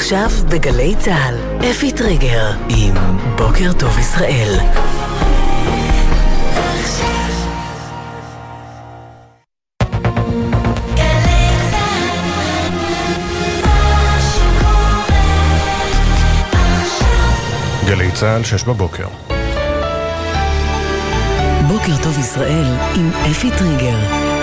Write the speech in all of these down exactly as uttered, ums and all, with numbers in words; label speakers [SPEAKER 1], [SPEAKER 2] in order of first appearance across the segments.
[SPEAKER 1] עכשיו בגלי צהל, אפי טריגר עם בוקר טוב ישראל.
[SPEAKER 2] גלי צהל, שש בבוקר.
[SPEAKER 1] בוקר טוב ישראל עם אפי טריגר.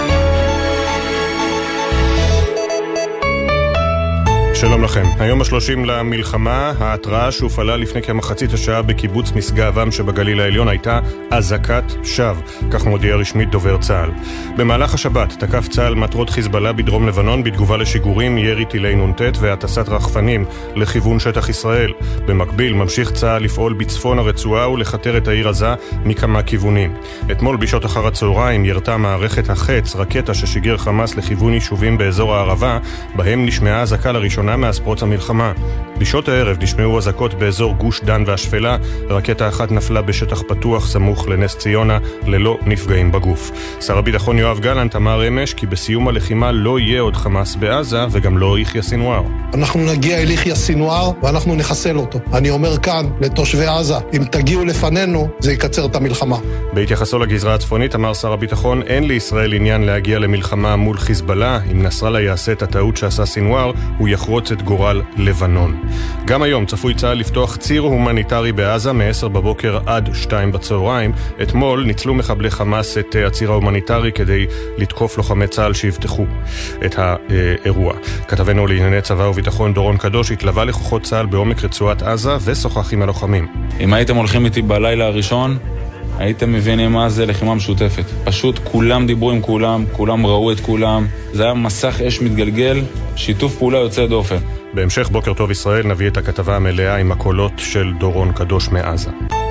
[SPEAKER 2] שלום לכם. היום השלושים למלחמה, ההתראה שהופעלה לפני כמחצית השעה בקיבוץ משגב-עם שבגליל העליון הייתה אזעקת שווא, כך מודיע רשמית דובר צה"ל. במהלך השבת תקף צה"ל מטרות חיזבאללה בדרום לבנון בתגובה לשיגורים, ירי טילי נ"ט והטסת רחפנים לכיוון שטח ישראל. במקביל ממשיך צה"ל לפעול בצפון הרצועה ולחתר את העיר עזה מכמה כיוונים. אתמול בשעות אחר הצהריים ירתה מערכת החץ רקטה ששיגר חמאס לכיוון יישובים באזור הערבה, בהם נשמעה אזעקה לראשונה מאז פרוץ המלחמה. בשעות הערב נשמעו אזעקות באזור גוש דן והשפלה, רקטה אחת נפלה בשטח פתוח סמוך לנס ציונה ללא נפגעים בגוף. שר הביטחון יואב גלנט אמר אמש כי בסיום הלחימה לא יהיה עוד חמאס בעזה וגם לא יחיא סינואר.
[SPEAKER 3] אנחנו נגיע אל יחיא סינואר ואנחנו נחסל אותו. אני אומר כאן לתושבי עזה, אם תגיעו לפנינו זה יקצר את המלחמה.
[SPEAKER 2] בהתייחסו לגזרה הצפונית אמר שר הביטחון, אין לישראל עניין להגיע למלחמה מול חיזבאללה. אם נסראללה יעשה את הטעות שעשה סינואר הוא יחרוץ את גורל לבנון. גם היום צפוי צה"ל לפתוח ציר הומניטרי בעזה מ-עשר בבוקר עד שתיים בצהריים. אתמול ניצלו מחבלי חמאס את הציר ההומניטרי כדי לתקוף לוחמי צה"ל שיפתחו את האירוע. כתבנו לענייני צבא וביטחון דורון קדוש התלווה לכוחות צה"ל בעומק רצועת עזה ושוחח עם הלוחמים.
[SPEAKER 4] אם הייתם הולכים איתי בלילה הראשון הייתם מבינים מה זה לחימה משותפת. פשוט כולם דיברו עם כולם, כולם ראו את כולם. זה היה מסך אש מתגלגל, שיתוף פעולה יוצא דופן.
[SPEAKER 2] בהמשך בוקר טוב ישראל נביא את הכתבה המלאה עם הקולות של דורון קדוש מעזה.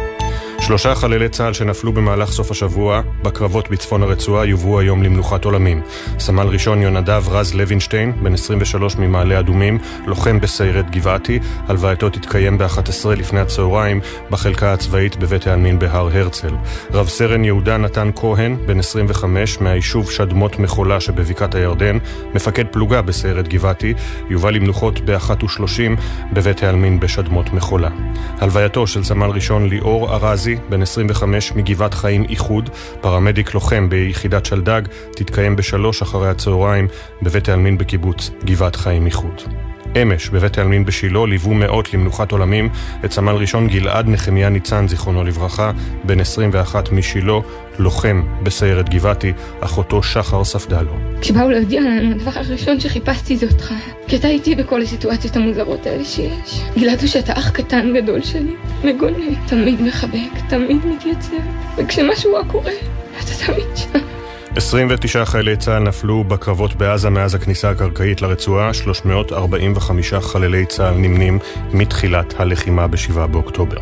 [SPEAKER 2] שלושה חללי צה"ל שנפלו במהלך סוף השבוע בקרבות בצפון הרצועה יובאו היום למנוחת עולמים. סמל ראשון יונדב רז לוינשטיין, בן עשרים ושלוש ממעלה אדומים, לוחם בסיירת גבעתי. הלווייתו תתקיים ב-אחת עשרה לפני הצהריים בחלקה הצבאית בבית העלמין בהר הרצל. רב סרן יהודה נתן כהן, בן עשרים וחמש, מהיישוב שדמות מחולה שבבקעת הירדן, מפקד פלוגה בסיירת גבעתי, יובא למנוחות ב-אחת ושלושים בבית העלמין בשדמות מחולה. הלווייתו של סמל ראשון ליאור ארזי, בן עשרים וחמש מגבעת חיים איחוד, פרמדיק לוחם ביחידת שלדג, תתקיים בשלוש אחרי הצהריים בבית העלמין בקיבוץ גבעת חיים איחוד. אמש בבית העלמין בשילו ליוו מאות למנוחת עולמים את סמל ראשון גלעד נחמיה ניצן זיכרונו לברכה, בן עשרים ואחת משילו, לוחם בסיירת גבעתי, אחותו שחר ספדלו.
[SPEAKER 5] כשבאו להודיע לנו, הדבר הראשון שחיפשתי זה אותך, כי אתה איתי בכל הסיטואציות המוזרות האלה שיש. גילדו שאתה אח קטן גדול שלי, מגונה, תמיד מחבק, תמיד מתייצב, וכשמשהו רע קורה, אתה תמיד שם.
[SPEAKER 2] עשרים ותשעה חיילי צה"ל נפלו בקרבות בעזה מאז הכניסה הקרקעית לרצועה, שלוש מאות ארבעים וחמישה חללי צה"ל נמנים מתחילת הלחימה בשבעה באוקטובר.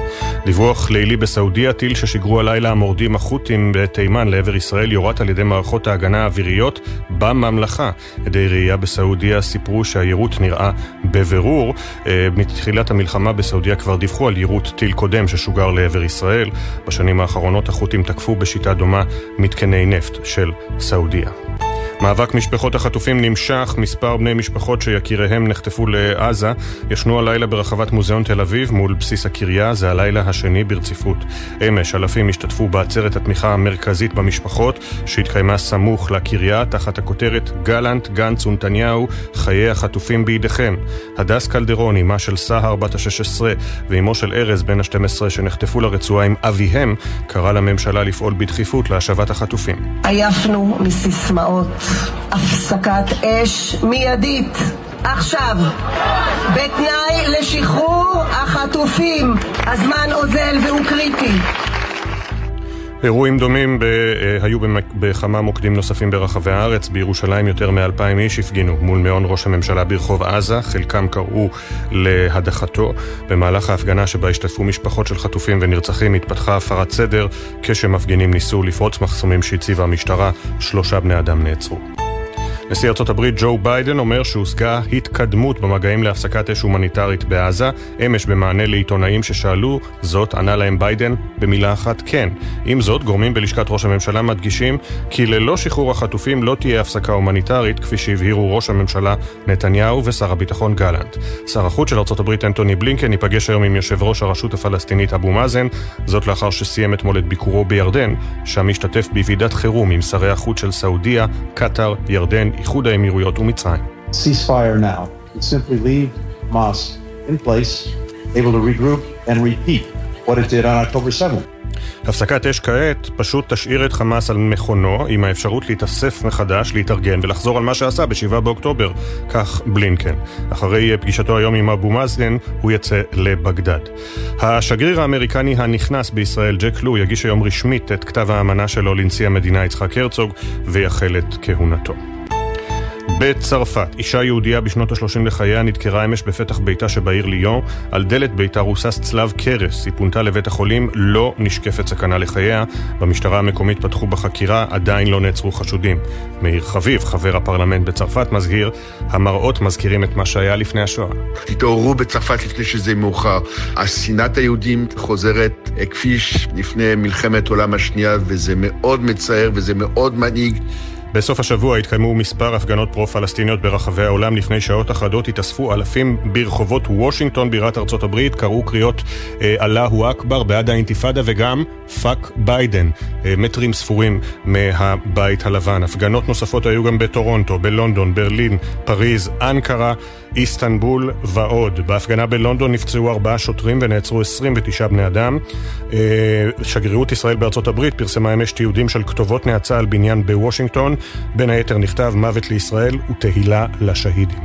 [SPEAKER 2] דיווח לילי בסעודיה, טיל ששיגרו הלילה המורדים החות'ים בתימן לעבר ישראל יורט על ידי מערכות ההגנה האוויריות בממלכה. עדי ראייה בסעודיה סיפרו שהיירוט נראה בבירור. מתחילת המלחמה בסעודיה כבר דיווחו על יירוט טיל קודם ששוגר לעבר ישראל. בשנים האחרונות החות'ים תקפו בשיטה דומה מתקני נפט של סעודיה. מאבק משפחות החטופים נמשך. מספר בני משפחות שיקיריהם נחטפו לעזה ישנו הלילה ברחבת מוזיאון תל אביב מול בסיס הקריה. זה הלילה השני ברציפות. אמש אלפים השתתפו בעצרת התמיכה המרכזית במשפחות שהתקיימה סמוך לקריה תחת הכותרת גלנט, גנץ ונתניהו, חיי החטופים בידיכם. הדס קלדרון, אמה של סהר בת ה-שש עשרה ואמו של ארז בן ה-שתים עשרה שנחטפו לרצועה עם אביהם, קרא לממשלה לפעול בדחיפות להשבת החטופים.
[SPEAKER 6] עייפנו מסיסמאות, הפסקת אש מיידית עכשיו בתנאי לשחרור החטופים. הזמן אוזל והוא קריטי.
[SPEAKER 2] אירועים דומים ב- היו בכמה מוקדים נוספים ברחבי הארץ. בירושלים יותר מאלפיים איש הפגינו מול מעון ראש הממשלה ברחוב עזה, חלקם קראו להדחתו. במהלך ההפגנה שבה השתתפו משפחות של חטופים ונרצחים התפתחה הפרת סדר, כשמפגינים ניסו לפרוץ מחסומים שהציבה המשטרה, שלושה בני אדם נעצרו. נשיא ארצות הברית ג'ו ביידן אומר שהושגה התקדמות במגעים להפסקת אש הומניטרית בעזה. אמש במענה לעיתונאים ששאלו זאת, ענה להם ביידן במילה אחת כן. עם זאת, גורמים בלשכת ראש הממשלה מדגישים כי ללא שחרור החטופים לא תהיה הפסקה הומניטרית, כפי שהבהירו ראש הממשלה נתניהו ושר הביטחון גלנט. שר החוץ של ארצות הברית אנטוני בלינקן ייפגש היום עם יושב ראש הרשות הפלסטינית אבו מאזן, זאת לאחר שסיים אתמול את ביקורו בירדן, שם השתתף בוועידת חירום עם שרי החוץ של סעודיה, קטר, ירדן, איחוד האמירויות ומצרים.
[SPEAKER 7] Ceasefire now. We simply leave Hamas in place, able to regroup and repeat what it did on October seventh.
[SPEAKER 2] הפסקת אש כעת פשוט תשאיר את חמאס על מכונו עם האפשרות להתאסף מחדש, להתארגן ולחזור על מה שעשה בשבעה באוקטובר, כך בלינקן. אחרי פגישתו היום עם אבו מאזן הוא יצא לבגדד. השגריר האמריקני הנכנס בישראל ג'ק לו יגיש היום רשמית את כתב האמנה שלו לנשיא המדינה יצחק הרצוג ויחל את כהונתו. בצרפת, אישה יהודייה בשנות ה-שלושים לחייה נדקרה אמש בפתח ביתה שבעיר ליון. על דלת ביתה רוסס צלב קרס. היא פונתה לבית החולים, לא נשקפת סכנה לחייה. במשטרה המקומית פתחו בחקירה, עדיין לא נעצרו חשודים. מאיר חביב, חבר הפרלמנט בצרפת, מזהיר, המראות מזכירים את מה שהיה לפני השואה.
[SPEAKER 8] תתעוררו בצרפת לפני שזה מאוחר. השנאת היהודים חוזרת כפי לפני מלחמת העולם השנייה, וזה מאוד מצער וזה מאוד מנהיג.
[SPEAKER 2] בסוף השבוע התקיימו מספר הפגנות פרו-פלסטיניות ברחבי העולם. לפני שעות אחדות התאספו אלפים ברחובות וושינגטון בירת ארצות הברית, קראו קריאות אה, אללהו אכבר בעד האינתיפאדה וגם פאק ביידן, אה, מטרים ספורים מהבית הלבן. הפגנות נוספות היו גם בטורונטו, בלונדון, ברלין, פריז, אנקרה, איסטנבול ועוד. בהפגנה בלונדון נפצעו ארבעה שוטרים ונעצרו עשרים ותשעה בני אדם. אה, שגרירות ישראל בארצות הברית פרסמה אמש תיעודים של כתובות נאצה על בניין בוושינגטון. בין היתר נכתב מוות לישראל ותהילה לשהידים.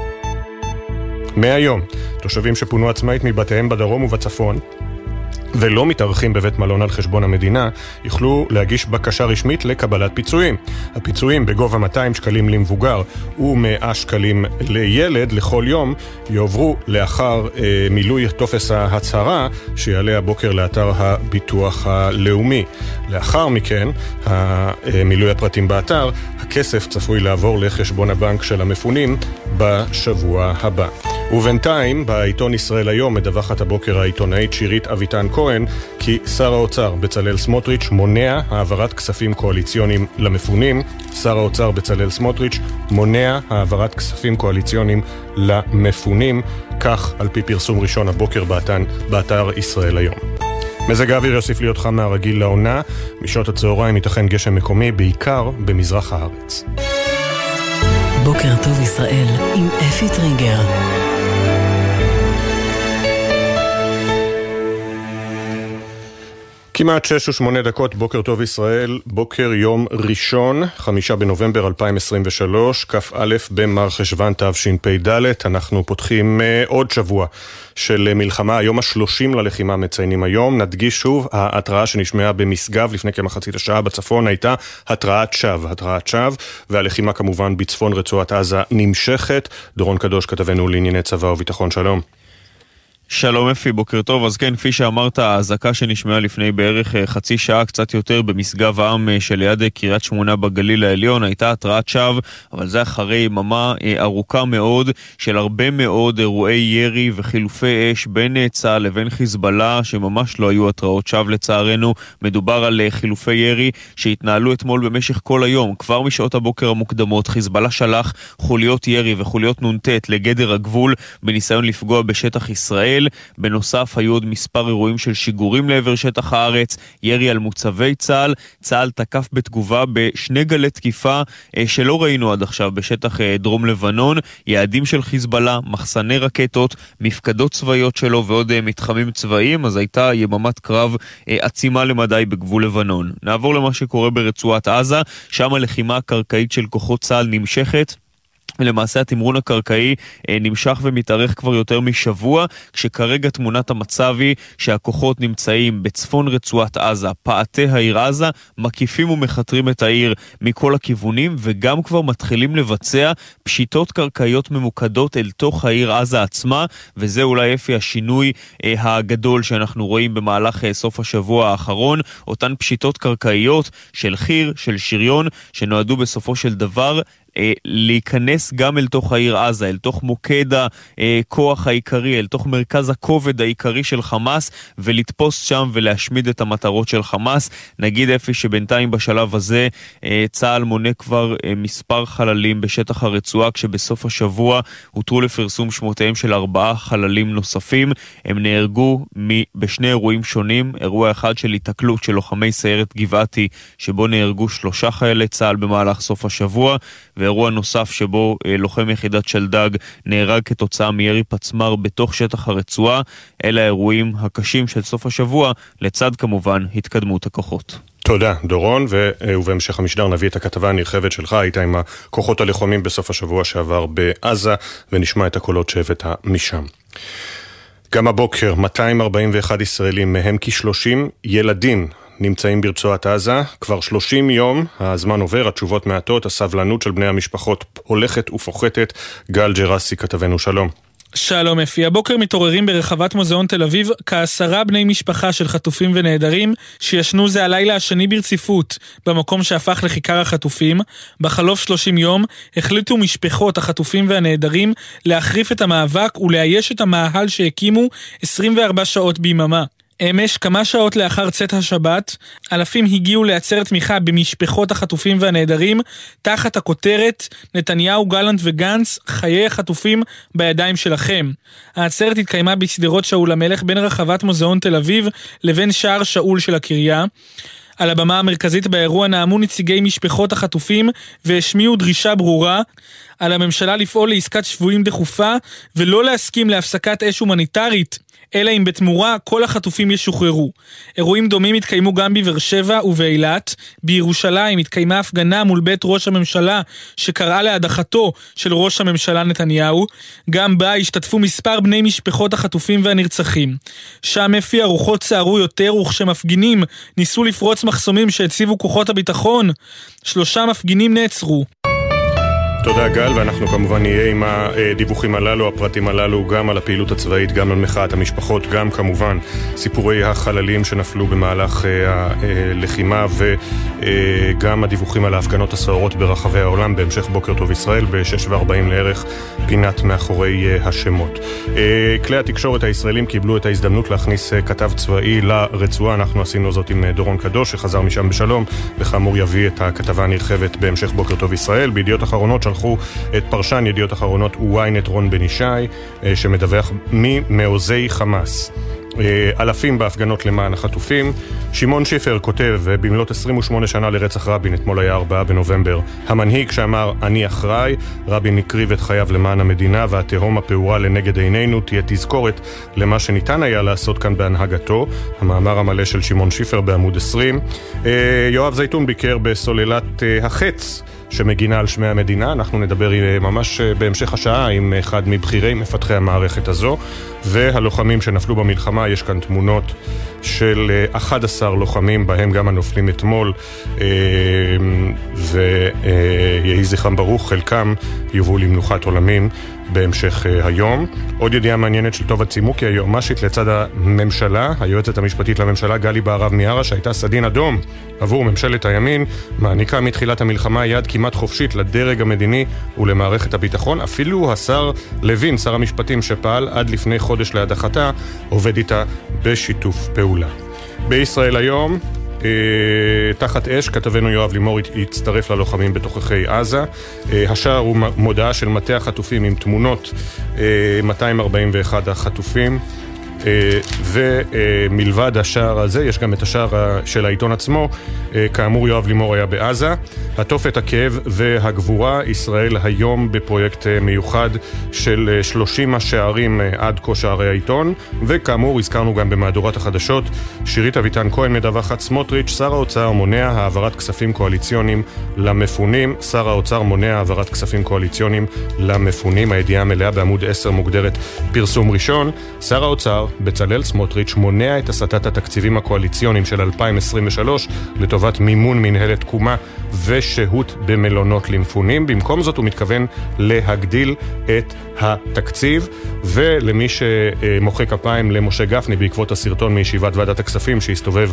[SPEAKER 2] מהיום, תושבים שפונו עצמאית מבתיהם בדרום ובצפון ולא מתארחים בבית מלון על חשבון המדינה, יוכלו להגיש בקשה רשמית לקבלת פיצויים. הפיצויים בגובה מאתיים שקלים למבוגר ו-מאה שקלים לילד לכל יום יועברו לאחר אה, מילוי טופס ההצהרה שיעלה הבוקר לאתר הביטוח הלאומי. לאחר מכן, מילוי הפרטים באתר, הכסף צפוי לעבור לחשבון הבנק של המפונים בשבוע הבא. ובינתיים, בעיתון ישראל היום מדווחת הבוקר העיתונאית שירית אביטן כהן כי שר האוצר בצלאל סמוטריץ' מונע העברת כספים קואליציוניים למפונים. שר האוצר בצלאל סמוטריץ' מונע העברת כספים קואליציוניים למפונים, כך על פי פרסום ראשון הבוקר באתר, באתר ישראל היום. מזג האוויר יוסיף להיות חם מהרגיל לעונה, משעות הצהריים ייתכן גשם מקומי, בעיקר במזרח הארץ.
[SPEAKER 1] בוקר טוב ישראל עם אפי טריגר.
[SPEAKER 2] כמעט שש ושמונה דקות, בוקר טוב ישראל, בוקר יום ראשון, חמישה בנובמבר אלפיים עשרים ושלוש, כף א' במר חשוון תשפ"ד. אנחנו פותחים uh, עוד שבוע של מלחמה, היום השלושים ללחימה מציינים היום. נדגיש שוב, ההתראה שנשמעה במשגב לפני כמחצית השעה בצפון הייתה התראת שווא, התראת שווא, והלחימה כמובן בצפון רצועת עזה נמשכת. דורון קדוש, כתבנו לענייני צבא וביטחון, שלום.
[SPEAKER 9] שלום אפי, בוקר טוב. אז כן, כפי שאמרת, ההזעקה שנשמעה לפני בערך חצי שעה, קצת יותר, במשגב העם שליד קריית שמונה בגליל העליון, הייתה התרעת שווא, אבל זה אחרי יממה ארוכה מאוד של הרבה מאוד אירועי ירי וחילופי אש בין צה"ל לבין חיזבאללה, שממש לא היו התרעות שווא לצערנו. מדובר על חילופי ירי שהתנהלו אתמול במשך כל היום. כבר משעות הבוקר המוקדמות חיזבאללה שלח חוליות ירי וחוליות נונטט לגדר הגבול בניסיון לפגוע בשטח ישראל. בנוסף היו עוד מספר אירועים של שיגורים לעבר שטח הארץ, ירי על מוצבי צה"ל. צה"ל תקף בתגובה בשני גלי תקיפה שלא ראינו עד עכשיו בשטח דרום לבנון, יעדים של חיזבאללה, מחסני רקטות, מפקדות צבאיות שלו ועוד מתחמים צבאיים. אז הייתה יממת קרב עצימה למדי בגבול לבנון. נעבור למה שקורה ברצועת עזה, שם הלחימה הקרקעית של כוחות צה"ל נמשכת. למעשה התמרון הקרקעי נמשך ומתארך כבר יותר משבוע, כשכרגע תמונת המצב היא שהכוחות נמצאים בצפון רצועת עזה, פעתי העיר עזה, מקיפים ומחתרים את העיר מכל הכיוונים, וגם כבר מתחילים לבצע פשיטות קרקעיות ממוקדות אל תוך העיר עזה עצמה, וזה אולי אפי השינוי הגדול שאנחנו רואים במהלך סוף השבוע האחרון, אותן פשיטות קרקעיות של חיר, של שריון, שנועדו בסופו של דבר להיכנס גם אל תוך העיר עזה, אל תוך מוקד הכוח העיקרי, אל תוך מרכז הכובד העיקרי של חמאס, ולתפוס שם ולהשמיד את המטרות של חמאס. נגיד אפי שבינתיים בשלב הזה צה"ל מונה כבר מספר חללים בשטח הרצועה, כשבסוף השבוע הותרו לפרסום שמותיהם של ארבעה חללים נוספים. הם נהרגו בשני אירועים שונים, אירוע אחד של התקלות של לוחמי סיירת גבעתי, שבו נהרגו שלושה חיילי צה"ל במהלך סוף השבוע, ואירוע נוסף שבו לוחם יחידת שלדג נהרג כתוצאה מירי פצמר בתוך שטח הרצועה. אלה האירועים הקשים של סוף השבוע, לצד כמובן התקדמות הכוחות.
[SPEAKER 2] תודה דורון, ובהמשך המשדר נביא את הכתבה הנרחבת שלך, היית עם הכוחות הלוחמים בסוף השבוע שעבר בעזה, ונשמע את הקולות שהבאת משם. גם הבוקר מאתיים ארבעים ואחד ישראלים, מהם כ-שלושים ילדים, נמצאים ברצועת עזה. כבר שלושים יום, הזמן עובר, התשובות מעטות, הסבלנות של בני המשפחות הולכת ופוחתת. גל ג'רסי כתבנו, שלום.
[SPEAKER 10] שלום אפי, הבוקר מתעוררים ברחבת מוזיאון תל אביב כעשרה בני משפחה של חטופים ונעדרים שישנו זה הלילה השני ברציפות במקום שהפך לכיכר החטופים. בחלוף שלושים יום החליטו משפחות החטופים והנעדרים להחריף את המאבק ולאייש את המאהל שהקימו עשרים וארבע שעות ביממה. אמש, כמה שעות לאחר צאת השבת, אלפים הגיעו לעצרת תמיכה במשפחות החטופים והנעדרים, תחת הכותרת נתניהו, גלנט וגנץ, חיי החטופים בידיים שלכם. העצרת התקיימה בסדרות שאול המלך בין רחבת מוזיאון תל אביב לבין שער שאול של הקריה. על הבמה המרכזית באירוע נעמו נציגי משפחות החטופים והשמיעו דרישה ברורה על הממשלה לפעול לעסקת שבויים דחופה ולא להסכים להפסקת אש הומניטרית, אלא אם בתמורה כל החטופים ישוחררו. אירועים דומים התקיימו גם בבאר שבע ובאילת. בירושלים התקיימה הפגנה מול בית ראש הממשלה שקראה להדחתו של ראש הממשלה נתניהו. גם בה השתתפו מספר בני משפחות החטופים והנרצחים. שם אפי הרוחות סערו יותר, וכשמפגינים ניסו לפרוץ מחסומים שהציבו כוחות הביטחון, שלושה מפגינים נעצרו.
[SPEAKER 2] תודה גל, ואנחנו כמובן נהיה עם הדיווחים הללו, הפרטים הללו, גם על הפעילות הצבאית, גם על מחאת המשפחות, גם כמובן סיפורי החללים שנפלו במהלך הלחימה, וגם הדיווחים על ההפגנות הסוערות ברחבי העולם. בהמשך בוקר טוב ישראל, ב-שש וארבעים לערך, פינת מאחורי השמות. כלי התקשורת הישראלים קיבלו את ההזדמנות להכניס כתב צבאי לרצועה. אנחנו עשינו זאת עם דורון קדוש, שחזר משם בשלום, וכאמור יביא את הכתבה הנרחבת בהמשך בוקר טוב ישראל. בידיעות אחרונות שלחו את פרשן ידיעות אחרונות וויינט רון בן ישי, שמדווח ממעוזי חמאס. אלפים בהפגנות למען החטופים. שמעון שיפר כותב במלאת עשרים ושמונה שנה לרצח רבין, אתמול היה ארבעה בנובמבר, המנהיג שאמר אני אחראי, רבין הקריב את חייו למען המדינה, והתהום הפעורה לנגד עינינו תהיה תזכורת למה שניתן היה לעשות כאן בהנהגתו. המאמר המלא של שמעון שיפר בעמוד עשרים. יואב זייתון ביקר בסוללת החץ שמגינה על שמי המדינה. אנחנו נדבר ממש בהמשך השעה עם אחד מבחירי מפתחי המערכת הזו, והלוחמים שנפלו במלחמה. יש כאן תמונות של אחד עשר לוחמים, בהם גם הנופלים אתמול, ויהי זכרם ברוך. חלקם יובאו למנוחת עולמים בהמשך היום. עוד ידיעה מעניינת של טובה צימוקי, היועמ"שית לצד הממשלה, היועצת המשפטית לממשלה גלי בהרב מיארה, שהייתה סדין אדום עבור ממשלת הימין, מעניקה מתחילת המלחמה יד כמעט חופשית לדרג המדיני ולמערכת הביטחון. אפילו השר לוין, שר המשפטים שפעל עד לפני חודש להדחתה, עובד איתה בשיתוף פעולה. בישראל היום, תחת אש, כתבנו יואב לימור הצטרף ללוחמים בתוככי עזה. השער הוא מודעה של מטה החטופים עם תמונות מאתיים ארבעים ואחד החטופים, ומלבד השער הזה יש גם את השער של העיתון עצמו. כאמור יואב לימור היה בעזה. התופת, הכאב והגבורה, ישראל היום בפרויקט מיוחד של שלושים השערים עד כה שערי העיתון. וכאמור הזכרנו גם במהדורת החדשות, שירית אביטן כהן מדווחת, סמוטריץ' שר האוצר מונע העברת כספים קואליציוניים למפונים. שר האוצר מונע העברת כספים קואליציוניים למפונים. הידיעה המלאה בעמוד עשר מוגדרת פרסום ראשון. שר האוצר בצלאל סמוטריץ' מונע את הסטת התקציבים הקואליציוניים של אלפיים עשרים ושלוש לטובת מימון מנהלת תקומה ושהות במלונות למפונים. במקום זאת הוא מתכוון להגדיל את התקציב. ולמי שמוחא כפיים למשה גפני בעקבות הסרטון מישיבת ועדת הכספים שהסתובב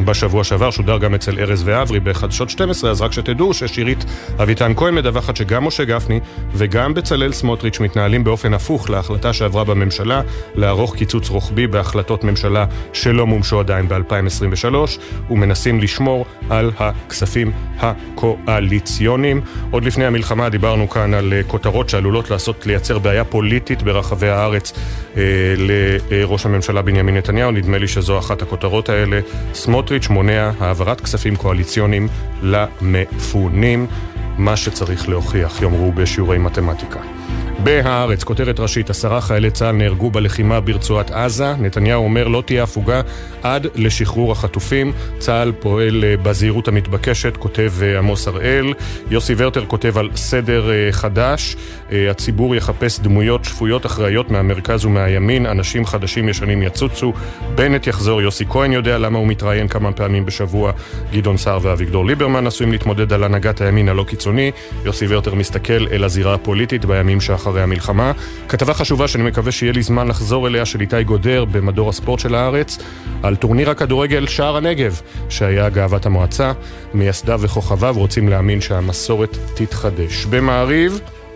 [SPEAKER 2] בשבוע שעבר שודר גם אצל ארז ואברי בחדשות שתים עשרה, אז רק שתדעו ששירית אביטן כהן מדווחת שגם משה גפני וגם בצלאל סמוטריץ' מתנהלים באופן הפוך להחלטה שעברה בממשלה לערוך קיצוץ רוחבי בהחלטות ממשלה שלא מומשו עדיין ב-אלפיים עשרים ושלוש ומנסים לשמור על הכספים הקואליציוניים. עוד לפני המלחמה דיברנו כאן על כותרות שעלולות לעשות לייצר בעיה פוליטית ברחבי הארץ אה, לראש הממשלה בנימין נתניהו. נדמה לי שזו אחת הכותרות האלה. סמוטריץ' מונע העברת כספים קואליציוניים למפונים, מה שצריך להוכיח, יאמרו בשיעורי מתמטיקה. בהארץ, כותרת ראשית, עשרה חיילי צה"ל נהרגו בלחימה ברצועת עזה. נתניהו אומר לא תהיה הפוגה עד לשחרור החטופים. צה"ל פועל בזהירות המתבקשת, כותב עמוס הראל. יוסי ורטר כותב על סדר חדש. הציבור יחפש דמויות שפויות אחראיות מהמרכז ומהימין. אנשים חדשים ישנים יצוצו. בנט יחזור. יוסי כהן יודע למה הוא מתראיין כמה פעמים בשבוע. גדעון סער ואביגדור ליברמן עשויים להתמודד על הנהגת הימין הלא קיצוני. יוסי ורטר מסתכל אל הזירה הפוליטית בימים שאחרי המלחמה. כתבה חשובה שאני מקווה שיהיה לי זמן לחזור אליה של איתי גודר במדור הספורט של הארץ על טורניר הכדורגל שער הנגב שהיה גאוות המועצה. מייסדיו וכוכביו רוצים להאמין שהמסורת תתחדש. במעריב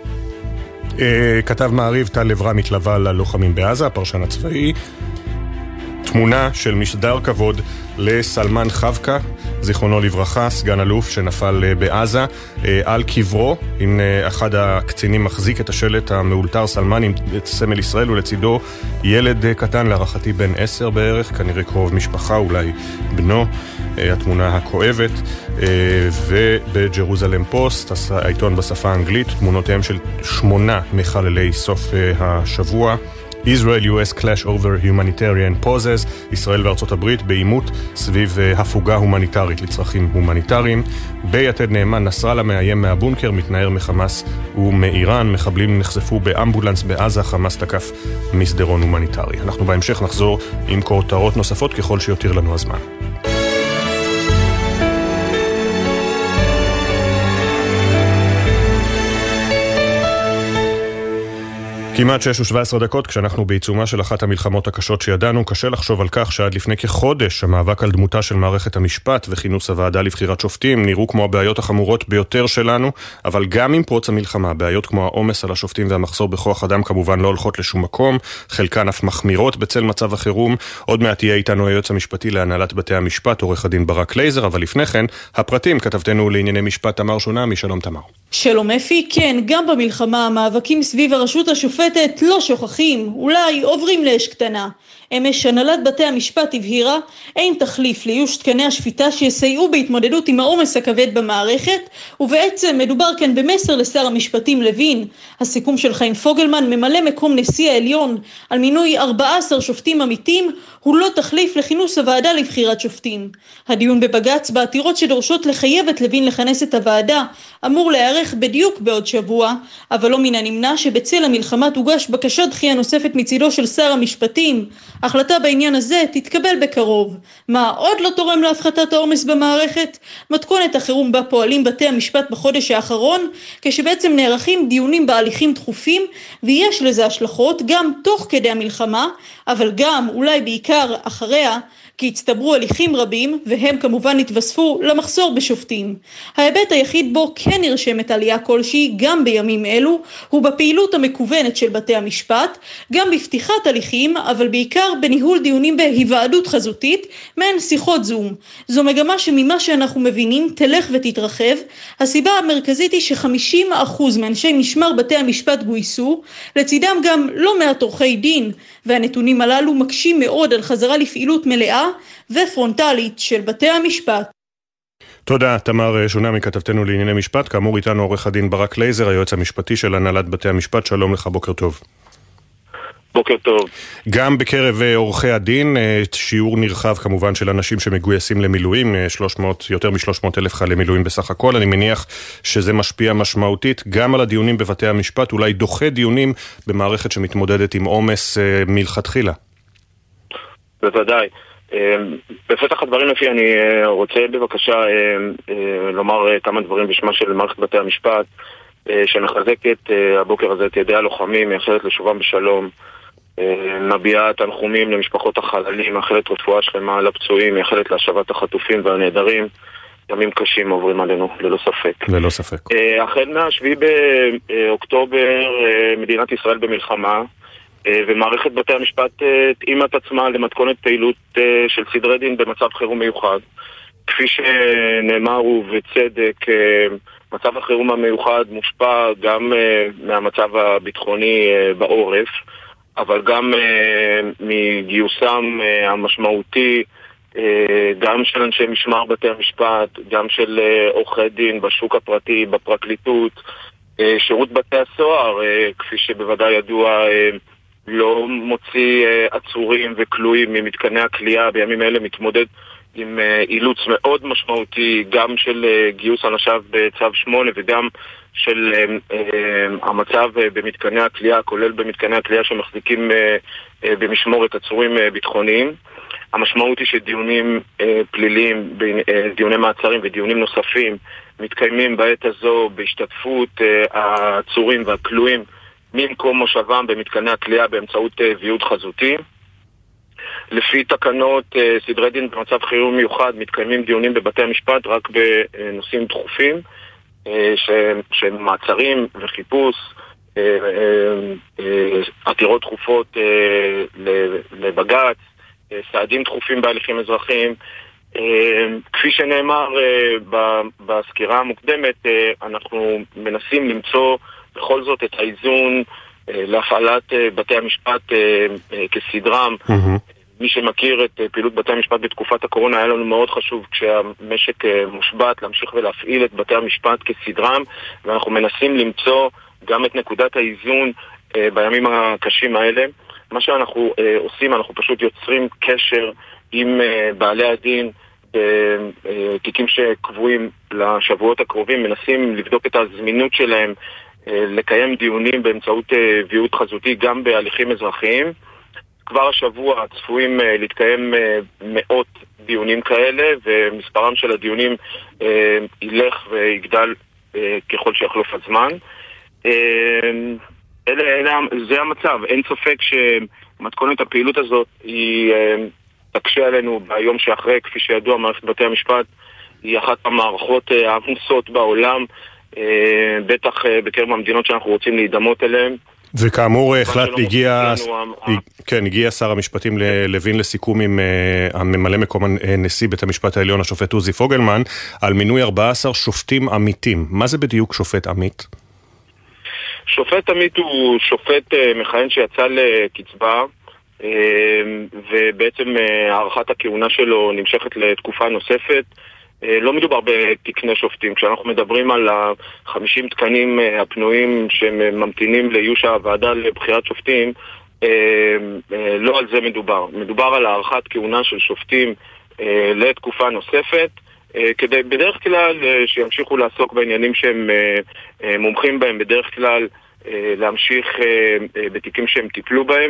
[SPEAKER 2] אה, כתב מעריב טל לברא מתלווה ללוחמים בעזה, הפרשן הצבאי. תמונה של משדר כבוד לסלמן חבקה, זיכרונו לברכה, סגן אלוף שנפל בעזה. על קברו, עם אחד הקצינים מחזיק את השלט המאולתר סלמן עם סמל ישראל, ולצידו ילד קטן, להערכתי בן עשר בערך, כנראה קרוב משפחה, אולי בנו. התמונה הכואבת. ובג'רוזלם פוסט, העיתון בשפה האנגלית, תמונותיהם של שמונה מחללי סוף השבוע. Israel-U S clash over humanitarian pauses, ישראל וארצות הברית בעימות סביב הפוגה הומניטרית לצרכים הומניטריים. ביתד נאמן, נסראללה מאיים מהבונקר, מתנער מחמאס ומאיראן. מחבלים נחשפו באמבולנס בעזה, חמאס תקף מסדרון הומניטרי. אנחנו בהמשך נחזור עם כותרות נוספות ככל שיותיר לנו הזמן. כמעט שש ושבע עשרה דקות, כשאנחנו בעיצומה של אחת המלחמות הקשות שידענו, קשה לחשוב על כך שעד לפני כחודש המאבק על דמותה של מערכת המשפט וכינוס הוועדה לבחירת שופטים נראו כמו הבעיות החמורות ביותר שלנו, אבל גם עם פרוץ המלחמה, בעיות כמו העומס על השופטים והמחסור בכוח אדם כמובן לא הולכות לשום מקום, חלקן אף מחמירות בצל מצב החירום. עוד מעט יהיה איתנו היועץ המשפטי להנהלת בתי המשפט, עורך הדין ברק לייזר, אבל לפני כן, הפרטים, כתבתנו לענייני משפט תמר שונמי. שלום תמר.
[SPEAKER 11] שלום אפי, כן, גם במלחמה המאבקים סביב הרשות השופטת לא שוכחים, אולי עוברים לאש קטנה. אמש הנהלת בתי המשפט הבהירה, אין תחליף לאיוש תקני השפיטה שיסייעו בהתמודדות עם העומס הכבד במערכת, ובעצם מדובר כאן במסר לשר המשפטים לוין. הסיכום של חיים פוגלמן, ממלא מקום נשיא העליון, על מינוי ארבעה עשר שופטים עמיתים, הוא לא תחליף לכינוס הוועדה לבחירת שופטים. הדיון בבג"ץ בעתירות שדורשות לחייב את לוין לכנס את הוועדה, אמור להיערך בדיוק בעוד שבוע, אבל לא מן הנמנע שבצל המלחמה תוגש בקשת דחייה נוספת מצידו של שר המשפטים. החלטה בעניין הזה תתקבל בקרוב. מה עוד לא תורם להפחתת העומס במערכת? מתכונת החירום בה פועלים בתי המשפט בחודש האחרון, כשבעצם נערכים דיונים בהליכים דחופים, ויש לזה השלכות גם תוך כדי המלחמה, אבל גם אולי בעיקר אחריה, כי הצטברו הליכים רבים, והם כמובן התווספו למחסור בשופטים. ההיבט היחיד בו כן נרשמת עלייה כלשהי גם בימים אלו, הוא בפעילות המקוונת של בתי המשפט, גם בפתיחת הליכים, אבל בעיקר בניהול דיונים בהיוועדות חזותית, מעין שיחות זום. זו מגמה שממה שאנחנו מבינים תלך ותתרחב. הסיבה המרכזית היא ש-חמישים אחוז מאנשי משמר בתי המשפט גויסו, לצידם גם לא מעט עורכי דין, והנתונים הללו מקשים מאוד על חזרה לפעילות מלאה ופרונטלית של בתי המשפט.
[SPEAKER 2] תודה, תמר שונמי, כתבתנו לענייני משפט. כאמור איתנו עורך הדין ברק לייזר, היועץ המשפטי של הנהלת בתי המשפט. שלום לך, בוקר טוב.
[SPEAKER 12] בוקר טוב.
[SPEAKER 2] גם בקרב עורכי הדין, שיעור נרחב כמובן של אנשים שמגויסים למילואים, שלוש מאות, יותר מ-שלוש מאות אלף חיילי מילואים בסך הכל. אני מניח שזה משפיע משמעותית גם על הדיונים בבתי המשפט, אולי דוחה דיונים במערכת שמתמודדת עם עומס מלכתחילה.
[SPEAKER 12] בוודאי. בפתח הדברים לפי אני רוצה בבקשה לומר כמה דברים בשמה של מערכת בתי המשפט, שנחזק את הבוקר הזה את ידי הלוחמים, מייחלת לשובם בשלום. מביעה תנחומים למשפחות החללים, מאחלת רפואה שלמה לפצועים, מאחלת להשבת החטופים והנעדרים. ימים קשים עוברים עלינו, ללא ספק.
[SPEAKER 2] ללא ספק.
[SPEAKER 12] החל מהשביעי באוקטובר מדינת ישראל במלחמה, ומערכת בתי המשפט התאימה את עצמה למתכונת פעילות של סדרי דין במצב חירום מיוחד. כפי שנאמר ובצדק, מצב החירום המיוחד מושפע גם מהמצב הביטחוני בעורף, אבל גם מגיוסם המשמעותי גם של אנשי משמר בתי המשפט, גם של עורכי דין בשוק הפרטי, בפרקליטות. שירות בתי הסוהר, כפי שבוודאי ידוע, לא מוציא עצורים וכלואים ממתקני הכלייה. בימים אלה מתמודד עם אילוץ מאוד משמעותי, גם של גיוס אנשיו בצו שמונה וגם של המצב במתקני הכלייה, כולל במתקני הכלייה שמחזיקים במשמורת עצורים ביטחוניים. המשמעות היא שדיונים פליליים, דיוני מעצרים ודיונים נוספים מתקיימים בעת הזו בהשתתפות העצורים והכלואים ממקום מושבם במתקני הכלייה באמצעות ויעוד חזותי. לפי תקנות סדרי דין במצב חירום מיוחד מתקיימים דיונים בבתי המשפט רק בנושאים דחופים, שהם מעצרים וחיפוש, עתירות דחופות לבג"ץ, סעדים דחופים בהליכים אזרחיים. כפי שנאמר בסקירה המוקדמת, אנחנו מנסים למצוא בכל זאת את האיזון להפעלת בתי המשפט כסדרם. מי שמכיר את פעילות בתי המשפט בתקופת הקורונה, היה לנו מאוד חשוב כשהמשק מושבת להמשיך ולהפעיל את בתי המשפט כסדרם, ואנחנו מנסים למצוא גם את נקודת האיזון בימים הקשים האלה. מה שאנחנו עושים, אנחנו פשוט יוצרים קשר עם בעלי הדין בתיקים שקבועים לשבועות הקרובים, מנסים לבדוק את הזמינות שלהם, לקיים דיונים באמצעות ויעוד חזותי גם בהליכים אזרחיים. כבר השבוע צפויים להתקיים מאות דיונים כאלה, ומספרם של הדיונים ילך ויגדל ככל שיחלוף הזמן. אלה, אלה, זה המצב. אין ספק שמתכונת הפעילות הזאת היא תקשה עלינו ביום שאחרי. כפי שידוע, מערכת בתי המשפט היא אחת המערכות העמוסות בעולם, בטח בקרב המדינות שאנחנו רוצים להידמות אליהן.
[SPEAKER 2] וכאמור, החלט, הגיע, כן, הגיע שר המשפטים לוין לסיכום עם הממלא מקום נשיא בית המשפט העליון, השופט עוזי פוגלמן, על מינוי ארבעה עשר שופטים עמיתים. מה זה בדיוק שופט עמית?
[SPEAKER 12] שופט עמית הוא שופט מכהן שיצא לקצבה, ובעצם הערכת הכהונה שלו נמשכת לתקופה נוספת. לא מדובר בתקני שופטים. כשאנחנו מדברים על ה-חמישים תקנים הפנויים שממתינים לאיוש הוועדה לבחירת שופטים, לא על זה מדובר. מדובר על הערכת כהונה של שופטים לתקופה נוספת, כדי בדרך כלל שימשיכו לעסוק בעניינים שהם מומחים בהם, בדרך כלל להמשיך בתיקים שהם טיפלו בהם.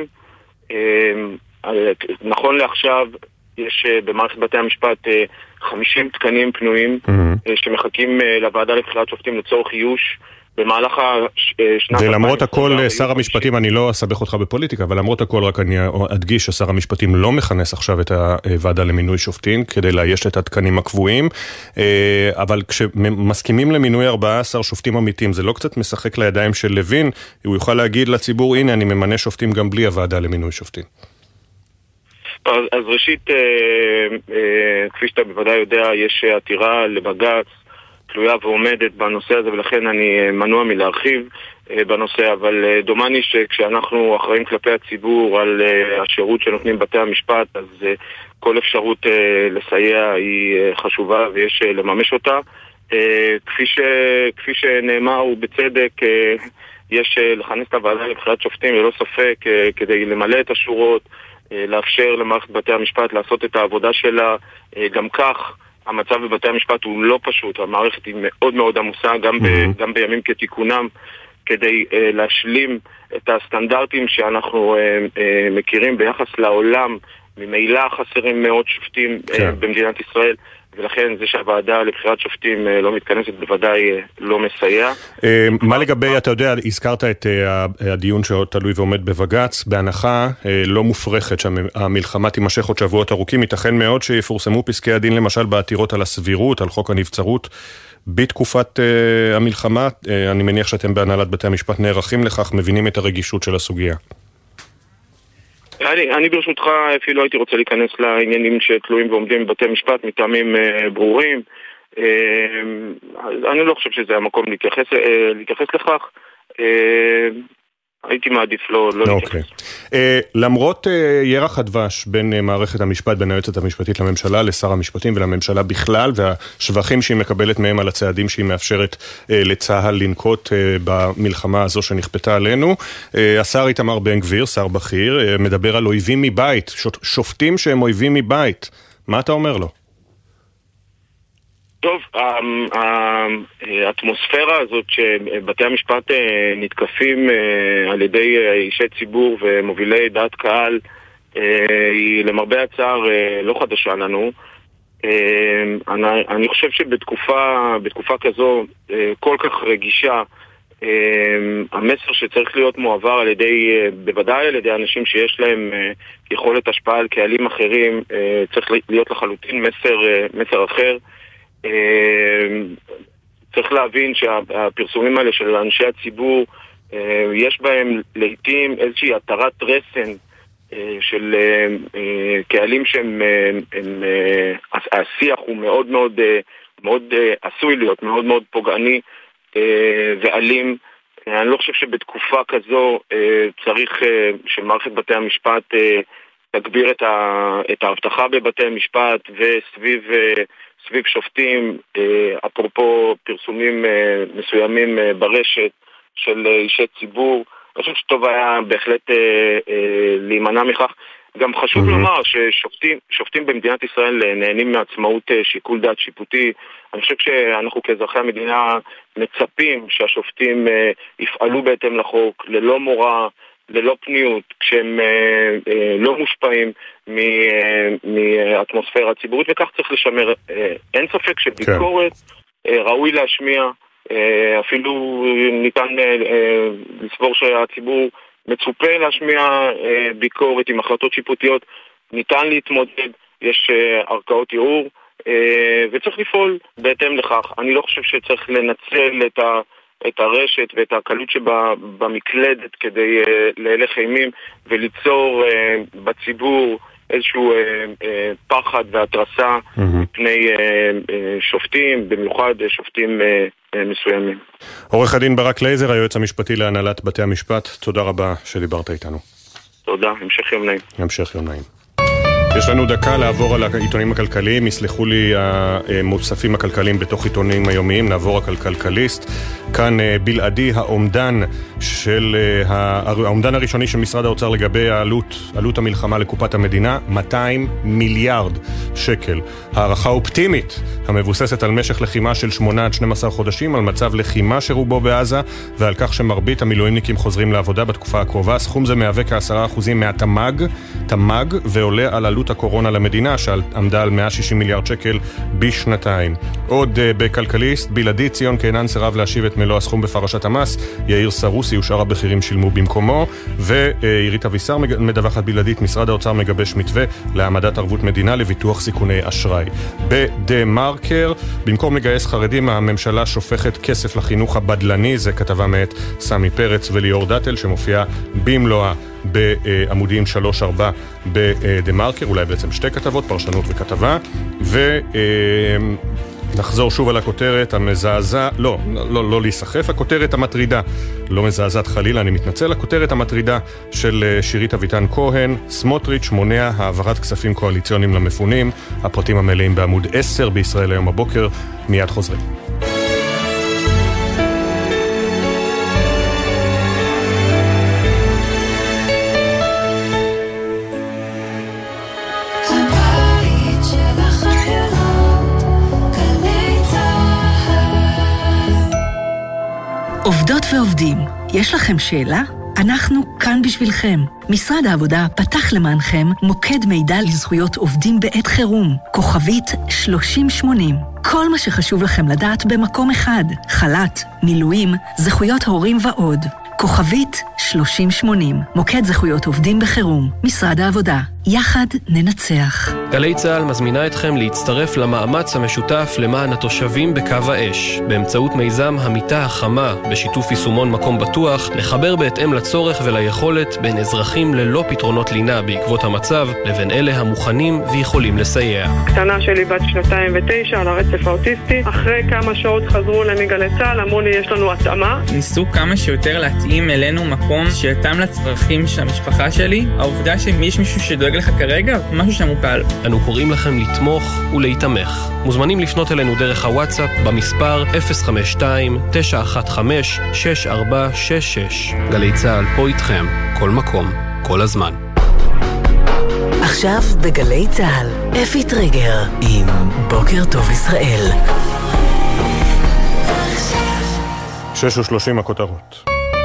[SPEAKER 12] נכון לעכשיו יש במערכת בתי המשפט חמישים תקנים פנויים שמחכים לוועדה לבחירת שופטים לצורך איוש במהלך השנה.
[SPEAKER 2] ולמרות הכל, שר המשפטים, אני לא אסבך אותך בפוליטיקה, אבל למרות הכל רק אני אדגיש ששר המשפטים לא מכנס עכשיו את הוועדה למינוי שופטים כדי לאייש את התקנים הקבועים, אבל כשמסכימים למינוי ארבעה עשר שופטים אמיתיים, זה לא קצת משחק לידיים של לוין, הוא יוכל להגיד לציבור, הנה אני ממנה שופטים גם בלי הוועדה למינוי שופטים.
[SPEAKER 12] אז, אז ראשית, אה, אה, כפי שאתה בוודאי יודע, יש עתירה לבג"ץ תלויה ועומדת בנושא הזה, ולכן אני מנוע מלהרחיב אה, בנושא, אבל אה, דומני שכשאנחנו אחראים כלפי הציבור על אה, השירות שנותנים בתי המשפט, אז אה, כל אפשרות אה, לסייע היא אה, חשובה ויש אה, לממש אותה. אה, כפי, ש, כפי שנאמר ובצדק, אה, יש אה, לכנס את הוועדה לבחירת שופטים ללא ספק אה, כדי למלא את השורות, לאפשר למערכת בתי המשפט לעשות את העבודה שלה. גם כך המצב בבתי המשפט הוא לא פשוט, המערכת היא מאוד מאוד עמוסה גם, mm-hmm. ב, גם בימים כתיקונם, כדי uh, להשלים את הסטנדרטים שאנחנו uh, uh, מכירים ביחס לעולם. ממילא חסרים מאות שופטים uh, במדינת ישראל, ולכן זה שהוועדה לבחירת שופטים לא מתכנסת בוודאי לא מסייע.
[SPEAKER 2] מה לגבי, אתה יודע, הזכרת את הדיון שעוד תלוי ועומד בבג"ץ, בהנחה לא מופרכת שהמלחמה תימשך עוד שבועות ארוכים, ייתכן מאוד שיפורסמו פסקי הדין למשל בעתירות על הסבירות, על חוק הנבצרות, בתקופת המלחמה. אני מניח שאתם בהנהלת בתי המשפט נערכים לכך, מבינים את הרגישות של הסוגיה.
[SPEAKER 12] אני, אני ברשותך אפילו הייתי רוצה להיכנס לעניינים שתלויים ועומדים בבתי משפט מטעמים אה, ברורים. אה, אני לא חושב שזה המקום להתייחס, אה, להתייחס לכך. אה, הייתי מעדיף לא, לא
[SPEAKER 2] okay.
[SPEAKER 12] להתייחס.
[SPEAKER 2] Uh, למרות uh, ירח הדבש בין uh, מערכת המשפט, בין היועצת המשפטית לממשלה, לשר המשפטים ולממשלה בכלל, והשבחים שהיא מקבלת מהם על הצעדים שהיא מאפשרת uh, לצהל לנקוט uh, במלחמה הזו שנכפתה עלינו, uh, השר איתמר בן גביר, שר בכיר, uh, מדבר על אויבים מבית, שופטים שהם אויבים מבית. מה אתה אומר לו?
[SPEAKER 12] טוב, האטמוספירה הזאת שבתי המשפט נתקפים על ידי אישי ציבור ומובילי דעת קהל היא למרבה הצער לא חדשה לנו. אני חושב שבתקופה בתקופה כזו כל כך רגישה, המסר שצריך להיות מועבר על ידי, בוודאי על ידי אנשים שיש להם יכולת השפעה על קהלים אחרים, צריך להיות לחלוטין מסר, מסר אחר. צריך להבין שהפרסומים האלה של אנשי הציבור יש בהם לעתים איזושהי התרת רסן של קהלים שהם, השיח הוא מאוד מאוד מאוד עשוי להיות מאוד מאוד פוגעני ואלים. אני לא חושב שבתקופה כזו צריך שמערכת בתי המשפט תגביר את ההבטחה בבתי המשפט וסביב סביב שופטים, אפרופו פרסומים מסוימים ברשת של אישי ציבור. אני חושב שטוב היה בהחלט להימנע מכך. גם חשוב לומר ששופטים שופטים במדינת ישראל נהנים מעצמאות שיקול דעת שיפוטי. אני חושב שאנחנו כאזרחי המדינה מצפים שהשופטים יפעלו בהתאם לחוק, ללא מורא, ללא פניות, כשהם אה, אה, לא מושפעים מאטמוספירה ציבורית, וכך צריך לשמר. אה, אין ספק שביקורת אה, ראוי להשמיע, אה, אפילו ניתן אה, אה, לסבור שהציבור מצופה להשמיע אה, ביקורת עם החלטות שיפוטיות, ניתן להתמודד, יש אה, ערכאות ערעור, אה, וצריך לפעול בהתאם לכך. אני לא חושב שצריך לנצל את ה... את הרשת ואת הקלות שבמקלדת כדי uh, להלך אימים וליצור uh, בציבור איזשהו uh, uh, פחד והתרסה mm-hmm. מפני uh, uh, שופטים, במיוחד uh, שופטים uh, uh, מסוימים.
[SPEAKER 2] עורך הדין ברק לייזר, היועץ המשפטי להנהלת בתי המשפט, תודה רבה שדיברת איתנו.
[SPEAKER 12] תודה, המשך יום נעים.
[SPEAKER 2] המשך יום נעים. יש לנו דקה לעבור על העיתונים הכלכליים, יסלחו לי המוספים הכלכליים בתוך עיתונים היומיים, נעבור רק על כלכליסט. כאן בלעדי האומדן של, האומדן הראשוני של משרד האוצר לגבי העלות, עלות המלחמה לקופת המדינה, מאתיים מיליארד שקל. הערכה אופטימית, המבוססת על משך לחימה של שמונה עד שנים עשר חודשים, על מצב לחימה שרובו בעזה, ועל כך שמרבית המילואימניקים חוזרים לעבודה בתקופה הקרובה. סכום זה מהווה כ-עשרה אחוזים מהתמ"ג, תמ"ג, ועולה על עלות הקורונה למדינה, שעמדה על מאה ושישים מיליארד שקל בשנתיים. עוד uh, בכלכליסט, בלעדי ציון קינן סירב להשיב את מלוא הסכום בפרשת המס, יאיר סרוסי ושאר הבכירים שילמו במקומו, ועירית אבישר מדווחת בלעדית, משרד האוצר מגבש מתווה להעמדת ערבות מדינה לביטוח סיכוני אשראי. בדה מרקר, במקום לגייס חרדים, הממשלה שופכת כסף לחינוך הבדלני, זה כתבה מאת סמי פרץ וליאור דטל, שמופיעה במלואה בעמודים שלוש ארבע בדה מרקר, אולי בעצם שתי כתבות, פרשנות וכתבה, ונחזור שוב על הכותרת המזעזע, לא, לא, לא להיסחף, הכותרת המטרידה, לא מזעזעת חלילה, אני מתנצל, הכותרת המטרידה של שירית אביטן כהן, סמוטריץ' מונע העברת כספים קואליציוניים למפונים, הפרטים המלאים בעמוד עשר בישראל היום הבוקר, מיד חוזרים.
[SPEAKER 1] עובדות ועובדים, יש לכם שאלה? אנחנו כאן בשבילכם. משרד העבודה פתח למענכם מוקד מידע לזכויות עובדים בעת חירום, כוכבית שלושים שמונים. כל מה שחשוב לכם לדעת במקום אחד, חל"ת, מילואים, זכויות הורים ועוד. כוכבית שלושים שמונים, מוקד זכויות עובדים בחירום, משרד העבודה. יחד ננצח.
[SPEAKER 13] גלי צהל מזמינה אתכם להצטרף למאמץ המשותף למען התושבים בקו האש, באמצעות מיזם המיטה החמה, בשיתוף יישומון מקום בטוח, לחבר בהתאם לצורך וליכולת בין אזרחים ללא פתרונות לינה בעקבות המצב, לבין אלה המוכנים ויכולים לסייע.
[SPEAKER 14] קטנה שלי בת שנתיים ותשע על הרצף האוטיסטי, אחרי כמה שעות חזרו למגלי צהל, אמרו לי יש לנו התאמה.
[SPEAKER 15] ניסו כמה שיותר להתאים אלינו מקום שיתאם לצרכים של המשפחה שלי. העובדה שיש מישהו שדואג לך כרגע, משהו שמוקל.
[SPEAKER 13] אנו קוראים לכם לתמוך ולהתמך. מוזמנים לפנות אלינו דרך הוואטסאפ במספר אפס חמש שתיים תשע אחת חמש שש ארבע שש שש. גלי צהל פה איתכם, כל מקום, כל הזמן.
[SPEAKER 1] עכשיו בגלי צהל, אפי טריגר עם בוקר טוב ישראל.
[SPEAKER 2] שש ושלושים הכותרות.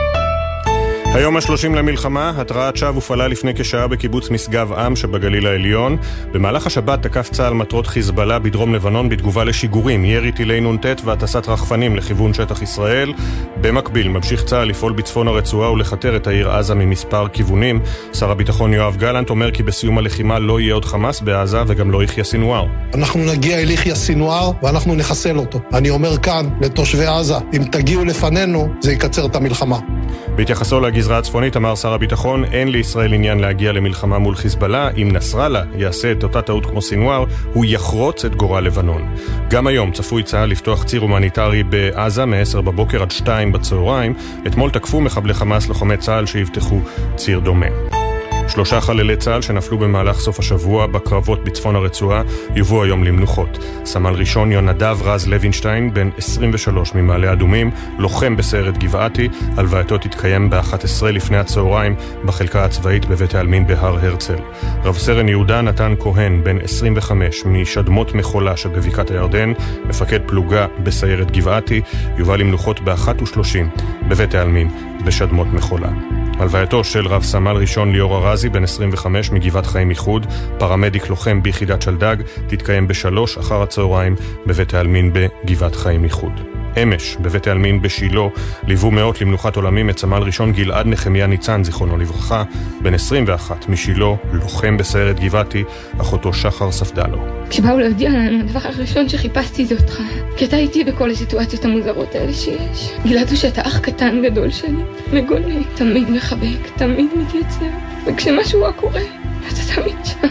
[SPEAKER 2] היום השלושים למלחמה, התרעת שווא הופעלה לפני כשעה בקיבוץ משגב עם שבגליל העליון. במהלך השבת תקף צה"ל מטרות חיזבאללה בדרום לבנון בתגובה לשיגורים, ירי טילי נ"ט והטסת רחפנים לכיוון שטח ישראל. במקביל ממשיך צה"ל לפעול בצפון הרצועה ולחתר את העיר עזה ממספר כיוונים. שר הביטחון יואב גלנט אומר כי בסיום הלחימה לא יהיה עוד חמאס בעזה וגם לא יחיא סינואר.
[SPEAKER 3] אנחנו נגיע אל יחיא סינואר ואנחנו נחסל אותו. אני אומר כאן לתושבי עזה, אם תגיעו לפנינו זה יקצר את המלחמה.
[SPEAKER 2] בהתייחסו לגזרה הצפונית אמר שר הביטחון, אין לישראל עניין להגיע למלחמה מול חיזבאללה. אם נסראללה יעשה את אותה טעות כמו סינואר, הוא יחרוץ את גורל לבנון. גם היום צפוי צה"ל לפתוח ציר הומניטרי בעזה מ-עשר בבוקר עד שתיים בצהריים. אתמול תקפו מחבלי חמאס לוחמי צה"ל שיפתחו ציר דומה. שלושה חללי צה"ל שנפלו במהלך סוף השבוע בקרבות בצפון הרצועה יובאו היום למנוחות. סמל ראשון יונדב רז לוינשטיין, בן עשרים ושלוש ממעלה אדומים, לוחם בסיירת גבעתי. הלווייתו תתקיים ב-אחת עשרה לפני הצהריים בחלקה הצבאית בבית העלמין בהר הרצל. רב סרן יהודה נתן כהן, בן עשרים וחמש משדמות מחולה שבבקעת הירדן, מפקד פלוגה בסיירת גבעתי, יובא למנוחות ב-אחת ושלושים בבית העלמין בשדמות מחולה. הלווייתו של רב סמל ראשון ליאור ארזי, בן עשרים וחמש מגבעת חיים איחוד, פרמדיק לוחם ביחידת שלדג, תתקיים בשלוש אחר הצהריים בבית העלמין בגבעת חיים איחוד. אמש בבית העלמין בשילה ליוו מאות למנוחת עולמים את סמל ראשון גלעד נחמיה ניצן, זיכרונו לברכה, בן עשרים ואחת משילה, לוחם בסיירת גבעתי, אחותו שחר ספדלו.
[SPEAKER 5] כשבאו להודיע לנו, הדבר הראשון שחיפשתי זה אותך, כי אתה איתי בכל הסיטואציות המוזרות האלה שיש. גילדו שאתה אח קטן גדול שלי, מגונה, תמיד מחבק, תמיד מתייצב, וכשמשהו קורה, אתה תמיד שם.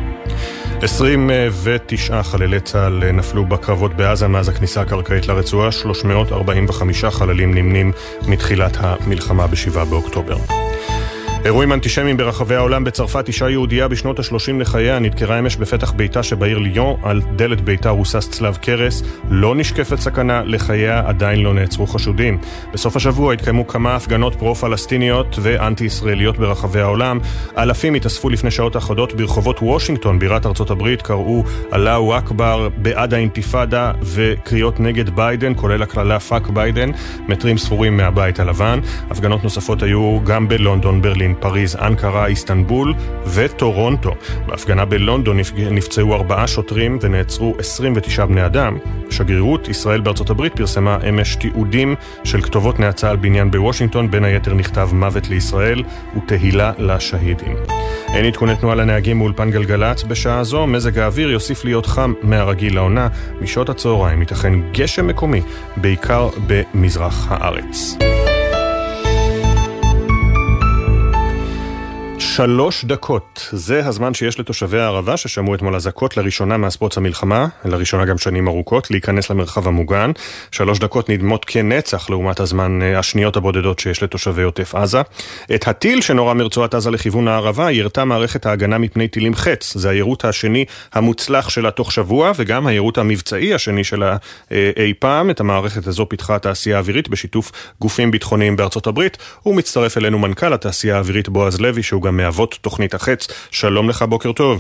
[SPEAKER 2] עשרים ותשעה חללי צה"ל נפלו בקרבות בעזה מאז הכניסה הקרקעית לרצועה, שלוש מאות ארבעים וחמישה חללים נמנים מתחילת המלחמה בשבעה באוקטובר. אירועים אנטישמיים ברחבי העולם. בצרפת אישה יהודייה בשנות ה-שלושים לחייה נדקרה אמש בפתח ביתה שבעיר ליון. על דלת ביתה רוסס צלב קרס. לא נשקפת סכנה לחייה, עדיין לא נעצרו חשודים. בסוף השבוע התקיימו כמה הפגנות פרו-פלסטיניות ואנטי-ישראליות ברחבי העולם. אלפים התאספו לפני שעות אחדות ברחובות וושינגטון, בירת ארצות הברית, קראו אללהו אכבר בעד האינתיפאדה וקריאות נגד ביידן, כולל הכללה פאק ביידן, מטרים ספורים מהבית הלבן. הפגנות נוספות היו גם בלונדון, ברלין, פריז, אנקרה, איסטנבול וטורונטו. בהפגנה בלונדון נפצעו ארבעה שוטרים ונעצרו עשרים ותשעה בני אדם. שגרירות ישראל בארצות הברית פרסמה אמש תיעודים של כתובות נאצה על בניין בוושינגטון, בין היתר נכתב מוות לישראל ותהילה לשהידים. אין עדכוני תנועה לנהגים מאולפן גלגלצ בשעה זו. מזג האוויר יוסיף להיות חם מהרגיל לעונה. משעות הצהריים ייתכן גשם מקומי, בעיקר במזרח הארץ. שלוש דקות, זה הזמן שיש לתושבי הערבה ששמעו אתמול אזעקות לראשונה מהספוץ המלחמה, לראשונה גם שנים ארוכות, להיכנס למרחב המוגן. שלוש דקות נדמות כנצח לעומת הזמן השניות הבודדות שיש לתושבי עוטף עזה. את הטיל שנורא מרצועת עזה לכיוון הערבה ירתה מערכת ההגנה מפני טילים חץ. זה היירוט השני המוצלח שלה תוך שבוע, וגם היירוט המבצעי השני שלה אי פעם. את המערכת הזו פיתחה התעשייה האווירית בשיתוף גופים ביטחוניים בארצות הברית. הוא מצטרף אלינו מנכ"ל התעשייה האווירית בועז לוי, שהוא גם מאבות תוכנית החץ. שלום לך, בוקר טוב.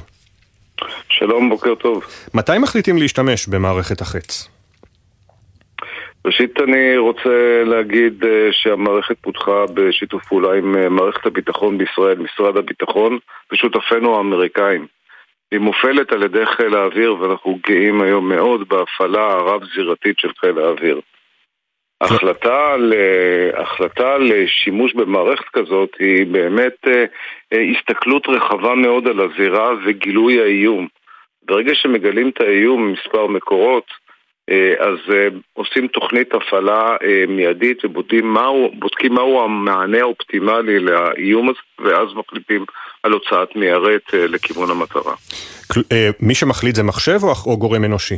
[SPEAKER 16] שלום, בוקר טוב.
[SPEAKER 2] מתי מחליטים להשתמש במערכת החץ?
[SPEAKER 16] ראשית אני רוצה להגיד שהמערכת פותחה בשיתוף פעולה עם מערכת הביטחון בישראל, משרד הביטחון ושותפינו האמריקאים. היא מופעלת על ידי חיל האוויר ואנחנו גאים היום מאוד בהפעלה הרב-זירתית של חיל האוויר. החלטה להחלטה לשימוש במערכת כזאת היא באמת הסתכלות רחבה מאוד על הזירה וגילוי האיום. ברגע שמגלים את האיום ממספר מקורות, אז עושים תוכנית הפעלה מיידית ובודקים מהו, בודקים מהו המענה האופטימלי לאיום הזה, ואז מחליטים על הוצאת מיירט לכיוון המטרה.
[SPEAKER 2] מי שמחליט זה מחשב או גורם אנושי?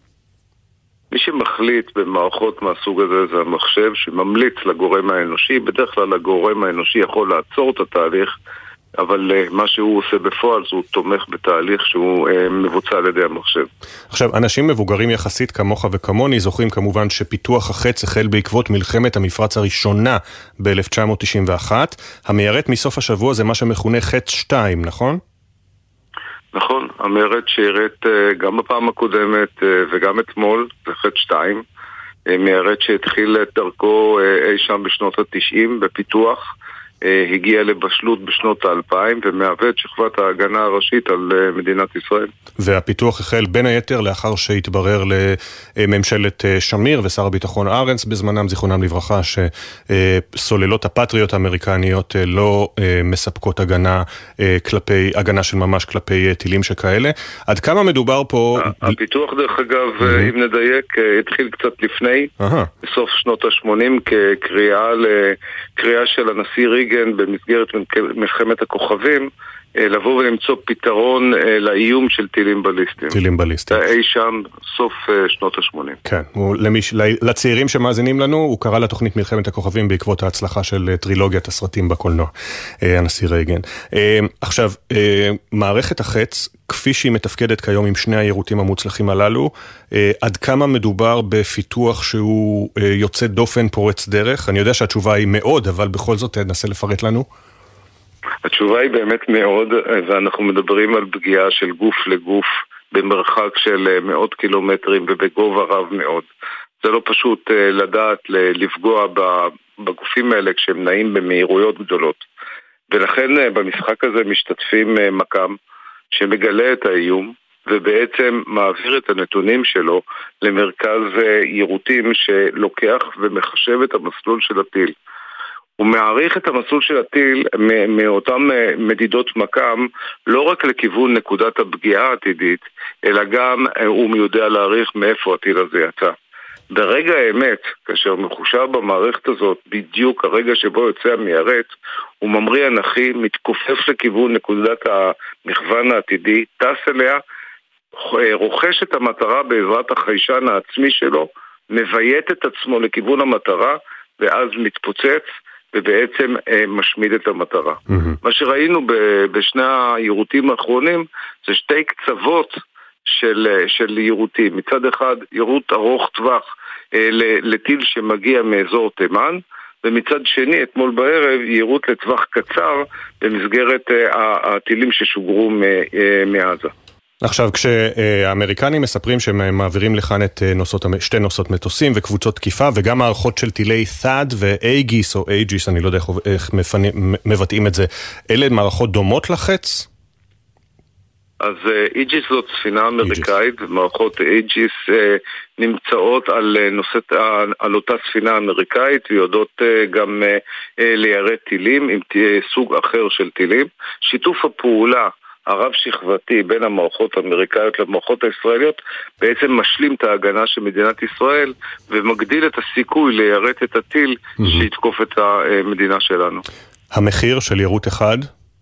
[SPEAKER 16] מי שמחליט במערכות מהסוג הזה זה המחשב שממליץ לגורם האנושי. בדרך כלל הגורם האנושי יכול לעצור את התהליך, אבל מה שהוא עושה בפועל זה הוא תומך בתהליך שהוא מבוצע על ידי המחשב.
[SPEAKER 2] עכשיו, אנשים מבוגרים יחסית כמוך וכמוני זוכרים כמובן שפיתוח החץ החל בעקבות מלחמת המפרץ הראשונה ב-אלף תשע מאות תשעים ואחת. המיירט מסוף השבוע זה מה שמכונה חץ שתיים, נכון?
[SPEAKER 16] נכון, המיירט שירת גם בפעם הקודמת וגם אתמול, זה חץ שתיים. מיירט שהתחיל את דרכו אי שם בשנות ה-תשעים בפיתוח, הגיע לבשלות בשנות ה-אלפיים ומהווה את שכבת ההגנה הראשית על מדינת ישראל.
[SPEAKER 2] והפיתוח החל בין היתר לאחר שהתברר לממשלת שמיר ושר הביטחון ארנס בזמנם, זיכרונם לברכה, שסוללות הפטריות האמריקניות לא מספקות הגנה כלפי, הגנה של ממש כלפי טילים שכאלה. עד כמה מדובר פה...
[SPEAKER 16] הפיתוח דרך אגב, אם נדייק, התחיל קצת לפני, בסוף שנות ה-שמונים, כקריאה של הנשיא ריגן במסגרת מלחמת הכוכבים, לבוא ולמצוא פתרון לאיום של טילים בליסטיים.
[SPEAKER 2] טילים בליסטיים.
[SPEAKER 16] אי שם סוף שנות ה-שמונים.
[SPEAKER 2] כן, למש... לצעירים שמאזינים לנו, הוא קרא לתוכנית מלחמת הכוכבים בעקבות ההצלחה של טרילוגיית הסרטים בקולנוע, הנשיא רייגן. עכשיו, מערכת החץ, כפי שהיא מתפקדת כיום עם שני היירוטים המוצלחים הללו, עד כמה מדובר בפיתוח שהוא יוצא דופן פורץ דרך? אני יודע שהתשובה היא מאוד, אבל בכל זאת תנסה לפרט לנו.
[SPEAKER 16] התשובה היא באמת מאוד, ואנחנו מדברים על פגיעה של גוף לגוף במרחק של מאות קילומטרים ובגובה רב מאוד. זה לא פשוט לדעת לפגוע בגופים האלה כשהם נעים במהירויות גדולות. ולכן במשחק הזה משתתפים מקם שמגלה את האיום ובעצם מעביר את הנתונים שלו למרכז יירוטים שלוקח ומחשב את המסלול של הטיל. הוא מעריך את המסלול של הטיל מאותם מדידות מקם לא רק לכיוון נקודת הפגיעה העתידית, אלא גם הוא יודע להעריך מאיפה הטיל הזה יצא. ברגע האמת, כאשר מחושב במערכת הזאת, בדיוק הרגע שבו יוצא המיירט, הוא ממריא אנכי, מתכופף לכיוון נקודת המכוון העתידי, טס אליה, רוכש את המטרה בעזרת החיישן העצמי שלו, מביית את עצמו לכיוון המטרה, ואז מתפוצץ, ובעצם אה, משמיד את המטרה. Mm-hmm. מה שראינו ב- בשני היירוטים האחרונים זה שתי קצוות של, של יירוטים. מצד אחד יירוט ארוך טווח אה, לטיל שמגיע מאזור תימן, ומצד שני אתמול בערב יירוט לטווח קצר במסגרת אה, הטילים ששוגרו מ- אה, מעזה.
[SPEAKER 2] עכשיו, כשהאמריקנים מספרים שהם מעבירים לכאן את נוסות, שתי נוסות מטוסים וקבוצות תקיפה, וגם מערכות של טילי ת'אד ואייגיס או אייגיס, אני לא יודע איך מפנים, מבטאים את זה, אלה מערכות דומות לחץ?
[SPEAKER 16] אז אייגיס זאת ספינה אמריקאית, ומערכות אייגיס נמצאות על, נושאת, על אותה ספינה אמריקאית, ויודעות גם ליירט טילים עם סוג אחר של טילים. שיתוף הפעולה הרב שכבתי בין המערכות האמריקאיות למערכות הישראליות בעצם משלים את ההגנה של מדינת ישראל ומגדיל את הסיכוי ליירט את הטיל mm-hmm. שיתקוף את המדינה שלנו.
[SPEAKER 2] המחיר של יירוט אחד?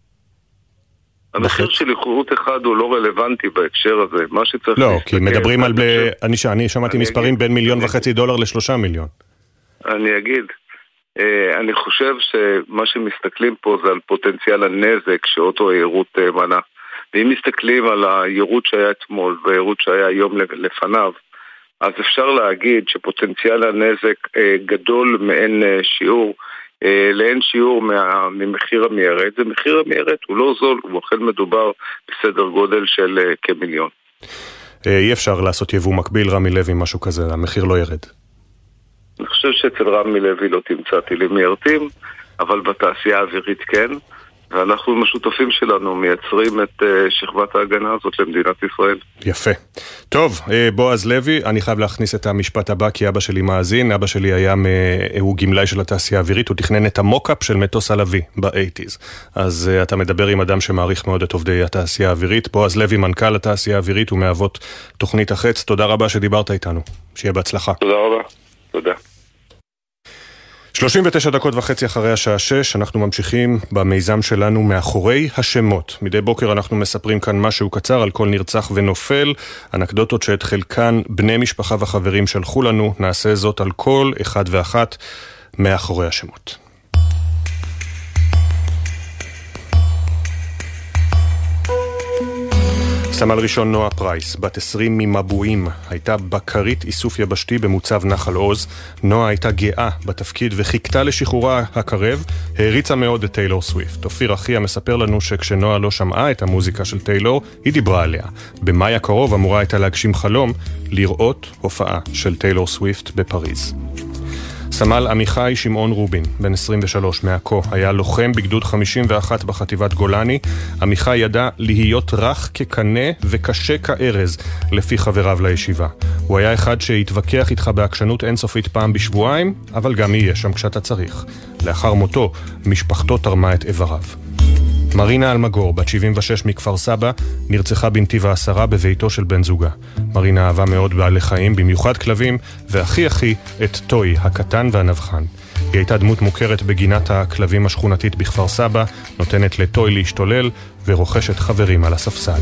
[SPEAKER 16] המחיר של יירוט אחד הוא לא רלוונטי בהקשר הזה. מה שצריך
[SPEAKER 2] לא, כי מדברים על... ב... אני, אני שמעתי
[SPEAKER 16] אני
[SPEAKER 2] מספרים
[SPEAKER 16] אגיד,
[SPEAKER 2] בין מיליון
[SPEAKER 16] אני
[SPEAKER 2] וחצי
[SPEAKER 16] אגיד.
[SPEAKER 2] דולר לשלושה מיליון.
[SPEAKER 16] אני אגיד. אני חושב שמה שמסתכלים פה זה על פוטנציאל הנזק שאותו היירוט מנע. ואם מסתכלים על היירוט שהיה אתמול והיירוט שהיה היום לפניו, אז אפשר להגיד שפוטנציאל הנזק גדול מאין שיעור, לאין שיעור ממחיר המיירט. זה מחיר המיירט, הוא לא זול, הוא אכן מדובר בסדר גודל של כמיליון.
[SPEAKER 2] אי אפשר לעשות יבוא מקביל, רמי לוי, משהו כזה, המחיר לא ירד.
[SPEAKER 16] אני חושב שאצל רמי לוי לא תמצא טילים מיירטים, אבל בתעשייה האווירית כן, ואנחנו עם השותפים שלנו מייצרים את שכבת ההגנה הזאת למדינת ישראל.
[SPEAKER 2] יפה. טוב, בועז לוי, אני חייב להכניס את המשפט הבא, כי אבא שלי מאזין, אבא שלי היה, הוא גמלאי של התעשייה האווירית, הוא תכנן את המוקאפ של מטוס הלוי ב-שמונים. אז אתה מדבר עם אדם שמעריך מאוד את עובדי התעשייה האווירית. בועז לוי, מנכ"ל התעשייה האווירית ומאבות תוכנית החץ, תודה רבה שדיברת איתנו. שיהיה בהצלחה.
[SPEAKER 16] תודה רבה. תודה.
[SPEAKER 2] שלושים ותשע דקות וחצי אחרי השעה שש, אנחנו ממשיכים במיזם שלנו מאחורי השמות. מדי בוקר אנחנו מספרים כאן משהו קצר על כל נרצח ונופל, אנקדוטות שאת חלקן בני משפחה וחברים שלחו לנו, נעשה זאת על כל אחד ואחת מאחורי השמות. סמל ראשון נועה פרייס, בת עשרים ממבועים, הייתה בקרית איסוף יבשתי במוצב נחל עוז. נועה הייתה גאה בתפקיד וחיכתה לשחרורה הקרב, העריצה מאוד את טיילור סוויפט. אופיר אחיה מספר לנו שכשנועה לא שמעה את המוזיקה של טיילור, היא דיברה עליה. במאי הקרוב אמורה הייתה להגשים חלום לראות הופעה של טיילור סוויפט בפריז. סמל עמיחי שמעון רובין, בן עשרים ושלוש מעכו, היה לוחם בגדוד חמישים ואחת בחטיבת גולני. עמיחי ידע להיות רך כקנה וקשה כארז, לפי חבריו לישיבה. הוא היה אחד שהתווכח איתך בהקשנות אינסופית פעם בשבועיים, אבל גם יהיה שם כשאתה צריך. לאחר מותו, משפחתו תרמה את איבריו. מרינה אלמגור, בת שבעים ושש מכפר סבא, נרצחה בנתיב העשרה בביתו של בן זוגה. מרינה אהבה מאוד בעלי חיים, במיוחד כלבים, והכי הכי את טוי, הקטן והנבחן. היא הייתה דמות מוכרת בגינת הכלבים השכונתית בכפר סבא, נותנת לטוי להשתולל ורוכשת חברים על הספסל.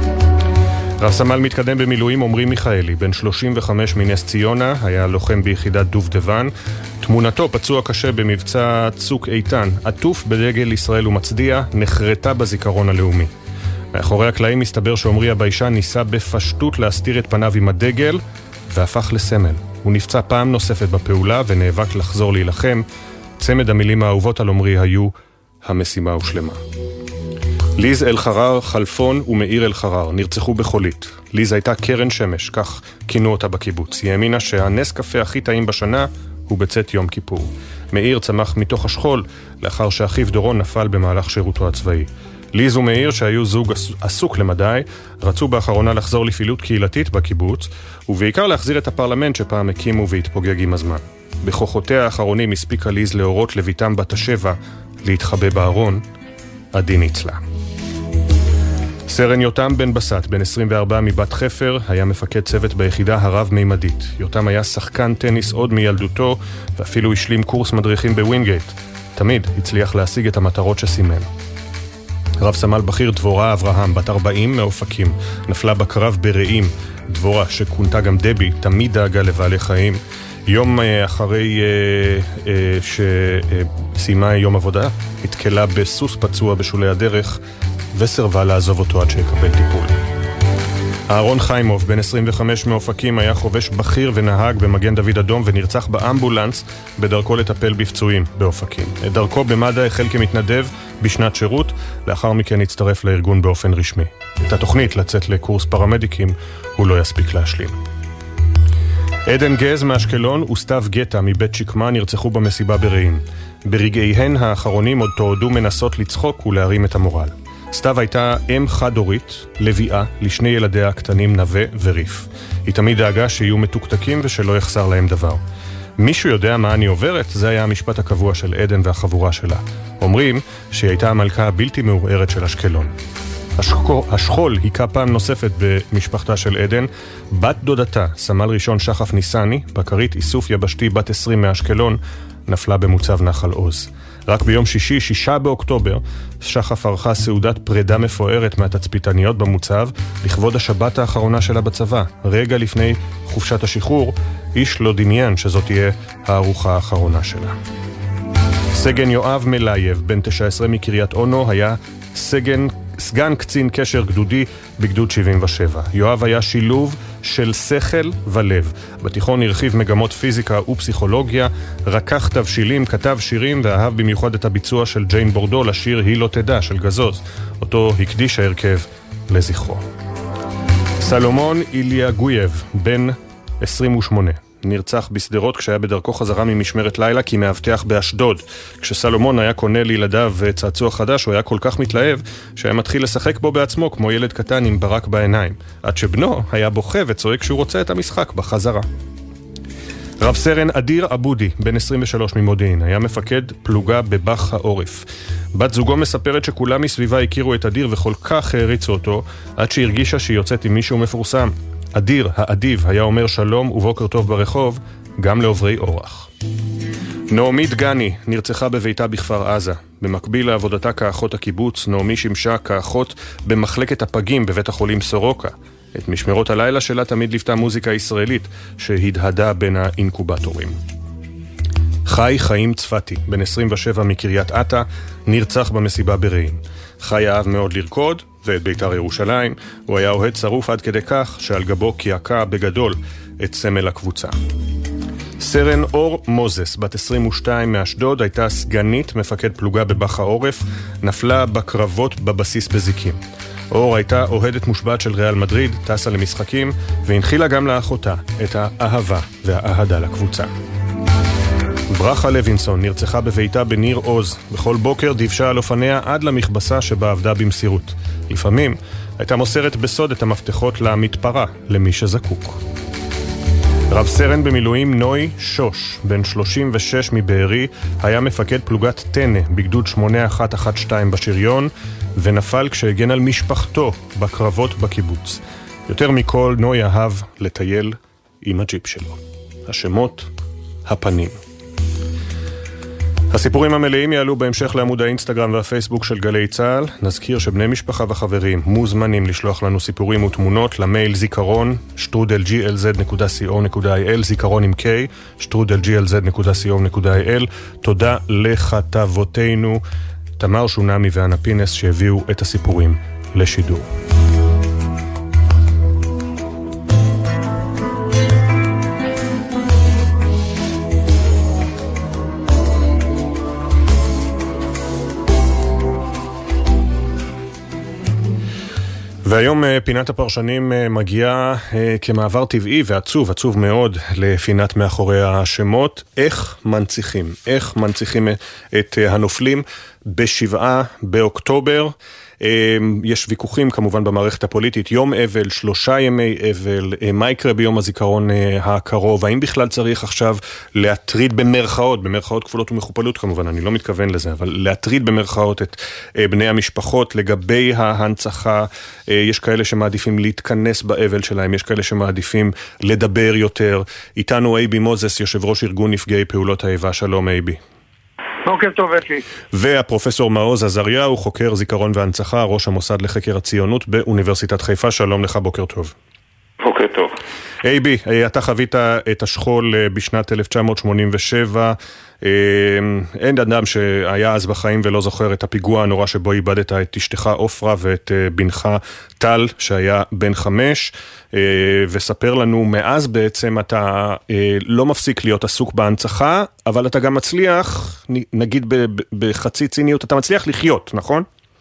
[SPEAKER 2] רב סמל מתקדם במילואים עומרי מיכאלי, בן שלושים וחמש מנס ציונה, היה לוחם ביחידת דובדבן. תמונתו, פצוע קשה במבצע צוק איתן, עטוף בדגל ישראל ומצדיע, נחרטה בזיכרון הלאומי. מאחורי הקלעים מסתבר שעומרי הביישן ניסה בפשטות להסתיר את פניו עם הדגל, והפך לסמל. הוא נפצע פעם נוספת בפעולה ונאבק לחזור להילחם. צמד המילים האהובות על עומרי היו המשימה הושלמה. ליז אלחרר חלפון ומאיר אלחרר נרצחו בחולית. ליז הייתה קרן שמש, כך כינו אותה בקיבוץ. היא האמינה שהנס קפה הכי טעים בשנה הוא בצאת יום כיפור. מאיר צמח מתוך השכול לאחר שאחיו דורון נפל במהלך שירותו הצבאי. ליז ומאיר, שהיו זוג עסוק למדי, רצו באחרונה לחזור לפעילות קהילתית בקיבוץ, ובעיקר להחזיר את הפרלמנט שפעם הקימו והתפוגג עם הזמן. בכוחותיה האחרונים הספיקה ליז להורות לביתם בת השבע להתחבא בארון. עדי ניצלה. סרן יותם בן בסט, בן עשרים וארבע מבת חפר, היה מפקד צוות ביחידה הרב-מימדית. יותם היה שחקן טניס עוד מילדותו, ואפילו השלים קורס מדריכים בווינגייט. תמיד הצליח להשיג את המטרות שסימן. רב סמל בכיר דבורה אברהם, בת ארבעים מאופקים, נפלה בקרב ברעים. דבורה, שכונתה גם דבי, תמיד דאגה לבעלי חיים. יום אחרי אה, אה, שסיימה יום עבודה, התקלה בסוס פצוע בשולי הדרך, וסרבה לעזוב אותו עד שיקבל טיפול. אהרון חיימוב, בן עשרים וחמש מאופקים, היה חובש בכיר ונהג במגן דוד אדום ונרצח באמבולנס בדרכו לטפל בפצועים באופקים. את דרכו במד"א החל כמתנדב בשנת שירות, לאחר מכן הצטרף לארגון באופן רשמי. את התוכנית לצאת לקורס פרמדיקים הוא לא יספיק להשלים. עדן גז מאשקלון וסתיו גטה מבית שקמה נרצחו במסיבה ברעים. ברגעיהן האחרונים עוד תועדו מנסות לצחוק ולהרים את המורל. סתיו הייתה אם חד-הורית, לביאה, לשני ילדיה הקטנים נווה וריף. היא תמיד דאגה שיהיו מתוקתקים ושלא יחסר להם דבר. מישהו יודע מה אני עוברת? זה היה המשפט הקבוע של עדן והחבורה שלה. אומרים שהיא הייתה המלכה הבלתי מעורערת של אשקלון. השכול היכה פעם נוספת במשפחתה של עדן. בת דודתה, סמל ראשון שחף ניסני, בקרית איסוף יבשתי בת עשרים מאשקלון, נפלה במוצב נחל עוז. רק ביום שישי, שישה באוקטובר, שחף ערכה סעודת פרידה מפוארת מהתצפיתניות במוצב, לכבוד השבת האחרונה שלה בצבא. רגע לפני חופשת השחרור, איש לא דמיין שזאת תהיה הארוחה האחרונה שלה. סגן יואב מלייב, בן תשע עשרה מקריית אונו, היה סגן, סגן קצין קשר גדודי בגדוד שבעים ושבע. יואב היה שילוב של שכל ולב. בתיכון הרחיב מגמות פיזיקה ופסיכולוגיה, רקח תבשילים, כתב שירים, ואהב במיוחד את הביצוע של ג'יין בורדו לשיר "היא לא תדע" של גזוז. אותו הקדיש ההרכב לזכרו. סלומון איליה גויב, בן עשרים ושמונה, נרצח בשדרות כשהיה בדרכו חזרה ממשמרת לילה כי מאבטח באשדוד. כשסלומון היה קונה לילדיו צעצוע חדש, הוא היה כל כך מתלהב שהיה מתחיל לשחק בו בעצמו כמו ילד קטן עם ברק בעיניים, עד שבנו היה בוכה וצועק שהוא רוצה את המשחק בחזרה. רב סרן אדיר אבודי, בן עשרים ושלוש ממודיעין, היה מפקד פלוגה בבח העורף. בת זוגו מספרת שכולם מסביבה הכירו את אדיר וכל כך העריצו אותו, עד שהרגישה שהיא יוצאת עם מישהו מפורסם. אדיר, האדיב, היה אומר שלום ובוקר טוב ברחוב, גם לעוברי אורח. נעמי דגני נרצחה בביתה בכפר עזה. במקביל לעבודתה כאחות הקיבוץ, נעמי שימשה כאחות במחלקת הפגים בבית החולים סורוקה. את משמרות הלילה שלה תמיד ליוותה מוזיקה ישראלית שהדהדה בין האינקובטורים. חי חיים צפתי, בן עשרים ושבע מקריית אתא, נרצח במסיבה ברעים. חי אהב מאוד לרקוד, ואת ביתר ירושלים, הוא היה אוהד שרוף עד כדי כך שעל גבו קעקע בגדול את סמל הקבוצה. סרן אור מוזס, בת עשרים ושתיים מאשדוד, הייתה סגנית מפקד פלוגה בבח העורף, נפלה בקרבות בבסיס בזיקים. אור הייתה אוהדת מושבעת של ריאל מדריד, טסה למשחקים, והנחילה גם לאחותה את האהבה והאהדה לקבוצה. ברכה לוינסון נרצחה בביתה בניר עוז. בכל בוקר דיוושה על אופניה עד למכבסה שבה עבדה במסירות. לפעמים הייתה מוסרת בסוד את המפתחות למתפרה, למי שזקוק. רב סרן במילואים נוי שוש, בן שלושים ושש מבארי, היה מפקד פלוגת טנא בגדוד שמונה אחת אחת שתיים בשריון, ונפל כשהגן על משפחתו בקרבות בקיבוץ. יותר מכל נוי אהב לטייל עם הג'יפ שלו. השמות, הפנים. הסיפורים המלאים יעלו בהמשך לעמוד האינסטגרם והפייסבוק של גלי צהל. נזכיר שבני משפחה וחברים מוזמנים לשלוח לנו סיפורים ותמונות למייל זיכרון שטרודל ג'י אל זד נקודה סי או נקודה איי אל, זיכרון עם K, שטרודל ג'י אל זד נקודה סי או נקודה איי אל. תודה לכתבותינו תמר שונמי ואנה פינס שהביאו את הסיפורים לשידור. והיום פינת הפרשנים מגיעה כמעבר טבעי ועצוב, עצוב מאוד, לפינת מאחורי השמות. איך מנציחים? איך מנציחים את הנופלים בשבעה באוקטובר? יש ויכוחים כמובן במערכת הפוליטית, יום אבל, שלושה ימי אבל, מה יקרה ביום הזיכרון הקרוב, האם בכלל צריך עכשיו להטריד במרכאות, במרכאות כפולות ומכופלות כמובן, אני לא מתכוון לזה, אבל להטריד במרכאות את בני המשפחות לגבי ההנצחה. יש כאלה שמעדיפים להתכנס באבל שלהם, יש כאלה שמעדיפים לדבר יותר. איתנו אייבי מוזס, יושב ראש ארגון נפגעי פעולות האיבה. שלום אייבי.
[SPEAKER 17] בוקר טוב אפי.
[SPEAKER 2] והפרופסור מעוז עזריהו, חוקר זיכרון והנצחה, ראש המוסד לחקר הציונות באוניברסיטת חיפה. שלום לך, בוקר טוב.
[SPEAKER 17] בוקר טוב.
[SPEAKER 2] אייבי, אתה חווית את השכול בשנת אלף תשע מאות שמונים ושבע. אין אדם שהיה אז בחיים ולא זוכר את הפיגוע הנורא שבו איבדת את אשתך אופרה ואת בנך טל שהיה בן חמש. וספר לנו, מאז בעצם אתה לא מפסיק להיות עסוק בהנצחה, אבל אתה גם מצליח, נגיד בחצי ציניות, אתה מצליח לחיות, נכון?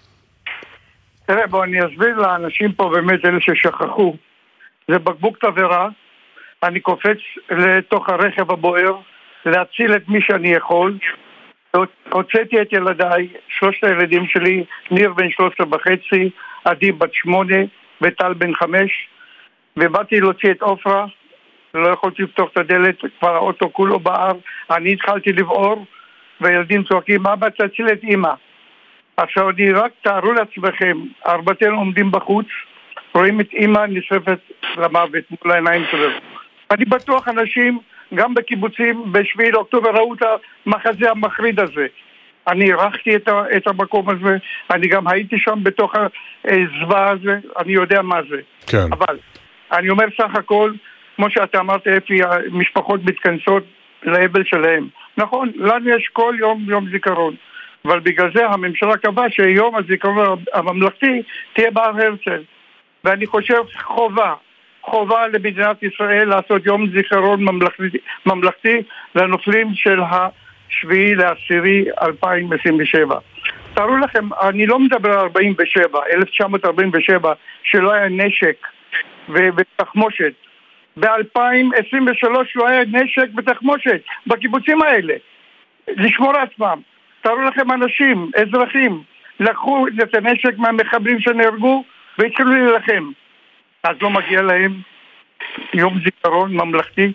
[SPEAKER 17] תראה, בוא אני אסביר לאנשים פה באמת, אלה ששכחו. זה בקבוק תברה, אני קופץ לתוך הרכב הבוער, להציל את מי שאני יכול. הוצאתי את ילדיי, שלושת הילדים שלי, ניר בן שלוש עשרה וחצי, עדי בת שמונה וטל בן חמש, ובאתי להוציא את אופרה, לא יכולתי לפתוח את הדלת, כבר האוטו כולו בער, אני התחלתי לבעור, והילדים צועקים, אבא תציל את אמא. עכשיו אני רק תארו לעצמכם, ארבעתנו עומדים בחוץ, רואים את אמא נשרפת למוות מול העיניים שלנו. אני בטוח אנשים, גם בקיבוצים, בשביעי לאוקטובר ראו את המחזה המחריד הזה. אני ערכתי את, ה- את המקום הזה, אני גם הייתי שם בתוך הזוועה הזה, אני יודע מה זה.
[SPEAKER 2] כן.
[SPEAKER 17] אבל אני אומר סך הכל, כמו שאתה אמרת אפי, המשפחות מתכנסות לאבל שלהם. נכון, לנו יש כל יום יום זיכרון, אבל בגלל זה הממשלה קבעה שיום הזיכרון הממלכתי תהיה בהר הרצל. ואני חושב חובה, חובה למדינת ישראל לעשות יום זיכרון ממלכתי, ממלכתי לנופלים של השביעי לעשירי אלפיים עשרים ושבע. תראו לכם, אני לא מדבר על ארבעים ושבע, אלף תשע מאות ארבעים ושבע, שלא היה נשק ותחמושת. ב-אלפיים עשרים ושלוש לא היה נשק בתחמושת בקיבוצים האלה לשמור עצמם. תראו לכם אנשים, אזרחים, לקחו את הנשק מהמחבלים שנהרגו והתחילו להילחם. אז לא מגיע להם יום זיכרון ממלכתי?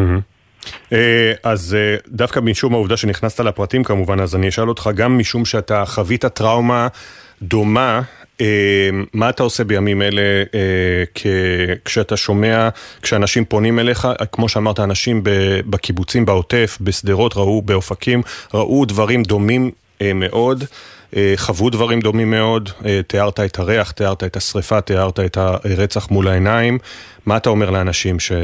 [SPEAKER 2] אז דווקא משום העובדה שנכנסת לפרטים כמובן, אז אני אשאל אותך גם משום שאתה חווית טראומה דומה, מה אתה עושה בימים אלה כשאתה שומע, כשאנשים פונים אליך, כמו שאמרת, אנשים בקיבוצים בעוטף, בסדרות, ראו באופקים, ראו דברים דומים מאוד, חוו דברים דומים מאוד, תיארת את הריח, תיארת את השריפה, תיארת את הרצח מול העיניים. מה אתה אומר לאנשים ש...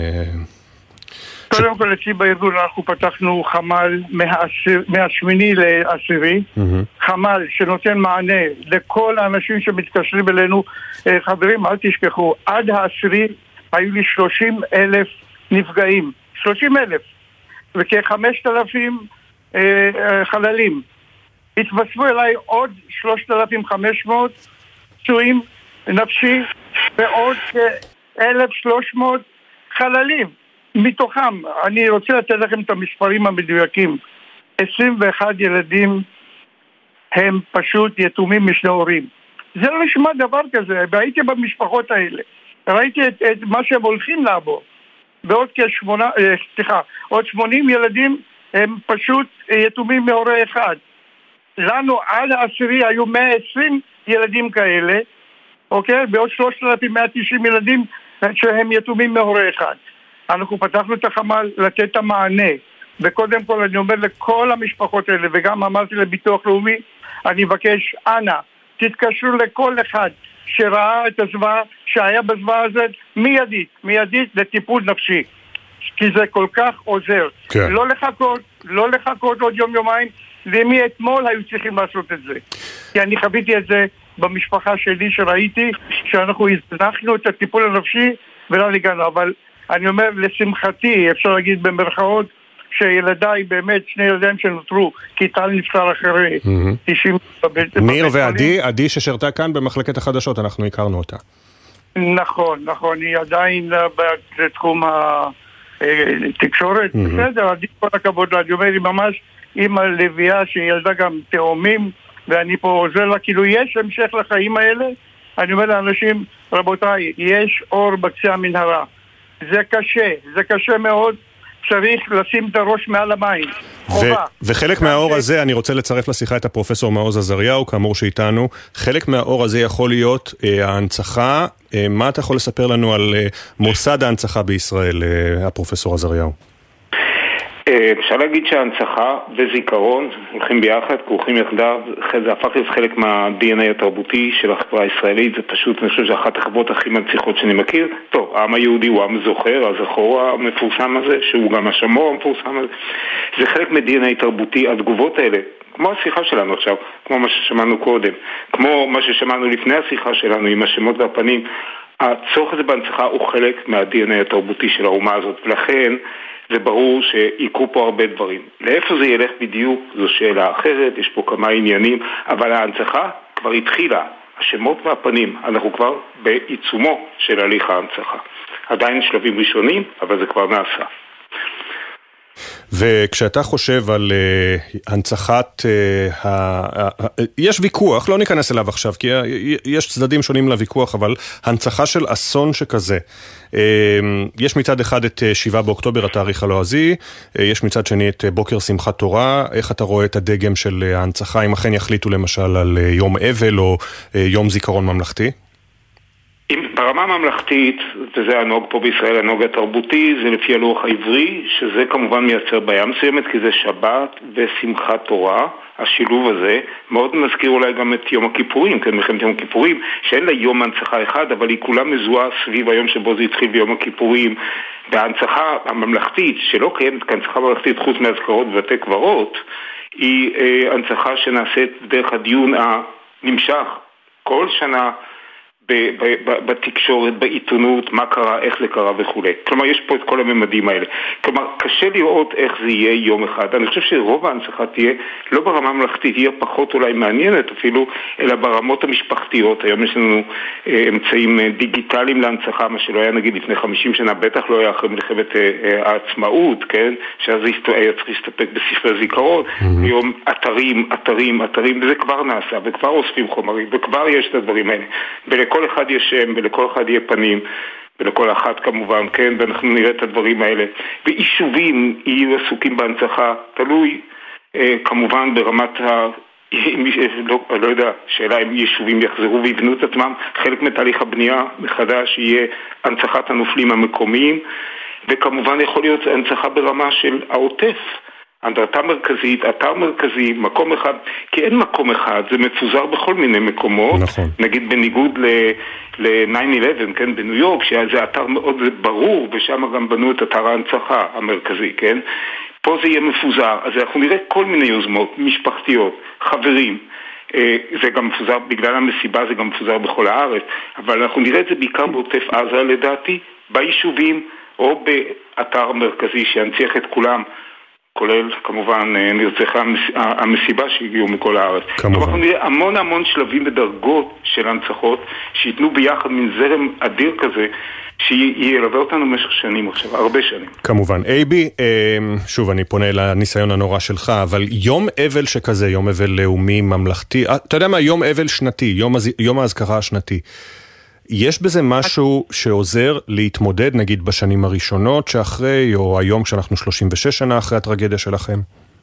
[SPEAKER 17] קודם כל, אצלי בארגון אנחנו פתחנו חמ"ל מהשמיני לעשירי, חמ"ל שנותן מענה לכל האנשים שמתקשרים אלינו. חברים, אל תשכחו, עד העשירי היו לי שלושים אלף נפגעים, שלושים אלף, וכ-חמשת אלפים חללים. התווספו אליי עוד שלושת אלפים וחמש מאות פצועים נפשי, ועוד כ-אלף ושלוש מאות חללים. מתוכם, אני רוצה לתת לכם את המספרים המדויקים. עשרים ואחד ילדים הם פשוט יתומים משני הורים. זה לא נשמע דבר כזה, והייתי במשפחות האלה. ראיתי את, את מה שהם הולכים לעבור. בעוד כשמונה, סליחה, עוד שמונים ילדים הם פשוט יתומים מהורה אחד. לנו עד העשירי היו מאה ועשרים ילדים כאלה, אוקיי? בעוד שלושת אלפים ומאה ותשעים ילדים שהם יתומים מהורה אחד. אנחנו פתחנו את החמ"ל לתת את המענה, וקודם כל אני אומר לכל המשפחות האלה, וגם אמרתי לביטוח לאומי, אני מבקש, אנא, תתקשרו לכל אחד שראה את הזוועה, שהיה בזוועה הזאת, מיידית, מיידית לטיפול נפשי, כי זה כל כך עוזר. כן. לא לחכות, לא לחכות עוד יום יומיים, למי אתמול היו צריכים לעשות את זה. כי אני חוויתי את זה במשפחה שלי, שראיתי שאנחנו הזנחנו את הטיפול הנפשי ולא הגענו, אבל אני אומר, לשמחתי, אפשר להגיד במרכאות, שילדיי, באמת, שני ילדיהם שנותרו, כי טל נפטר אחרי תשעים...
[SPEAKER 2] ניר ועדי, עדי ששרתה כאן במחלקת החדשות, אנחנו הכרנו אותה.
[SPEAKER 17] נכון, נכון, היא עדיין בתחום התקשורת, בסדר, עדי כל הכבוד לה, אני אומר, היא ממש אימא לביאה שהיא ילדה גם תאומים, ואני פה עוזר לה, כאילו יש המשך לחיים האלה, אני אומר לאנשים, רבותיי, יש אור בקצה המנהרה. זה קשה, זה קשה מאוד, צריך לשים את הראש מעל המים. חובה.
[SPEAKER 2] וחלק מהאור הזה, אני רוצה לצרף לשיחה את הפרופסור מעוז עזריהו, כאמור שאיתנו, חלק מהאור הזה יכול להיות ההנצחה. מה אתה יכול לספר לנו על מוסד ההנצחה בישראל, הפרופסור עזריהו?
[SPEAKER 18] אפשר להגיד שההנצחה וזיכרון הולכים ביחד, כרוכים יחדיו, זה הפך להיות חלק מה-די אן איי התרבותי של החברה הישראלית, זה פשוט, אני חושב שאחת החברות הכי מנציחות שאני מכיר. טוב, העם היהודי הוא עם זוכר, הזכור המפורסם הזה, שהוא גם השמור המפורסם הזה, זה חלק מה-די אן איי תרבותי. התגובות האלה, כמו השיחה שלנו עכשיו, כמו מה ששמענו קודם, כמו מה ששמענו לפני השיחה שלנו עם השמות והפנים, הצורך הזה בהנצחה הוא חלק מה-די אן איי התרבותי של האומה הזאת, ולכן זה ברור שיקרו פה הרבה דברים. לאיפה זה ילך בדיוק זו שאלה אחרת, יש פה כמה עניינים, אבל ההנצחה כבר התחילה, השמות והפנים, אנחנו כבר בעיצומו של הליך ההנצחה. עדיין שלבים ראשונים, אבל זה כבר נעשה.
[SPEAKER 2] וכשאתה חושב על uh, הנצחת, uh, ה, uh, uh, יש ויכוח, לא ניכנס אליו עכשיו, כי uh, יש צדדים שונים לוויכוח, אבל הנצחה של אסון שכזה, uh, יש מצד אחד את uh, שבעה באוקטובר, התאריך הלועזי, uh, יש מצד שני את uh, בוקר שמחת תורה. איך אתה רואה את הדגם של uh, ההנצחה, אם אכן יחליטו למשל על uh, יום אבל או uh, יום זיכרון ממלכתי?
[SPEAKER 18] ברמה הממלכתית, וזה הנוהג פה בישראל, הנוהג התרבותי, זה לפי הלוח העברי, שזה כמובן מייצר בעיה מסוימת, כי זה שבת ושמחת תורה. השילוב הזה מאוד מזכיר אולי גם את יום הכיפורים, כן, מלחמת יום הכיפורים, שאין לה יום הנצחה אחד, אבל היא כולה מזוהה סביב היום שבו זה התחיל ביום הכיפורים. וההנצחה הממלכתית, שלא קיימת כהנצחה ממלכתית חוץ מהזכרות ובתי קברות, היא אה, הנצחה שנעשית דרך הדיון הנמשך כל שנה, בתקשורת, בעיתונות, מה קרה, איך זה קרה וכו'. כלומר, יש פה את כל הממדים האלה. כלומר, קשה לראות איך זה יהיה יום אחד. אני חושב שרוב ההנצחה תהיה, לא ברמה הממלכתית, תהיה פחות אולי מעניינת אפילו, אלא ברמות המשפחתיות. היום יש לנו אה, אמצעים אה, דיגיטליים להנצחה, מה שלא היה נגיד לפני חמישים שנה, בטח לא היה אחרי מלחמת אה, אה, העצמאות, כן? שאז היה צריך להסתפק בספרי זיכרון. Mm-hmm. היום אתרים, אתרים, אתרים, וזה כבר נעשה, וכבר אוספים חומרים, וכבר יש את הדברים האלה. ולכל אחד יש שם, ולכל אחד יהיה פנים, ולכל אחת כמובן, כן, ואנחנו נראה את הדברים האלה. ויישובים יהיו עסוקים בהנצחה, תלוי אה, כמובן ברמת ה... לא, לא יודע, שאלה אם יישובים יחזרו ויבנו את עצמם, חלק מתהליך הבנייה מחדש יהיה הנצחת הנופלים המקומיים, וכמובן יכול להיות הנצחה ברמה של העוטף, אנדרטה מרכזית, אתר מרכזי, מקום אחד, כי אין מקום אחד, זה מפוזר בכל מיני מקומות, נכון. נגיד בניגוד ל-נין אלבן, כן, בניו יורק, שזה אתר מאוד ברור, ושם גם בנו את אתר ההנצחה המרכזי, כן, פה זה יהיה מפוזר, אז אנחנו נראה כל מיני יוזמות, משפחתיות, חברים, זה גם מפוזר, בגלל המסיבה זה גם מפוזר בכל הארץ, אבל אנחנו נראה את זה בעיקר בעוטף עזה לדעתי, ביישובים, או באתר מרכזי שינציח את כולם, כולל כמובן נרצחה המסיבה שהגיעו מכל הארץ. כמובן. אנחנו נראה המון המון שלבים ודרגות של הנצחות שיתנו ביחד מן זרם אדיר כזה שילווה אותנו במשך שנים עכשיו, הרבה שנים.
[SPEAKER 2] כמובן. אייבי, שוב אני פונה לניסיון הנורא שלך, אבל יום אבל שכזה, יום אבל לאומי ממלכתי, אתה יודע מה, יום אבל שנתי, יום, יום ההזכרה השנתי, יש בזה משהו שעוזר להתמודד, נגיד בשנים הראשונות שאחרי, או היום כשאנחנו שלושים ושש שנה אחרי הטרגדיה שלכם?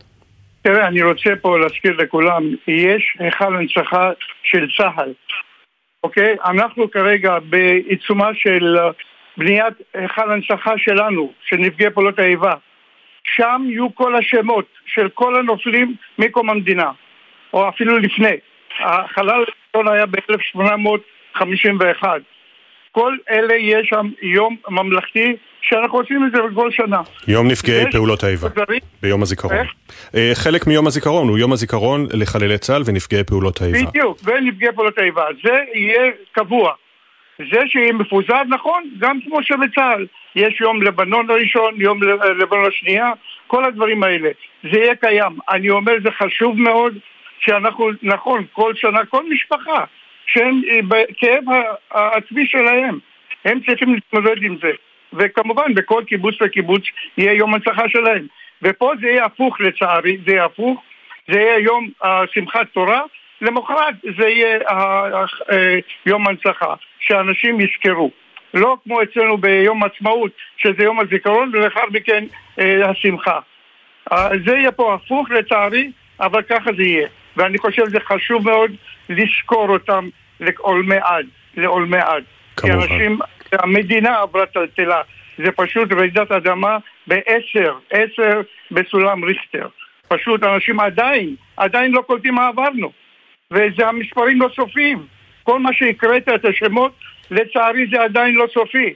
[SPEAKER 17] תראה, אני רוצה פה להזכיר לכולם, יש היכל הנצחה של צה"ל, אוקיי? אנחנו כרגע בעיצומה של בניית היכל הנצחה שלנו, של נפגעי פעולות האיבה. שם יהיו כל השמות של כל הנופלים מקום המדינה, או אפילו לפני. החלל הראשון היה ב-אלף שמונה מאות חמישים ואחת. כל אלה יש שם יום ממלכתי שאנחנו עושים את זה בכל שנה.
[SPEAKER 2] יום נפגעי פעולות האיבה, ביום הזיכרון. חלק מיום הזיכרון הוא יום הזיכרון לחללי צה"ל ונפגעי פעולות האיבה.
[SPEAKER 17] בדיוק, ונפגעי פעולות האיבה. זה יהיה קבוע. זה שיהיה מפוזר, נכון, גם כמו שבצה"ל. יש יום לבנון הראשון, יום לבנון השנייה, כל הדברים האלה. זה יהיה קיים. אני אומר, זה חשוב מאוד שאנחנו, נכון, כל שנה, כל משפחה, שהם בכאב העצמי שלהם, הם צריכים להתמודד עם זה. וכמובן בכל קיבוץ וקיבוץ יהיה יום הנצחה שלהם. ופה זה יהיה הפוך לצערי, זה יהיה הפוך, זה יהיה יום שמחת תורה, למחרת זה יהיה יום הנצחה, שאנשים יזכרו. לא כמו אצלנו ביום עצמאות, שזה יום הזיכרון, ולאחר מכן השמחה. זה יהיה פה הפוך לצערי, אבל ככה זה יהיה. ואני חושב שזה חשוב מאוד לזכור אותם לעולמי עד, לעולמי עד. כי אנשים, המדינה עברה טלטלה. זה פשוט רעידת אדמה בעשר, עשר בסולם ריכטר. פשוט אנשים עדיין, עדיין לא קולטים מה עברנו. וזה המספרים לא סופיים. כל מה שהקראת את השמות, לצערי זה עדיין לא סופי.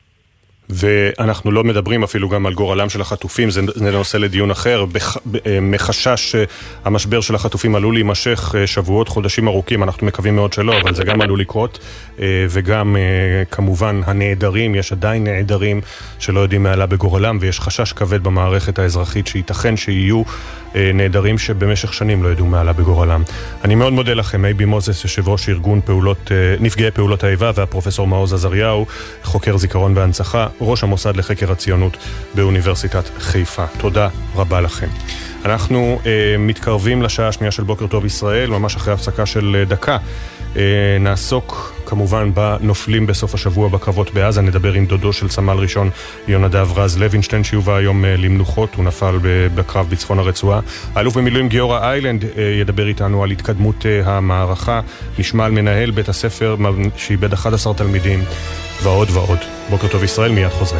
[SPEAKER 2] ואנחנו לא מדברים אפילו גם על גורלם של החטופים, זה, זה נושא לדיון אחר, בח, מחשש המשבר של החטופים עלול להימשך שבועות, חודשים ארוכים, אנחנו מקווים מאוד שלא, אבל זה גם עלול לקרות, וגם כמובן הנעדרים, יש עדיין נעדרים שלא יודעים מעלה בגורלם, ויש חשש כבד במערכת האזרחית שייתכן שיהיו נעדרים שבמשך שנים לא ידעו מעלה בגורלם. אני מאוד מודה לכם, אייבי מוזס, יושב ראש ארגון פעולות, נפגעי פעולות האיבה, והפרופסור מעוז עזריהו, חוקר זיכרון והנצחה, ראש המוסד לחקר הציונות באוניברסיטת חיפה. תודה רבה לכם. אנחנו אה, מתקרבים לשעה השנייה של בוקר טוב ישראל, ממש אחרי הפסקה של דקה. אה, נעסוק כמובן בנופלים בסוף השבוע בקרבות בעזה, נדבר עם דודו של סמל ראשון יונדב רז לוינשטיין שיובא היום אה, למנוחות, הוא נפל בקרב בצפון הרצועה. האלוף במילואים גיורא איילנד אה, ידבר איתנו על התקדמות אה, המערכה, נשמע על מנהל בית הספר שאיבד אחד עשר תלמידים ועוד ועוד. בוקר טוב ישראל, מיד חוזרים.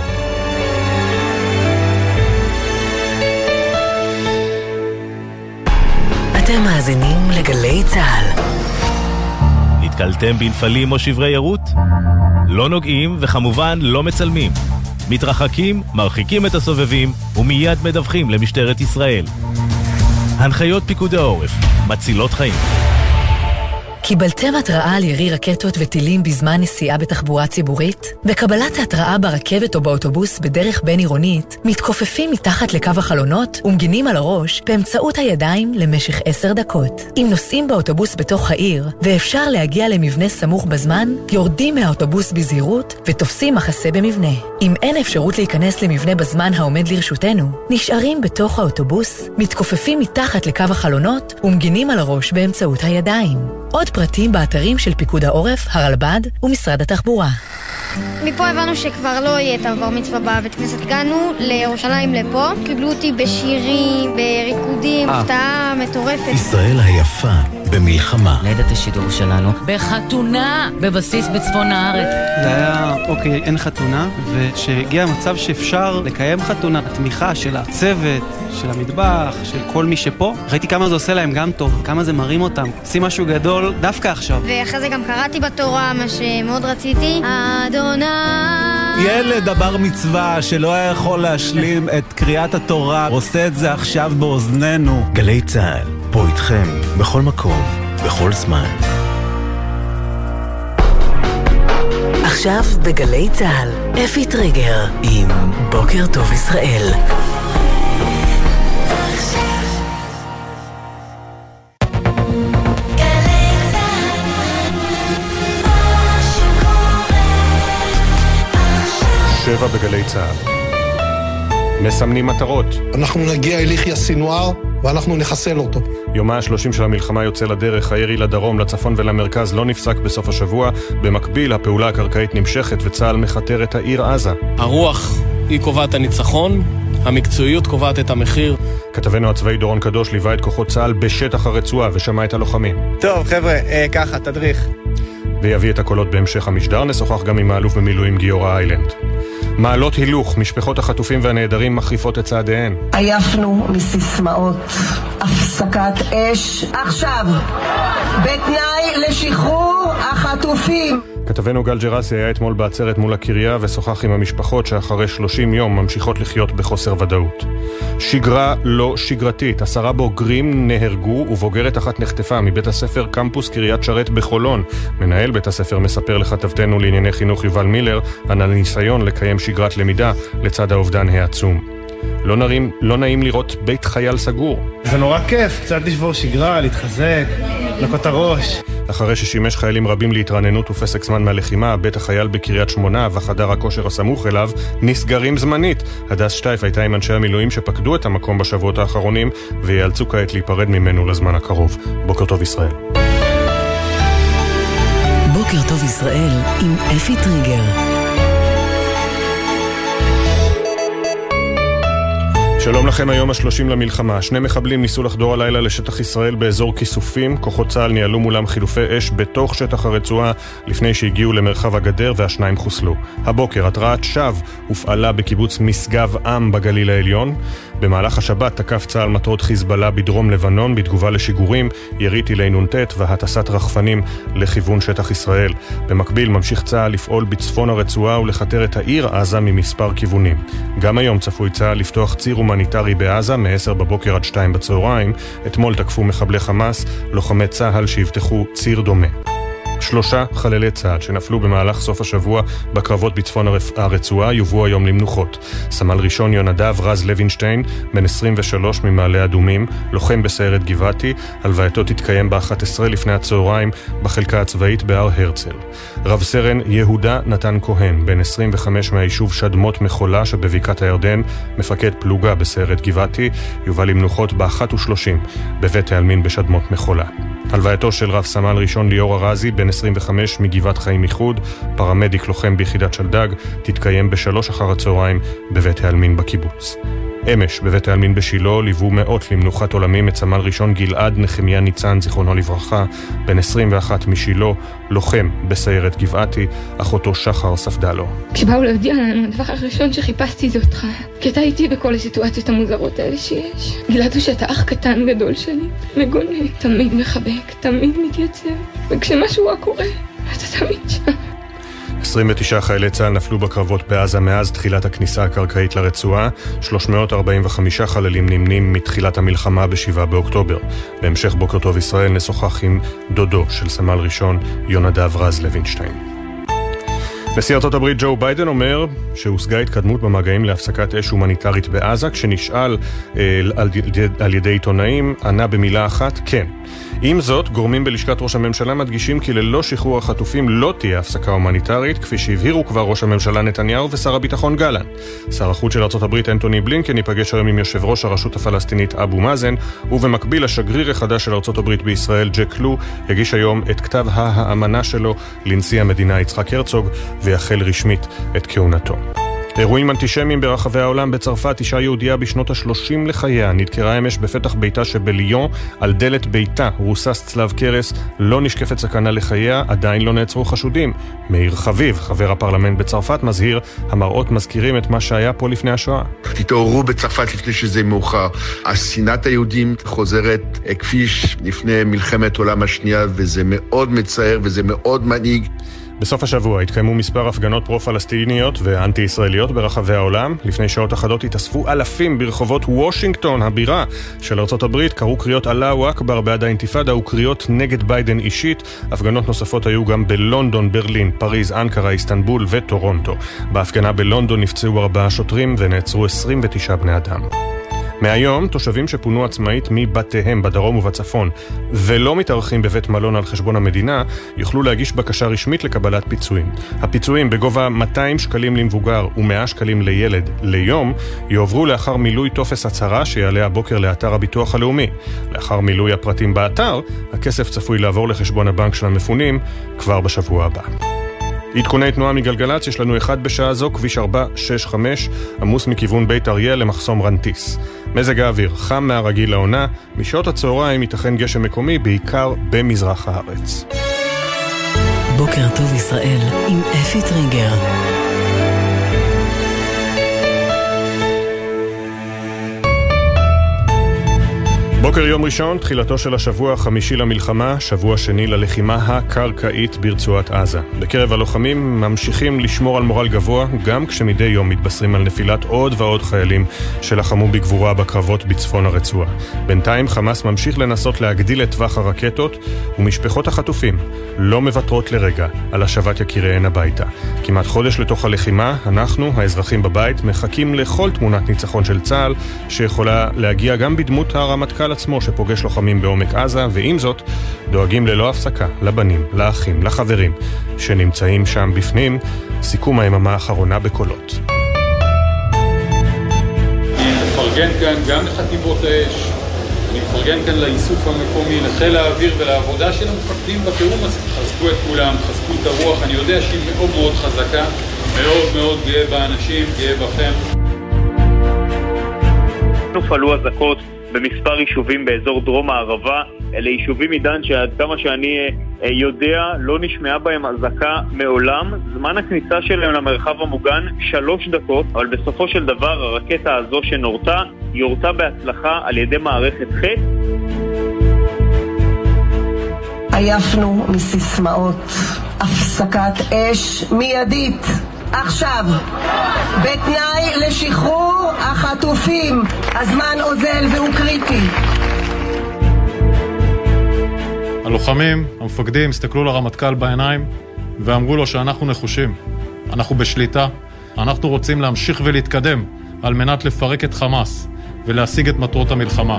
[SPEAKER 19] אתם מאזינים לגלי צהל.
[SPEAKER 20] נתקלתם בנפלים או שברי ירות? לא נוגעים וכמובן לא מצלמים. מתרחקים, מרחיקים את הסובבים ומיד מדווחים למשטרת ישראל. הנחיות פיקוד העורף, מצילות חיים.
[SPEAKER 19] קיבלתם התראה על ירי רקטות וטילים בזמן נסיעה בתחבורה ציבורית? בקבלת ההתראה ברכבת או באוטובוס בדרך בין עירונית, מתכופפים מתחת לקו החלונות ומגינים על הראש באמצעות הידיים למשך עשר דקות. אם נוסעים באוטובוס בתוך העיר ואפשר להגיע למבנה סמוך בזמן, יורדים מהאוטובוס בזהירות ותופסים מחסה במבנה. אם אין אפשרות להיכנס למבנה בזמן העומד לרשותנו, נשארים בתוך האוטובוס, מתכופפים מתחת לקו החלונות ומגינים על הראש באמצעות הידיים. עוד פרטים באתרים של פיקוד העורף, הרלב"ד ומשרד התחבורה.
[SPEAKER 21] מפה הבנו שכבר לא יהיה את הבר מצווה בבית כנסת. הגענו לירושלים לפה, קיבלו אותי בשירים, בריקודים, הפתעה מטורפת.
[SPEAKER 22] ישראל היפה במלחמה.
[SPEAKER 23] לידת השידור שלנו בחתונה בבסיס בצפון הארץ.
[SPEAKER 24] זה היה, אוקיי, אין חתונה, ושהגיע המצב שאפשר לקיים חתונה, התמיכה של הצוות, של המטבח, של כל מי שפה, ראיתי כמה זה עושה להם גם טוב, כמה זה מרים אותם. עושים משהו גדול דווקא עכשיו.
[SPEAKER 21] ואחרי זה גם קראתי בתורה מה שמאוד רציתי, אדוני.
[SPEAKER 22] ילד הבר מצווה שלא היה יכול להשלים את קריאת התורה, עושה את זה עכשיו באוזננו. גלי צהל, פה איתכם, בכל מקום, בכל זמן.
[SPEAKER 19] עכשיו בגלי צהל, אפי טריגר עם בוקר טוב ישראל.
[SPEAKER 2] שבע בגלי צהל. מסמנים מטרות.
[SPEAKER 3] אנחנו נגיע אל יחיא סינואר ואנחנו נחסל אותו.
[SPEAKER 2] יומה ה-שלושים של המלחמה יוצא לדרך, הירי לדרום, לצפון ולמרכז לא נפסק בסוף השבוע. במקביל, הפעולה הקרקעית נמשכת וצה"ל מחתר את העיר עזה.
[SPEAKER 25] הרוח היא קובעת הניצחון, המקצועיות קובעת את המחיר.
[SPEAKER 2] כתבנו הצבאי דורון קדוש ליווה את כוחות צה"ל בשטח הרצועה ושמע את הלוחמים.
[SPEAKER 26] טוב, חבר'ה, אה, ככה, תדריך.
[SPEAKER 2] ויביא את הקולות בהמשך המשדר. נשוחח גם עם האלוף במילואים גיורא איילנד. מעלות הילוך, משפחות החטופים והנעדרים מחריפות את צעדיהן.
[SPEAKER 6] עייפנו מסיסמאות, הפסקת אש עכשיו, בתנאי לשחרור החטופים.
[SPEAKER 2] כתבנו גל ג'רסי היה אתמול בעצרת מול הקריה ושוחח עם המשפחות שאחרי שלושים יום ממשיכות לחיות בחוסר ודאות. שגרה לא שגרתית, עשרה בוגרים נהרגו ובוגרת אחת נחטפה מבית הספר קמפוס קריית שרת בחולון. מנהל בית הספר מספר לכתבתנו לענייני חינוך יובל מילר על הניסיון לקיים שגרת למידה לצד האובדן העצום. לא נעים, לא נעים לראות בית חייל סגור.
[SPEAKER 26] זה נורא כיף, קצת לשבור שגרה, להתחזק, לנקות הראש.
[SPEAKER 2] אחרי ששימש חיילים רבים להתרעננות ופסק זמן מהלחימה, בית החייל בקריית שמונה וחדר הכושר הסמוך אליו נסגרים זמנית. הדס שטייף הייתה עם אנשי המילואים שפקדו את המקום בשבועות האחרונים ויאלצו כעת להיפרד ממנו לזמן הקרוב. בוקר טוב ישראל.
[SPEAKER 19] בוקר טוב ישראל עם אפי טריגר.
[SPEAKER 2] שלום לכם, היום השלושים למלחמה. שני מחבלים ניסו לחדור הלילה לשטח ישראל באזור כיסופים. כוחות צה"ל ניהלו מולם חילופי אש בתוך שטח הרצועה לפני שהגיעו למרחב הגדר והשניים חוסלו. הבוקר התרעת שווא הופעלה בקיבוץ משגב עם בגליל העליון. במהלך השבת תקף צה"ל מטרות חיזבאללה בדרום לבנון בתגובה לשיגורים, ירי טילי נ"ט והטסת רחפנים לכיוון שטח ישראל. במקביל ממשיך צה"ל לפעול בצפון הרצועה ולחתר את העיר עזה ממספר כיוונים. גם היום צפוי צה"ל לפתוח ציר הומניטרי בעזה מ-עשר בבוקר עד שתיים בצהריים. אתמול תקפו מחבלי חמאס לוחמי צה"ל שיפתחו ציר דומה. שלושה חללי צה"ל שנפלו במהלך סוף השבוע בקרבות בצפון הרצועה יובאו היום למנוחות. סמל ראשון יונדב רז לוינשטיין, בן עשרים ושלוש ממעלה אדומים, לוחם בסיירת גבעתי, הלווייתו תתקיים ב-אחת עשרה לפני הצהריים בחלקה הצבאית בהר הרצל. רב סרן יהודה נתן כהן, בן עשרים וחמש מהיישוב שדמות מחולה שבבקעת הירדן, מפקד פלוגה בסיירת גבעתי, יובא למנוחות ב-אחת ושלושים בבית העלמין בשדמות מחולה. הלווייתו של רב סמל ראשון ליאור ארזי, בן עשרים וחמש מגבעת חיים איחוד, פרמדיק לוחם ביחידת שלדג, תתקיים בשלוש אחר הצהריים בבית העלמין בקיבוץ. אמש בבית העלמין בשילה ליוו מאות למנוחת עולמים את סמל ראשון גלעד נחמיה ניצן, זיכרונו לברכה, בן עשרים ואחת משילה, לוחם בסיירת גבעתי, אחותו שחר ספדה לו.
[SPEAKER 5] כשבאו להודיע לנו, הדבר הראשון שחיפשתי זה אותך, כי אתה איתי בכל הסיטואציות המוזרות האלה שיש. גילדו שאתה אח קטן גדול שלי, מגונה, תמיד מחבק, תמיד מתייצב, וכשמשהו רק קורה, אתה תמיד שם.
[SPEAKER 2] עשרים ותשעה חיילי צה"ל נפלו בקרבות בעזה מאז תחילת הכניסה הקרקעית לרצועה, שלוש מאות ארבעים וחמישה חללים נמנים מתחילת המלחמה בשבעה באוקטובר. בהמשך בוקר טוב ישראל נשוחח עם דודו של סמל ראשון יונדב רז לוינשטיין. נשיא ארצות הברית ג'ו ביידן אומר שהושגה התקדמות במגעים להפסקת אש הומניטרית בעזה. כשנשאל אה, על, על ידי עיתונאים ענה במילה אחת כן. עם זאת, גורמים בלשכת ראש הממשלה מדגישים כי ללא שחרור החטופים לא תהיה הפסקה הומניטרית, כפי שהבהירו כבר ראש הממשלה נתניהו ושר הביטחון גלנט. שר החוץ של ארצות הברית אנטוני בלינקן ייפגש היום עם יושב ראש הרשות הפלסטינית אבו מאזן, ובמקביל השגריר החדש של ארצות הברית בישראל ג'ק לו יגיש היום את כתב האמנה שלו לנשיא המדינה יצחק הרצוג ויחל רשמית את כהונתו. אירועים אנטישמיים ברחבי העולם. בצרפת אישה יהודייה בשנות ה-שלושים לחייה נדקרה אמש בפתח ביתה שבליון. על דלת ביתה רוסס צלב קרס, לא נשקפת סכנה לחייה, עדיין לא נעצרו חשודים. מאיר חביב, חבר הפרלמנט בצרפת, מזהיר המראות מזכירים את מה שהיה פה לפני השואה.
[SPEAKER 4] תתעוררו בצרפת לפני שזה מאוחר. השנאת היהודים חוזרת כפי לפני מלחמת העולם השנייה, וזה מאוד מצער וזה מאוד מנהיג.
[SPEAKER 2] בסוף השבוע התקיימו מספר הפגנות פרו-פלסטיניות ואנטי-ישראליות ברחבי העולם. לפני שעות אחדות התאספו אלפים ברחובות וושינגטון, הבירה של ארצות הברית. קראו קריאות אללהו אכבר בעד האינתיפאדה וקריאות נגד ביידן אישית. הפגנות נוספות היו גם בלונדון, ברלין, פריז, אנקרה, איסטנבול וטורונטו. בהפגנה בלונדון נפצעו ארבעה שוטרים ונעצרו עשרים ותשעה בני אדם. מהיום, תושבים שפונו עצמאית מבתיהם בדרום ובצפון ולא מתארחים בבית מלון על חשבון המדינה, יוכלו להגיש בקשה רשמית לקבלת פיצויים. הפיצויים בגובה מאתיים שקלים למבוגר ו-מאה שקלים לילד ליום יועברו לאחר מילוי טופס הצהרה שיעלה הבוקר לאתר הביטוח הלאומי. לאחר מילוי הפרטים באתר, הכסף צפוי לעבור לחשבון הבנק של המפונים כבר בשבוע הבא. עדכוני תנועה מגלגלץ, יש לנו אחד בשעה זו, כביש ארבע שש חמש, עמוס מכיוון בית אריה למחסום רנטיס. מזג האוויר חם מהרגיל לעונה, משעות הצהריים ייתכן גשם מקומי, בעיקר במזרח הארץ.
[SPEAKER 1] בוקר טוב ישראל עם אפי טריגר.
[SPEAKER 2] בוקר יום ראשון, תחילתו של השבוע החמישי למלחמה, שבוע שני ללחימה הקרקעית ברצועת עזה. בקרב הלוחמים ממשיכים לשמור על מורל גבוה, גם כשמדי יום מתבשרים על נפילת עוד ועוד חיילים שלחמו בגבורה בקרבות בצפון הרצועה. בינתיים חמאס ממשיך לנסות להגדיל את טווח הרקטות, ומשפחות החטופים לא מוותרות לרגע על השבת יקיריהן הביתה. כמעט חודש לתוך הלחימה, אנחנו, האזרחים בבית, מחכים לכל תמונת ניצחון של צה"ל, שיכולה להגיע גם בדמות הרמטכ"ל עצמו שפוגש לוחמים בעומק עזה, ועם זאת דואגים ללא הפסקה לבנים, לאחים, לחברים שנמצאים שם בפנים. סיכום היממה האחרונה בקולות.
[SPEAKER 7] אני מפרגן כאן גם לחטיבות האש, אני מפרגן כאן לאיסוף המקומי, לחיל האוויר ולעבודה של המפקדים בתיאום הזה. חזקו את כולם, חזקו את הרוח, אני יודע שהיא מאוד מאוד חזקה, מאוד מאוד גאה באנשים, גאה בכם.
[SPEAKER 12] נופלו הזקות במספר יישובים באזור דרום הערבה. אלה יישובים עידן שעד כמה שאני יודע לא נשמעה בהם הזקה מעולם. זמן הכניסה שלהם למרחב המוגן שלוש דקות, אבל בסופו של דבר הרקטה הזו שנורתה יורתה בהצלחה על ידי מערכת חץ.
[SPEAKER 6] עייפנו מסיסמאות, הפסקת אש מיידית עכשיו, בתנאי לשחרור החטופים. הזמן אוזל והוא קריטי.
[SPEAKER 7] הלוחמים, המפקדים, הסתכלו לרמטכ"ל בעיניים ואמרו לו שאנחנו נחושים, אנחנו בשליטה, אנחנו רוצים להמשיך ולהתקדם על מנת לפרק את חמאס ולהשיג את מטרות המלחמה.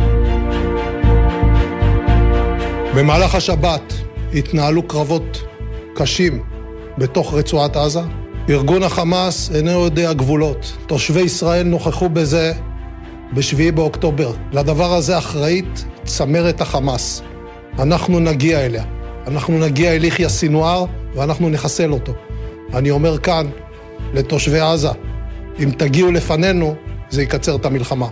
[SPEAKER 3] במהלך השבת התנהלו קרבות קשים בתוך רצועת עזה. ארגון החמאס אינו יודע גבולות. תושבי ישראל נוכחו בזה בשביעי באוקטובר. לדבר הזה אחראית צמרת החמאס. אנחנו נגיע אליה. אנחנו נגיע אל יחיא סינואר ואנחנו נחסל אותו. אני אומר כאן לתושבי עזה, אם תגיעו לפנינו, זה יקצר את המלחמה.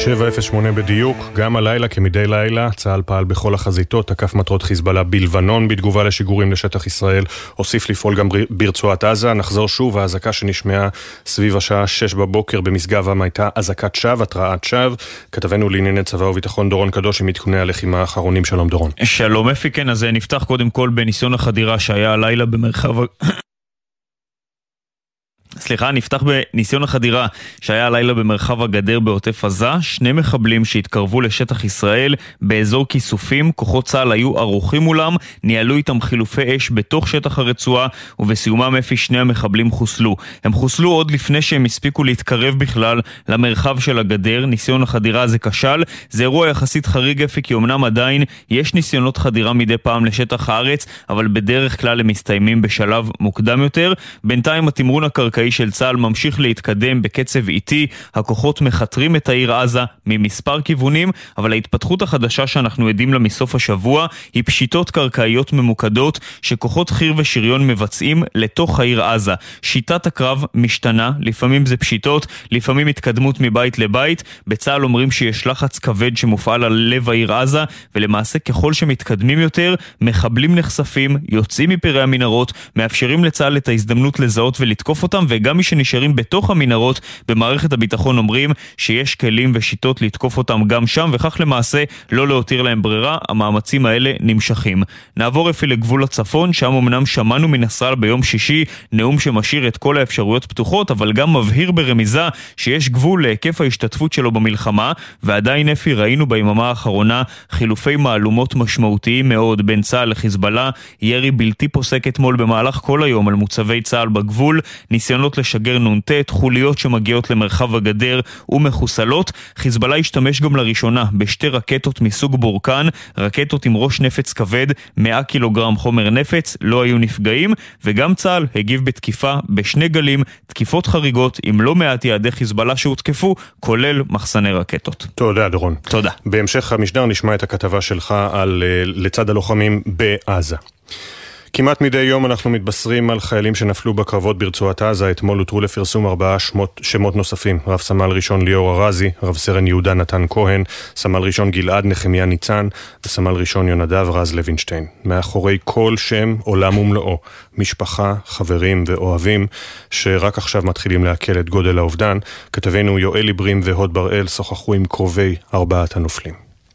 [SPEAKER 2] שבע אפס שמונה בדיוק, גם הלילה כמדי לילה, צה"ל פעל בכל החזיתות, תקף מטרות חיזבאללה בלבנון בתגובה לשיגורים לשטח ישראל, הוסיף לפעול גם ברצועת עזה. נחזור שוב, האזעקה שנשמעה סביב השעה שש בבוקר במשגב עם הייתה אזעקת שווא, התרעת שווא. כתבנו לענייני צבא וביטחון דורון קדוש עם עדכוני הלחימה האחרונים. שלום דורון.
[SPEAKER 8] שלום אפי, כן, אז נפתח קודם כל בניסיון החדירה שהיה הלילה במרחב סליחה, נפתח בניסיון החדירה שהיה הלילה במרחב הגדר בעוטף עזה. שני מחבלים שהתקרבו לשטח ישראל באזור כיסופים, כוחות צה"ל היו ערוכים מולם, ניהלו איתם חילופי אש בתוך שטח הרצועה, ובסיומם אפי שני המחבלים חוסלו. הם חוסלו עוד לפני שהם הספיקו להתקרב בכלל למרחב של הגדר. ניסיון החדירה הזה כשל. זה אירוע יחסית חריג אפי, כי אמנם עדיין יש ניסיונות חדירה מדי פעם לשטח הארץ, אבל בדרך כלל הם מסתיימים בשלב מוקדם יותר. בינתיים התמרון הקרקעי של צה"ל ממשיך להתקדם בקצב איטי, הכוחות מחתרים את העיר עזה ממספר כיוונים, אבל ההתפתחות החדשה שאנחנו עדים לה מסוף השבוע היא פשיטות קרקעיות ממוקדות שכוחות חי"ר ושריון מבצעים לתוך העיר עזה. שיטת הקרב משתנה, לפעמים זה פשיטות, לפעמים התקדמות מבית לבית. בצה"ל אומרים שיש לחץ כבד שמופעל על לב העיר עזה, ולמעשה ככל שמתקדמים יותר, מחבלים נחשפים, יוצאים מפרי המנהרות, מאפשרים לצה"ל את ההזדמנות לזהות ולתקוף אותם, וגם מי שנשארים בתוך המנהרות במערכת הביטחון אומרים שיש כלים ושיטות לתקוף אותם גם שם, וכך למעשה לא להותיר להם ברירה. המאמצים האלה נמשכים. נעבור אפי לגבול הצפון, שם אמנם שמענו מנסראללה ביום שישי נאום שמשאיר את כל האפשרויות פתוחות, אבל גם מבהיר ברמיזה שיש גבול להיקף ההשתתפות שלו במלחמה, ועדיין אפי ראינו ביממה האחרונה חילופי מהלומות משמעותיים מאוד בין צה"ל לחיזבאללה, ירי בלתי פוסק אתמול במהלך כל היום על מוצבי צה"ל בגבול, ניסיונות לשגר נונטט, חוליות שמגיעות למרחב הגדר ומחוסלות. חיזבאללה השתמש גם לראשונה בשתי רקטות מסוג בורקן, רקטות עם ראש נפץ כבד, מאה קילוגרם חומר נפץ, לא היו נפגעים, וגם צה"ל הגיב בתקיפה בשני גלים, תקיפות חריגות עם לא מעט יעדי חיזבאללה שהותקפו, כולל מחסני רקטות.
[SPEAKER 2] תודה דורון.
[SPEAKER 8] תודה.
[SPEAKER 2] בהמשך המשדר נשמע את הכתבה שלך על לצד הלוחמים בעזה. כמעט מדי יום אנחנו מתבשרים על חיילים שנפלו בקרבות ברצועת עזה. אתמול הותרו לפרסום ארבעה שמות, שמות נוספים. רב סמל ראשון ליאור ארזי, רב סרן יהודה נתן כהן, סמל ראשון גלעד נחמיה ניצן, וסמל ראשון יונדב רז לוינשטיין. מאחורי כל שם עולם ומלואו, משפחה, חברים ואוהבים, שרק עכשיו מתחילים להקל את גודל האובדן. כתבנו יואל איברים והוד בראל שוחחו עם קרובי ארבעת הנופלים.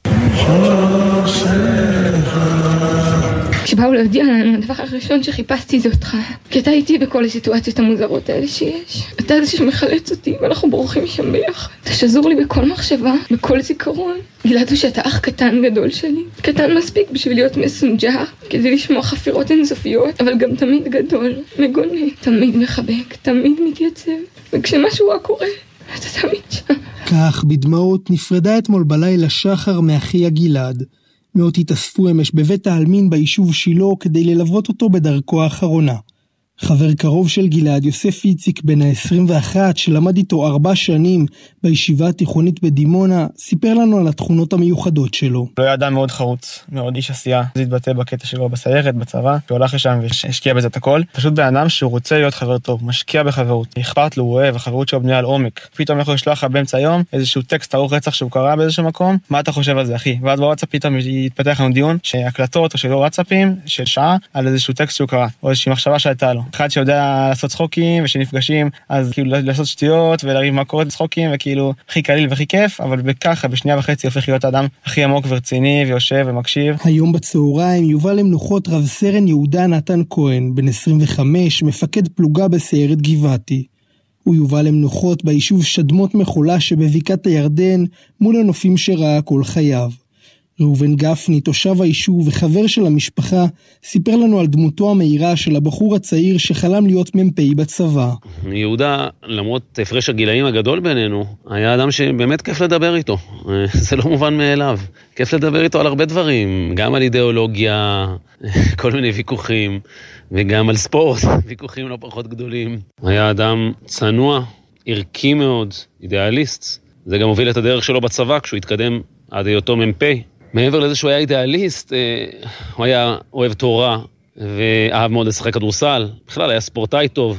[SPEAKER 5] כשבאו להודיע לנו, הדבר הראשון שחיפשתי זה אותך. כי אתה איתי בכל הסיטואציות המוזרות האלה שיש. אתה זה שמחלץ אותי, ואנחנו בורחים משם ביחד. אתה שזור לי בכל מחשבה, בכל זיכרון. גילדו שאתה אח קטן גדול שלי. קטן מספיק בשביל להיות מסונג'ר, כדי לשמוע חפירות אינסופיות, אבל גם תמיד גדול, מגונה. תמיד מחבק, תמיד מתייצב. וכשמשהו רק קורה, אתה תמיד שם.
[SPEAKER 9] כך בדמעות נפרדה אתמול בלילה שחר מאחיה גלעד. מאות התאספו אמש בבית העלמין ביישוב שילה כדי ללוות אותו בדרכו האחרונה. חבר קרוב של גלעד, יוסף איציק בן ה-עשרים ואחת, שלמד איתו ארבע שנים בישיבה התיכונית בדימונה, סיפר לנו על התכונות המיוחדות שלו.
[SPEAKER 24] הוא היה אדם מאוד חרוץ, מאוד איש עשייה. זה התבטא בקטע שלו בסיירת, בצבא, הוא הלך לשם והשקיע בזה את הכל. פשוט באדם שהוא רוצה להיות חבר טוב, משקיע בחברות, אכפת לו, הוא אוהב, החברות שלו בנויה על עומק. פתאום יכול לשלוח לך באמצע היום איזשהו טקסט ארוך רצח שהוא קרא באיזשהו מקום. מה אתה חושב על זה, אחי? ואז בוואטסאפ פתאום יתפתח לנו דיון שהקלטות או שלא וואטסאפים של שעה על איזשהו טקסט שהוא קרא, או איזושהי מחשבה שהייתה לו. אחד שיודע לעשות צחוקים ושנפגשים, אז כאילו לעשות שטויות ולריב מה קורה צחוקים וכאילו הכי קליל והכי כיף, אבל בככה בשנייה וחצי הופך להיות האדם הכי עמוק ורציני ויושב ומקשיב. היום בצהריים יובא למנוחות רב סרן יהודה נתן כהן, בן עשרים וחמש, מפקד פלוגה בסיירת גבעתי. הוא יובא למנוחות ביישוב שדמות מחולה שבבקעת הירדן, מול הנופים שראה כל חייו. ראובן גפני, תושב היישוב וחבר של המשפחה, סיפר לנו על דמותו המהירה של הבחור הצעיר שחלם להיות ממפי בצבא.
[SPEAKER 10] יהודה, למרות הפרש הגילאים הגדול בינינו, היה אדם שבאמת כיף לדבר איתו. זה לא מובן מאליו. כיף לדבר איתו על הרבה דברים, גם על אידיאולוגיה, כל מיני ויכוחים, וגם על ספורט, ויכוחים לא פחות גדולים. היה אדם צנוע, ערכי מאוד, אידיאליסט. זה גם הוביל את הדרך שלו בצבא כשהוא התקדם עד היותו ממפי. מעבר לזה שהוא היה אידיאליסט, הוא היה אוהב תורה ואהב מאוד לשחק כדורסל. בכלל היה ספורטאי טוב,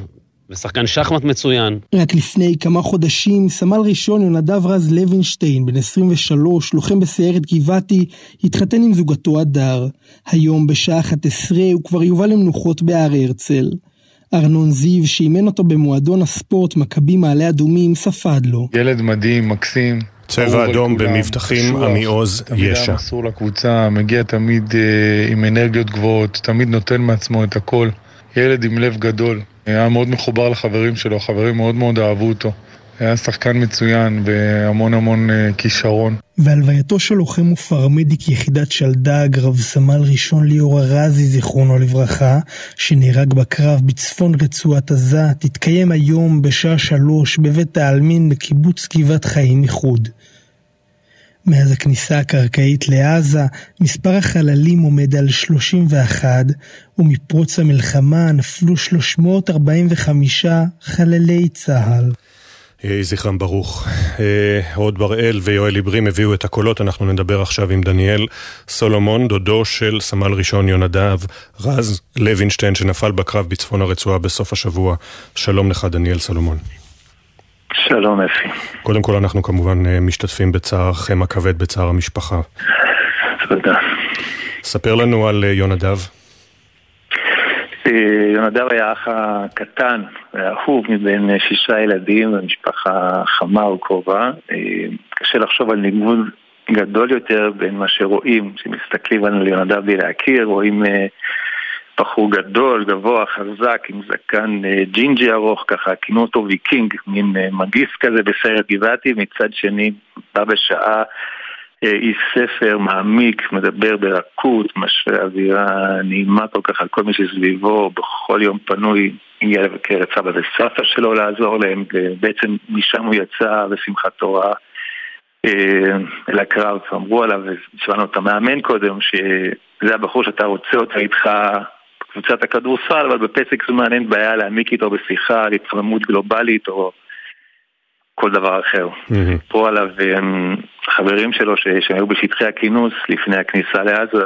[SPEAKER 10] ושחקן שחמט מצוין.
[SPEAKER 9] רק לפני כמה חודשים, סמל ראשון יונדב רז לוינשטיין, בן עשרים ושלוש, לוחם בסיירת גבעתי, התחתן עם זוגתו הדר. היום בשעה אחת עשרה הוא כבר יובא למנוחות בהר הרצל. ארנון זיו, שאימן אותו במועדון הספורט מכבי מעלה אדומים, ספד לו.
[SPEAKER 11] ילד מדהים, מקסים.
[SPEAKER 2] צבע אדום במבטחים, עמי עוז, ישע.
[SPEAKER 11] תמיד מסור לקבוצה, מגיע תמיד אה, עם אנרגיות גבוהות, תמיד נותן מעצמו את הכל. ילד עם לב גדול. היה מאוד מחובר לחברים שלו, חברים מאוד מאוד אהבו אותו. היה שחקן מצוין והמון המון אה, כישרון.
[SPEAKER 9] והלווייתו של לוחם ופרמדיק יחידת שלדג, רב סמל ראשון ליאור ארזי, זיכרונו לברכה, שנהרג בקרב בצפון רצועת עזה, תתקיים היום בשעה שלוש בבית העלמין בקיבוץ גבעת חיים איחוד. מאז הכניסה הקרקעית לעזה, מספר החללים עומד על שלושים ואחת, ומפרוץ המלחמה נפלו שלוש מאות ארבעים וחמישה חללי צה"ל.
[SPEAKER 2] יהי זכרם ברוך. הוד בראל ויואל עיברים הביאו את הקולות. אנחנו נדבר עכשיו עם דניאל סולומון, דודו של סמל ראשון יונדב רז לוינשטיין, שנפל בקרב בצפון הרצועה בסוף השבוע. שלום לך דניאל סולומון.
[SPEAKER 13] שלום אפי.
[SPEAKER 2] קודם כל אנחנו כמובן משתתפים בצערכם הכבד, בצער המשפחה.
[SPEAKER 13] תודה.
[SPEAKER 2] ספר לנו על יונדב.
[SPEAKER 13] יונדב היה אח הקטן והאהוב מבין שישה ילדים ומשפחה חמה וקרובה. קשה לחשוב על ניגוד גדול יותר בין מה שרואים, שמסתכלים על יונדב בלי להכיר, רואים בחור גדול, גבוה, חזק, עם זקן ג'ינג'י ארוך, ככה כינו אותו ויקינג, מין מגיס כזה בסיירת גבעתי. מצד שני בא בשעה איש ספר מעמיק, מדבר ברכות, משרה אווירה נעימה כל כך על כל מי שסביבו. בכל יום פנוי הגיע לבקר את סבא וסבתא שלו לעזור להם, ובעצם משם הוא יצא בשמחת תורה אל הקרב. אמרו עליו, ושמענו את המאמן קודם, שזה הבחור שאתה רוצה אותה איתך בקבוצת הכדורסל, אבל בפסק זמן אין בעיה להעמיק איתו בשיחה, להתחממות גלובלית או כל דבר אחר. Mm-hmm. פה עליו חברים שלו שהיו בשטחי הכינוס לפני הכניסה לעזה,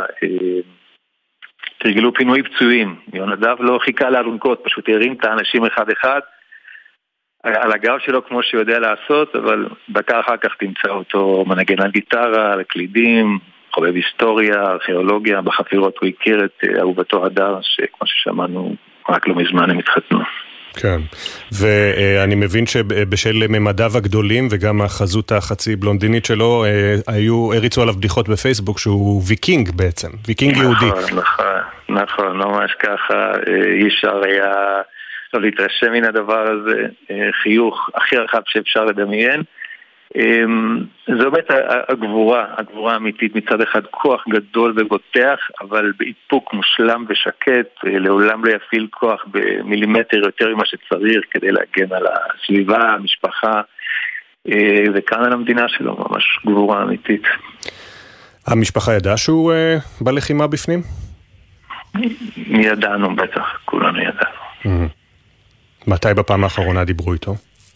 [SPEAKER 13] תרגלו פינוי פצועים. יונדב לא חיכה לאלונקות, פשוט הרים את האנשים אחד אחד על הגב שלו כמו שיודע לעשות, אבל דקה אחר כך תמצא אותו מנגן על גיטרה, על קלידים, חובב היסטוריה, ארכיאולוגיה. בחפירות הוא הכיר את אהובתו הדר, שכמו ששמענו רק לא מזמן הם התחתנו.
[SPEAKER 2] כן, ואני מבין שבשל ממדיו הגדולים וגם החזות החצי בלונדינית שלו, היו, הריצו עליו בדיחות בפייסבוק שהוא ויקינג בעצם, ויקינג יהודי.
[SPEAKER 13] נכון, נכון, נכון, ממש ככה. אי אפשר היה לא להתרשם מן הדבר הזה, חיוך הכי רחב שאפשר לדמיין. זו באמת הגבורה, הגבורה האמיתית. מצד אחד כוח גדול ובוטח, אבל באיפוק מושלם ושקט, לעולם לא יפעיל כוח במילימטר יותר ממה שצריך כדי להגן על הסביבה, המשפחה, וכאן על המדינה שלו. ממש גבורה אמיתית.
[SPEAKER 2] המשפחה ידעה שהוא בלחימה בפנים?
[SPEAKER 13] ידענו בטח, כולנו ידענו.
[SPEAKER 2] מתי בפעם האחרונה דיברו איתו?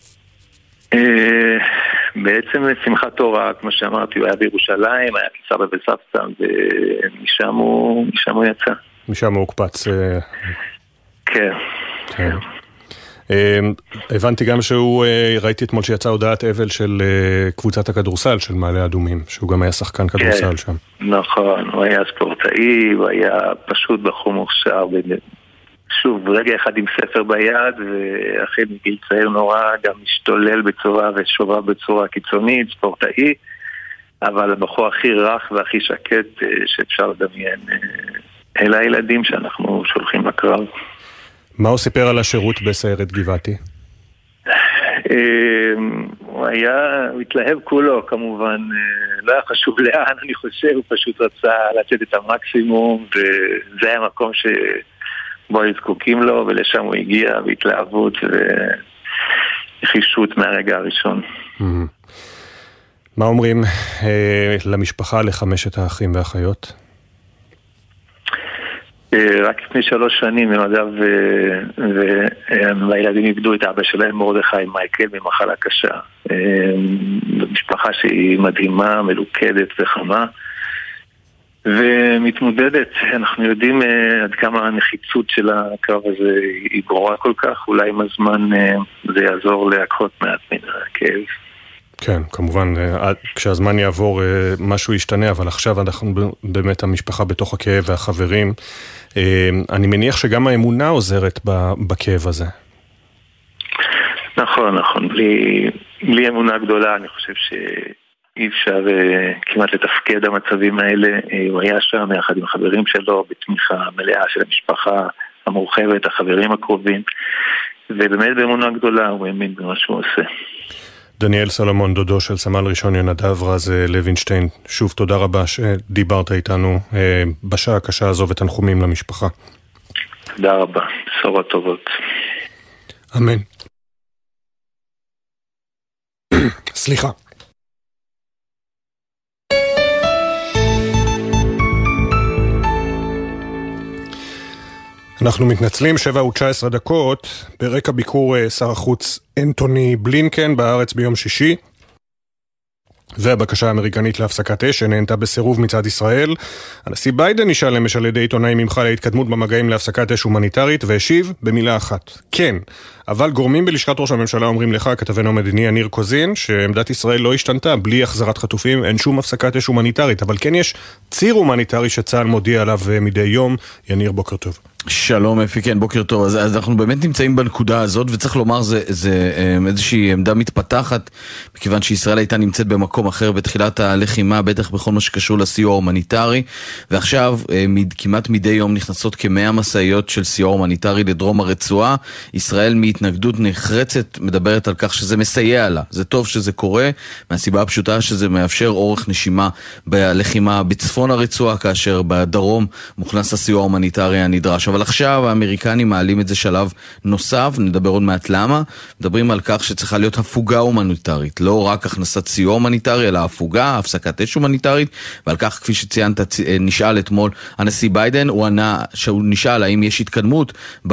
[SPEAKER 13] בעצם שמחת תורה, כמו שאמרתי, הוא היה בירושלים, היה כסבא וסבתא, ומשם הוא, משם הוא יצא.
[SPEAKER 2] משם הוא הוקפץ.
[SPEAKER 13] כן.
[SPEAKER 2] כן. הבנתי גם שהוא, ראיתי אתמול שיצא הודעת אבל של קבוצת הכדורסל של מעלה אדומים, שהוא גם היה שחקן כדורסל שם.
[SPEAKER 13] נכון, הוא היה ספורטאי, הוא היה פשוט בחור מוכשר, שוב, רגע אחד עם ספר ביד, ואחרי מגיל צעיר נורא גם משתולל בצורה ושובב בצורה קיצונית, ספורטאי, אבל הבחור הכי רך והכי שקט שאפשר לדמיין, אלה הילדים שאנחנו שולחים לקרב.
[SPEAKER 2] מה הוא סיפר על השירות בסיירת גבעתי?
[SPEAKER 13] הוא היה, הוא התלהב כולו, כמובן, לא היה חשוב לאן, אני חושב, הוא פשוט רצה לצאת את המקסימום, וזה היה מקום ש... בו זקוקים לו, ולשם הוא הגיע בהתלהבות וחישות מהרגע הראשון.
[SPEAKER 2] מה אומרים למשפחה, לחמשת האחים והאחיות?
[SPEAKER 13] רק לפני שלוש שנים יונדב והילדים איבדו את אבא שלהם, מרדכי מייקל, ממחלה קשה. משפחה שהיא מדהימה, מלוכדת וחמה. ומתמודדת. אנחנו יודעים עד כמה הנחיצות של הקו הזה היא ברורה כל כך, אולי עם הזמן זה יעזור להקהות מעט מן הכאב.
[SPEAKER 2] כן, כמובן, כשהזמן יעבור משהו ישתנה, אבל עכשיו אנחנו באמת המשפחה בתוך הכאב והחברים. אני מניח שגם האמונה עוזרת בכאב הזה.
[SPEAKER 13] נכון, נכון. בלי, בלי אמונה גדולה, אני חושב שאי אפשר כמעט לתפקד המצבים האלה. הוא היה שם יחד עם החברים שלו, בתמיכה מלאה של המשפחה המורחבת, החברים הקרובים, ובאמת באמונה גדולה הוא האמין במה שהוא עושה.
[SPEAKER 2] דניאל סלומון, דודו של סמל ראשון ינדב רז לוינשטיין, שוב תודה רבה שדיברת איתנו בשעה הקשה הזו ותנחומים למשפחה.
[SPEAKER 13] תודה רבה, בשורות טובות.
[SPEAKER 2] אמן. סליחה. אנחנו מתנצלים, שבע ותשע עשרה דקות, ברקע ביקור שר החוץ אנטוני בלינקן בארץ ביום שישי, והבקשה האמריקנית להפסקת אש שנענתה בסירוב מצד ישראל. הנשיא ביידן נשאל אמש על ידי עיתונאים ממך להתקדמות במגעים להפסקת אש הומניטרית, והשיב במילה אחת, כן. אבל גורמים בלשכת ראש הממשלה אומרים לך, כתבנו המדיני יניר קוזין, שעמדת ישראל לא השתנתה, בלי החזרת חטופים, אין שום הפסקת אש הומניטרית, אבל כן יש ציר הומניטרי שצה"ל מודיע עליו מדי יום. יניר, בוקר טוב.
[SPEAKER 14] שלום אפי, כן, בוקר טוב. אז, אז אנחנו באמת נמצאים בנקודה הזאת, וצריך לומר, זה, זה איזושהי עמדה מתפתחת, מכיוון שישראל הייתה נמצאת במקום אחר בתחילת הלחימה, בטח בכל מה שקשור לסיוע ההומניטרי, ועכשיו כמעט מדי יום נכנסות כמאה מסעיות של סיוע הומניטרי לדרום הרצועה. ישראל מהתנגדות נחרצת מדברת על כך שזה מסייע לה. זה טוב שזה קורה, מהסיבה הפשוטה שזה מאפשר אורך נשימה בלחימה בצפון הרצועה, כאשר בדרום מוכנס הסיוע ההומניטרי הנדרש. אבל עכשיו האמריקנים מעלים את זה שלב נוסף, נדבר עוד מעט למה. מדברים על כך שצריכה להיות הפוגה הומניטרית, לא רק הכנסת סיוע הומניטרי, אלא הפוגה, הפסקת אש הומניטרית, ועל כך, כפי שציינת, נשאל אתמול הנשיא ביידן, הוא ענה, שהוא נשאל האם יש התקדמות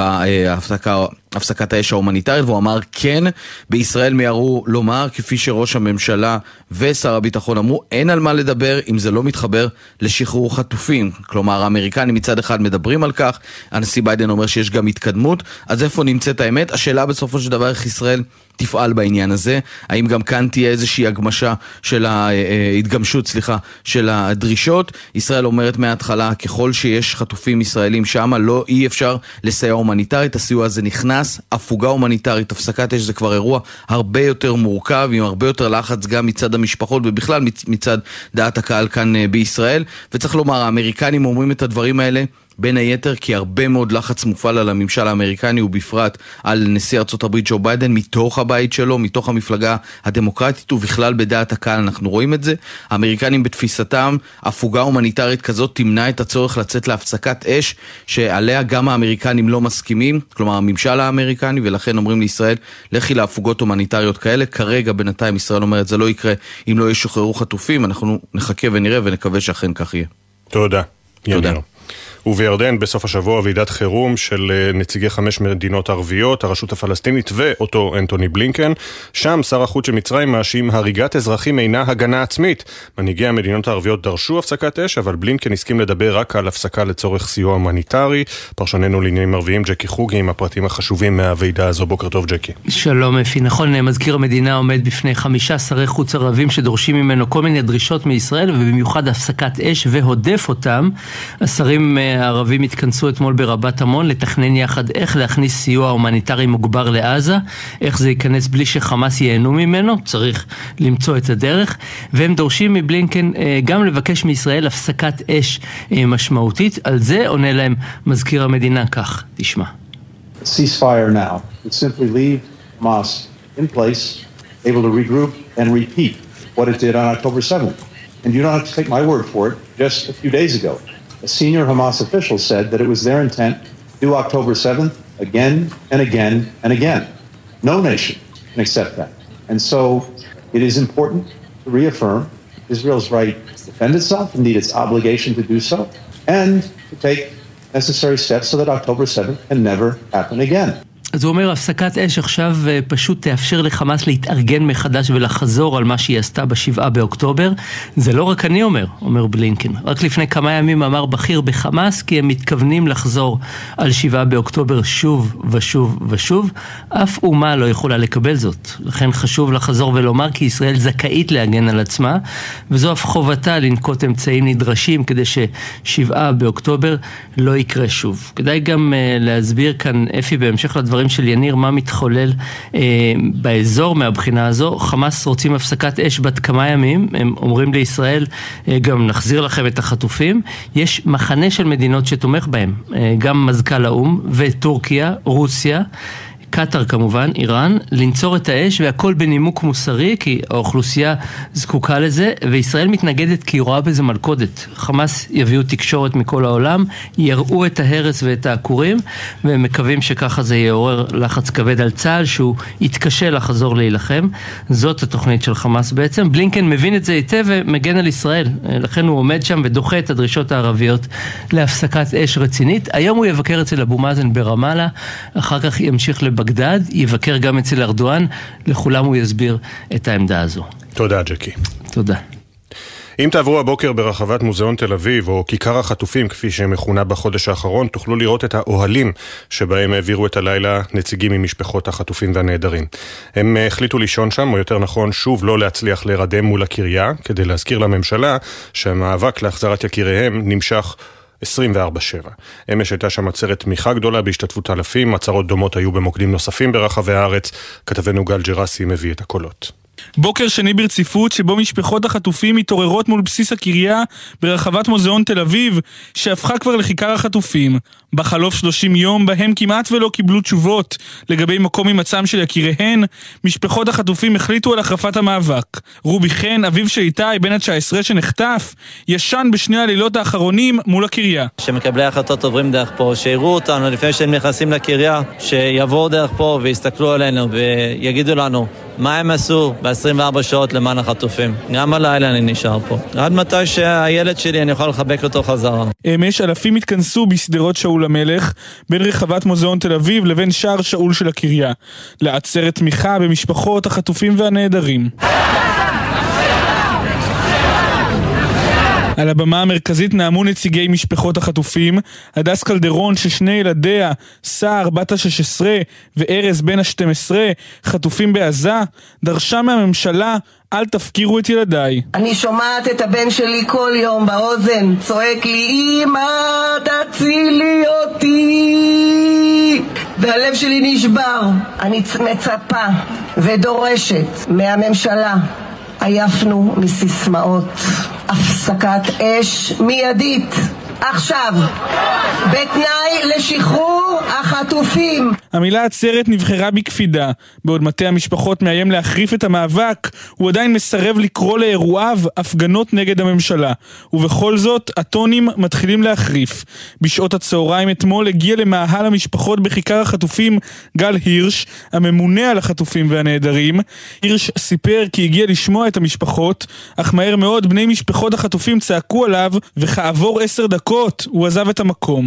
[SPEAKER 14] בהפסקה הפסקת האש ההומניטרית, והוא אמר כן. בישראל מיהרו לומר, כפי שראש הממשלה ושר הביטחון אמרו, אין על מה לדבר אם זה לא מתחבר לשחרור חטופים. כלומר, האמריקנים מצד אחד מדברים על כך, הנשיא ביידן אומר שיש גם התקדמות, אז איפה נמצאת האמת? השאלה בסופו של דבר איך ישראל תפעל בעניין הזה, האם גם כאן תהיה איזושהי הגמשה של ההתגמשות, סליחה, של הדרישות. ישראל אומרת מההתחלה, ככל שיש חטופים ישראלים שם, לא אי אפשר לסייע הומניטרית, הסיוע הזה נכנס, הפוגה הומניטרית, הפסקת אש זה כבר אירוע הרבה יותר מורכב, עם הרבה יותר לחץ גם מצד המשפחות, ובכלל מצד דעת הקהל כאן בישראל, וצריך לומר, האמריקנים אומרים את הדברים האלה, בין היתר כי הרבה מאוד לחץ מופעל על הממשל האמריקני ובפרט על נשיא ארצות הברית ג'ו ביידן מתוך הבית שלו, מתוך המפלגה הדמוקרטית ובכלל בדעת הקהל. אנחנו רואים את זה. האמריקנים בתפיסתם, הפוגה הומניטרית כזאת תמנע את הצורך לצאת להפסקת אש שעליה גם האמריקנים לא מסכימים, כלומר הממשל האמריקני, ולכן אומרים לישראל לכי להפוגות הומניטריות כאלה. כרגע בינתיים ישראל אומרת זה לא יקרה אם לא ישוחררו חטופים. אנחנו נחכה ונראה ונקווה שאכן כך יהיה.
[SPEAKER 2] תודה.
[SPEAKER 14] תודה.
[SPEAKER 2] ובירדן בסוף השבוע ועידת חירום של נציגי חמש מדינות ערביות, הרשות הפלסטינית ואותו אנטוני בלינקן. שם שר החוץ של מצרים מאשים הריגת אזרחים אינה הגנה עצמית. מנהיגי המדינות הערביות דרשו הפסקת אש, אבל בלינקן הסכים לדבר רק על הפסקה לצורך סיוע הומניטרי. פרשננו לעניינים ערביים ג'קי חוגי עם הפרטים החשובים מהוועידה הזו. בוקר טוב ג'קי.
[SPEAKER 15] שלום אפי. נכון, מזכיר המדינה עומד בפני חמישה שרי חוץ ערבים שדורשים ממנו כל מיני דרישות מישראל, ובמיוחד הפסקת אש, והודף אותם. השרים הערבים התכנסו אתמול ברבת עמון לתכנן יחד איך להכניס סיוע הומניטרי מוגבר לעזה, איך זה ייכנס בלי שחמאס ייהנו ממנו, צריך למצוא את הדרך, והם דורשים מבלינקן גם לבקש מישראל הפסקת אש משמעותית. על זה עונה להם מזכיר המדינה כך, תשמע.
[SPEAKER 16] Ceasefire now. It simply leave Hamas in place, able to regroup and repeat what it did on October seventh. And you don't have to take my word for it. Just a few days ago, a senior Hamas official said that it was their intent to do October seventh again and again and again. No nation can accept that. And so it is important to reaffirm Israel's right to defend itself, indeed its obligation to do so, and to take necessary steps so that October seventh can never happen again.
[SPEAKER 15] אז הוא אומר, הפסקת אש עכשיו פשוט תאפשר לחמאס להתארגן מחדש ולחזור על מה שהיא עשתה בשבעה באוקטובר. זה לא רק אני אומר, אומר בלינקן. רק לפני כמה ימים אמר בכיר בחמאס כי הם מתכוונים לחזור על שבעה באוקטובר שוב ושוב ושוב. אף אומה לא יכולה לקבל זאת. לכן חשוב לחזור ולומר כי ישראל זכאית להגן על עצמה, וזו אף חובתה לנקוט אמצעים נדרשים כדי ששבעה באוקטובר לא יקרה שוב. כדאי גם uh, להסביר כאן, אפי, בהמשך לדברים של יניר, מה מתחולל אה, באזור מהבחינה הזו. חמאס רוצים הפסקת אש בת כמה ימים, הם אומרים לישראל, אה, גם נחזיר לכם את החטופים. יש מחנה של מדינות שתומך בהם, אה, גם מזכ"ל האו"ם וטורקיה, רוסיה, קטר כמובן, איראן, לנצור את האש, והכל בנימוק מוסרי, כי האוכלוסייה זקוקה לזה, וישראל מתנגדת כי היא רואה בזה מלכודת. חמאס יביאו תקשורת מכל העולם, יראו את ההרס ואת העקורים, והם מקווים שככה זה יעורר לחץ כבד על צה"ל, שהוא יתקשה לחזור להילחם. זאת התוכנית של חמאס בעצם. בלינקן מבין את זה היטב ומגן על ישראל. לכן הוא עומד שם ודוחה את הדרישות הערביות להפסקת אש רצינית. היום הוא יבקר אצל אבו מאזן ברמאללה, אחר כך ימשיך לבגדד. בגדד, יבקר גם אצל ארדואן, לכולם הוא יסביר את העמדה הזו.
[SPEAKER 2] תודה, ג'קי.
[SPEAKER 15] תודה.
[SPEAKER 2] אם תעברו הבוקר ברחבת מוזיאון תל אביב, או כיכר החטופים, כפי שמכונה בחודש האחרון, תוכלו לראות את האוהלים שבהם העבירו את הלילה נציגים ממשפחות החטופים והנעדרים. הם החליטו לישון שם, או יותר נכון, שוב לא להצליח להירדם מול הקריה, כדי להזכיר לממשלה שהמאבק להחזרת יקיריהם נמשך עשרים וארבע שבע. אמש הייתה שם עצרת תמיכה גדולה בהשתתפות אלפים, עצרות דומות היו במוקדים נוספים ברחבי הארץ. כתבנו גל ג'רסי מביא את הקולות.
[SPEAKER 17] בוקר שני ברציפות שבו משפחות החטופים מתעוררות מול בסיס הקריה ברחבת מוזיאון תל אביב, שהפכה כבר לכיכר החטופים. בחלוף שלושים יום בהם כמעט ולא קיבלו תשובות לגבי מקום הימצאם של יקיריהן, משפחות החטופים החליטו על החרפת המאבק. רובי חן, אביו של איתי, בן ה-תשע עשרה שנחטף, ישן בשני הלילות האחרונים מול הקריה.
[SPEAKER 18] שמקבלי החלטות עוברים דרך פה, שיראו אותנו לפני שהם נכנסים לקריה, שיבואו דרך פה ויסתכלו עלינו ויגידו לנו מה הם עשו ב-עשרים וארבע שעות למען החטופים. גם הלילה אני נשאר פה. עד מתי שהילד שלי אני יכול לחבק אותו חזרה.
[SPEAKER 17] אמש אלפים התכנסו בסדרות שאול המלך, בין רחבת מוזיאון תל אביב לבין שער שאול של הקריה, לעצרת תמיכה במשפחות החטופים והנעדרים. על הבמה המרכזית נעמו נציגי משפחות החטופים. הדס קלדרון ששני ילדיה, סער בת ה-שש עשרה וארז בן ה-שתים עשרה, חטופים בעזה, דרשה מהממשלה, אל תפקירו את ילדיי.
[SPEAKER 6] אני שומעת את הבן שלי כל יום באוזן צועק לי, אמא תצילי אותי, והלב שלי נשבר. אני מצפה ודורשת מהממשלה, עייפנו מסיסמאות, הפסקת אש מיידית עכשיו, בתנאי לשחרור החטופים.
[SPEAKER 17] המילה עצרת נבחרה בקפידה. בעוד מטה המשפחות מאיים להחריף את המאבק, הוא עדיין מסרב לקרוא לאירועיו הפגנות נגד הממשלה. ובכל זאת, הטונים מתחילים להחריף. בשעות הצהריים אתמול הגיע למאהל המשפחות בכיכר החטופים גל הירש, הממונה על החטופים והנעדרים. הירש סיפר כי הגיע לשמוע את המשפחות, אך מהר מאוד בני משפחות החטופים צעקו עליו, וכעבור עשר דקות הוא עזב את המקום.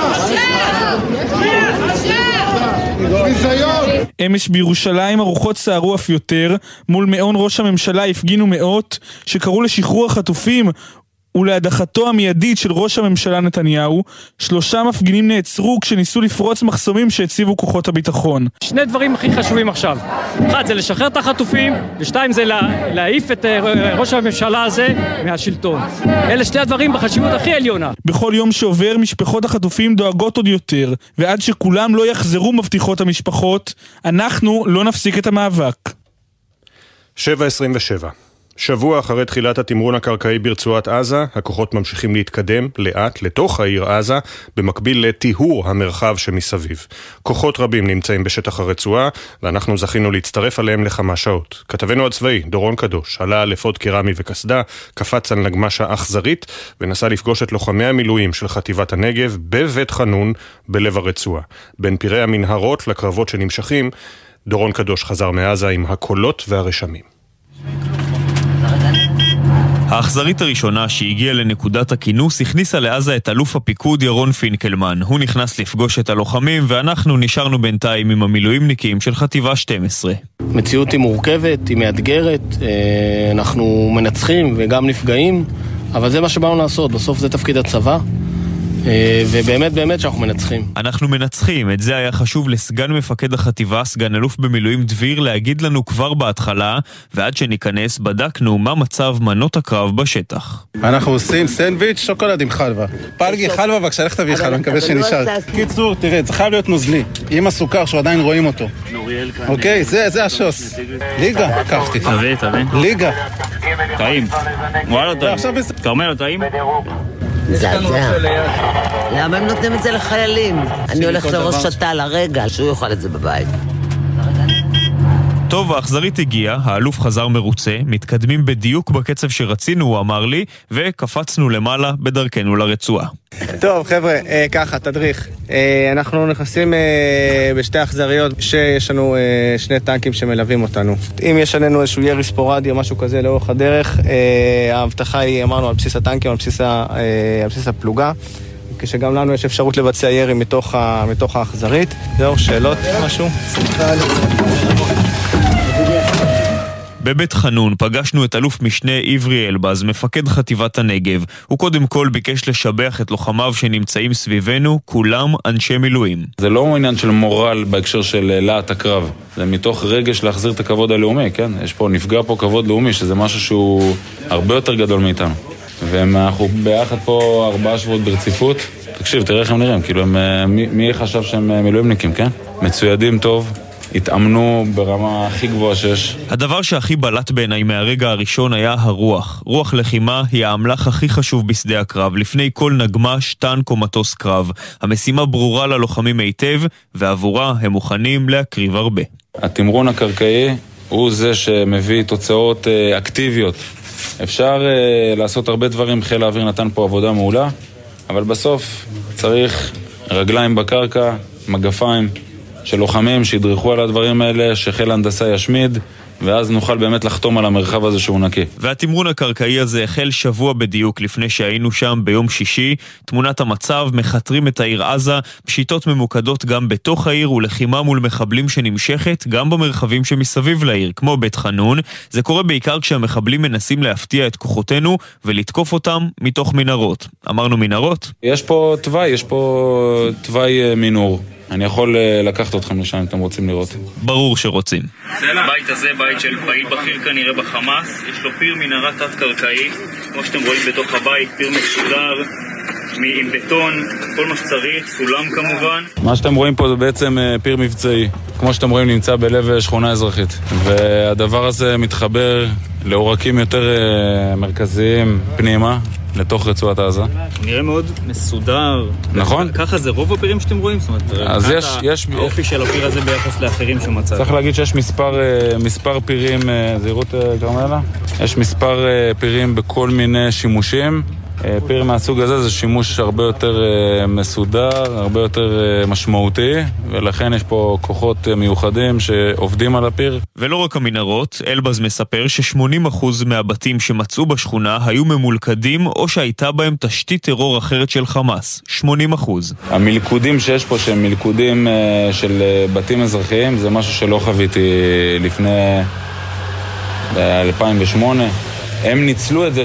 [SPEAKER 17] אמש בירושלים הרוחות סערו אף יותר. מול מעון ראש הממשלה הפגינו מאות שקראו לשחרור החטופים ולהדחתו המיידית של ראש הממשלה נתניהו. שלושה מפגינים נעצרו כשניסו לפרוץ מחסומים שהציבו כוחות הביטחון.
[SPEAKER 20] שני דברים הכי חשובים עכשיו. אחד זה לשחרר את החטופים, ושתיים זה לה, להעיף את ראש הממשלה הזה מהשלטון. אלה שתי הדברים בחשיבות הכי עליונה.
[SPEAKER 17] בכל יום שעובר משפחות החטופים דואגות עוד יותר, ועד שכולם לא יחזרו מבטיחות המשפחות, אנחנו לא נפסיק את המאבק.
[SPEAKER 2] שבע עשרים ושבע. שבוע אחרי תחילת התמרון הקרקעי ברצועת עזה, הכוחות ממשיכים להתקדם לאט לתוך העיר עזה, במקביל לטיהור המרחב שמסביב. כוחות רבים נמצאים בשטח הרצועה, ואנחנו זכינו להצטרף עליהם לכמה שעות. כתבנו הצבאי, דורון קדוש, עלה על אפוד קרמי וקסדה, קפץ על נגמשה אכזרית, ונסע לפגוש את לוחמי המילואים של חטיבת הנגב בבית חנון בלב הרצועה. בין פירי המנהרות לקרבות שנמשכים, דורון קדוש חזר מעזה עם הקולות והרשמים.
[SPEAKER 8] האכזרית הראשונה שהגיעה לנקודת הכינוס הכניסה לעזה את אלוף הפיקוד ירון פינקלמן. הוא נכנס לפגוש את הלוחמים ואנחנו נשארנו בינתיים עם המילואימניקים של חטיבה שתים עשרה.
[SPEAKER 19] מציאות היא מורכבת, היא מאתגרת, אנחנו מנצחים וגם נפגעים, אבל זה מה שבאנו לעשות, בסוף זה תפקיד הצבא. ובאמת באמת שאנחנו מנצחים.
[SPEAKER 8] אנחנו מנצחים, את זה היה חשוב לסגן מפקד החטיבה, סגן אלוף במילואים דביר, להגיד לנו כבר בהתחלה, ועד שניכנס בדקנו מה מצב מנות הקרב בשטח.
[SPEAKER 21] אנחנו עושים סנדוויץ' שוקולד עם חלבה. פלגי חלבה, בבקשה, לך תביא חלבה, אני מקווה שנשאר. קיצור, תראה, זה חייב להיות נוזלי, עם הסוכר שעדיין רואים אותו. אוקיי, זה השוס. ליגה, קחתי.
[SPEAKER 8] תביא, תביא.
[SPEAKER 21] ליגה.
[SPEAKER 8] טעים. וואלה, טעים. כרמל, טעים?
[SPEAKER 22] מזעזע. למה הם נותנים את זה לחיילים? אני הולך לראש שטל הרגע, שהוא יאכל את זה בבית.
[SPEAKER 8] טוב, האכזרית הגיעה, האלוף חזר מרוצה, מתקדמים בדיוק בקצב שרצינו, הוא אמר לי, וקפצנו למעלה בדרכנו לרצועה.
[SPEAKER 24] טוב, חבר'ה, אה, ככה, תדריך. אה, אנחנו נכנסים אה, בשתי אכזריות שיש לנו אה, שני טנקים שמלווים אותנו. אם יש עלינו איזשהו ירי ספורדי או משהו כזה לאורך הדרך, אה, ההבטחה היא, אמרנו, על בסיס הטנקים, על בסיס, ה, אה, על בסיס הפלוגה, כשגם לנו יש אפשרות לבצע ירי מתוך, ה, מתוך האכזרית. זהו, שאלות, משהו? סליחה,
[SPEAKER 8] בבית חנון פגשנו את אלוף משנה עברי אלבז, מפקד חטיבת הנגב. הוא קודם כל ביקש לשבח את לוחמיו שנמצאים סביבנו, כולם אנשי מילואים.
[SPEAKER 23] זה לא עניין של מורל בהקשר של להט הקרב, זה מתוך רגש להחזיר את הכבוד הלאומי, כן? יש פה, נפגע פה כבוד לאומי, שזה משהו שהוא הרבה יותר גדול מאיתנו. ואנחנו ביחד פה ארבעה שבועות ברציפות. תקשיב, תראה איך הם נראים, כאילו הם, מי, מי חשב שהם מילואימניקים, כן? מצוידים טוב. התאמנו ברמה הכי גבוהה שיש.
[SPEAKER 8] הדבר שהכי בלט בעיניי מהרגע הראשון היה הרוח. רוח לחימה היא האמל"ח הכי חשוב בשדה הקרב, לפני כל נגמ"ש, טנק או מטוס קרב. המשימה ברורה ללוחמים היטב, ועבורה הם מוכנים להקריב הרבה.
[SPEAKER 23] התמרון הקרקעי הוא זה שמביא תוצאות אקטיביות. אפשר לעשות הרבה דברים, חיל האוויר נתן פה עבודה מעולה, אבל בסוף צריך רגליים בקרקע, מגפיים, של לוחמים שידרכו על הדברים האלה, שחיל ההנדסה ישמיד, ואז נוכל באמת לחתום על המרחב הזה שהוא נקי.
[SPEAKER 8] והתמרון הקרקעי הזה החל שבוע בדיוק לפני שהיינו שם ביום שישי. תמונת המצב, מחתרים את העיר עזה, פשיטות ממוקדות גם בתוך העיר ולחימה מול מחבלים שנמשכת גם במרחבים שמסביב לעיר, כמו בית חנון. זה קורה בעיקר כשהמחבלים מנסים להפתיע את כוחותינו ולתקוף אותם מתוך מנהרות. אמרנו מנהרות?
[SPEAKER 23] יש פה תוואי, יש פה תוואי מינור. אני יכול לקחת אתכם לשם אם אתם רוצים לראות.
[SPEAKER 8] ברור שרוצים. הבית הזה, בית של פעיל בכיר כנראה בחמאס, יש לו פיר מנהרה תת-קרקעי, כמו שאתם רואים בתוך הבית, פיר מסודר, עם בטון, כל מה שצריך, סולם כמובן.
[SPEAKER 23] מה שאתם רואים פה זה בעצם פיר מבצעי, כמו שאתם רואים נמצא בלב שכונה אזרחית. והדבר הזה מתחבר לעורקים יותר מרכזיים פנימה, לתוך רצועת עזה.
[SPEAKER 8] נראה מאוד מסודר.
[SPEAKER 23] נכון.
[SPEAKER 8] ככה זה רוב הפירים שאתם רואים? זאת אומרת,
[SPEAKER 23] אז יש, יש...
[SPEAKER 8] האופי של הפיר הזה ביחס לאחרים שמצא.
[SPEAKER 23] צריך להגיד שיש מספר, מספר פירים, זהירות קרמלה, יש מספר פירים בכל מיני שימושים. פיר מהסוג הזה זה שימוש הרבה יותר מסודר, הרבה יותר משמעותי, ולכן יש פה כוחות מיוחדים שעובדים על הפיר.
[SPEAKER 8] ולא רק המנהרות, אלבז מספר ש-שמונים אחוז מהבתים שמצאו בשכונה היו ממולכדים או שהייתה בהם תשתית טרור אחרת של חמאס. שמונים אחוז.
[SPEAKER 23] המלכודים שיש פה שהם מלכודים של בתים אזרחיים, זה משהו שלא חוויתי לפני ב-אלפיים ושמונה. הם ניצלו את זה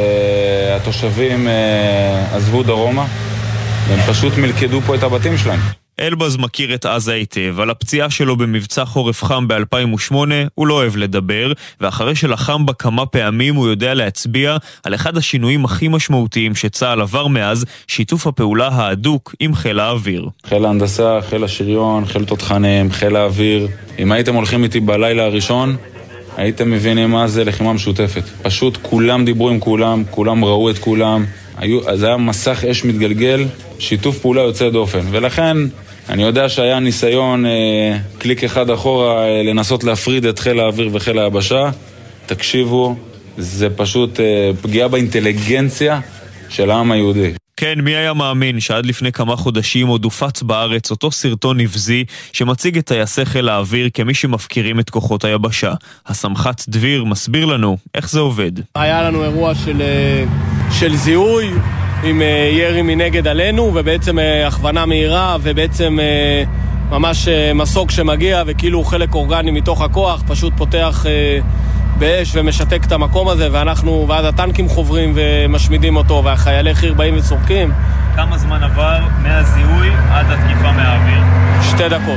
[SPEAKER 23] שהתושבים עזבו דרומה, והם פשוט מלכדו פה את הבתים שלהם.
[SPEAKER 8] אלבז מכיר את עזה היטב. על הפציעה שלו במבצע חורף חם ב-אלפיים ושמונה הוא לא אוהב לדבר, ואחרי שלחם בה כמה פעמים הוא יודע להצביע על אחד השינויים הכי משמעותיים שצה"ל עבר מאז, שיתוף הפעולה ההדוק עם חיל האוויר.
[SPEAKER 23] חיל ההנדסה, חיל השריון, חיל תותחנים, חיל האוויר. אם הייתם הולכים איתי בלילה הראשון, הייתם מבינים מה זה לחימה משותפת. פשוט כולם דיברו עם כולם, כולם ראו את כולם. היו, זה היה מסך אש מתגלגל, שיתוף פעולה יוצא דופן. ולכן אני יודע שהיה ניסיון, אה, קליק אחד אחורה, אה, לנסות להפריד את חיל האוויר וחיל היבשה. תקשיבו, זה פשוט אה, פגיעה באינטליגנציה של העם היהודי.
[SPEAKER 8] כן, מי היה מאמין שעד לפני כמה חודשים עוד הופץ בארץ אותו סרטון נבזי שמציג את טייסי חיל האוויר כמי שמפקירים את כוחות היבשה. הסמח"ט דביר מסביר לנו איך זה עובד.
[SPEAKER 19] היה לנו אירוע של, של זיהוי עם ירי מנגד עלינו, ובעצם הכוונה מהירה, ובעצם ממש מסוק שמגיע וכאילו הוא חלק אורגני מתוך הכוח, פשוט פותח באש ומשתק את המקום הזה, ואנחנו ועד הטנקים חוברים ומשמידים אותו, והחיילי חי"ר באים וצורקים.
[SPEAKER 8] כמה זמן עבר מהזיהוי עד התקיפה מהאוויר?
[SPEAKER 19] שתי דקות.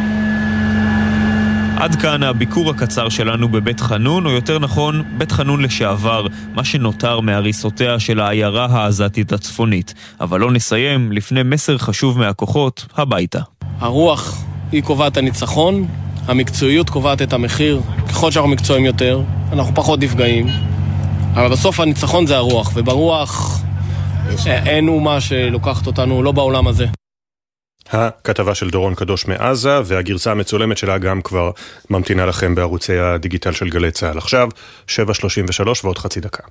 [SPEAKER 8] עד כאן הביקור הקצר שלנו בבית חנון, או יותר נכון, בית חנון לשעבר, מה שנותר מהריסותיה של העיירה העזתית הצפונית. אבל לא נסיים לפני מסר חשוב מהכוחות הביתה.
[SPEAKER 19] הרוח היא קובעת הניצחון, המקצועיות קובעת את המחיר. ככל שאנחנו מקצועיים יותר, אנחנו פחות נפגעים. אבל בסוף הניצחון זה הרוח, וברוח אין אומה שלוקחת אותנו, לא בעולם הזה.
[SPEAKER 2] הכתבה של דורון קדוש מעזה, והגרסה המצולמת שלה גם כבר ממתינה לכם בערוצי הדיגיטל של גלי צהל. עכשיו, שבע שלושים ושלוש ועוד חצי דקה.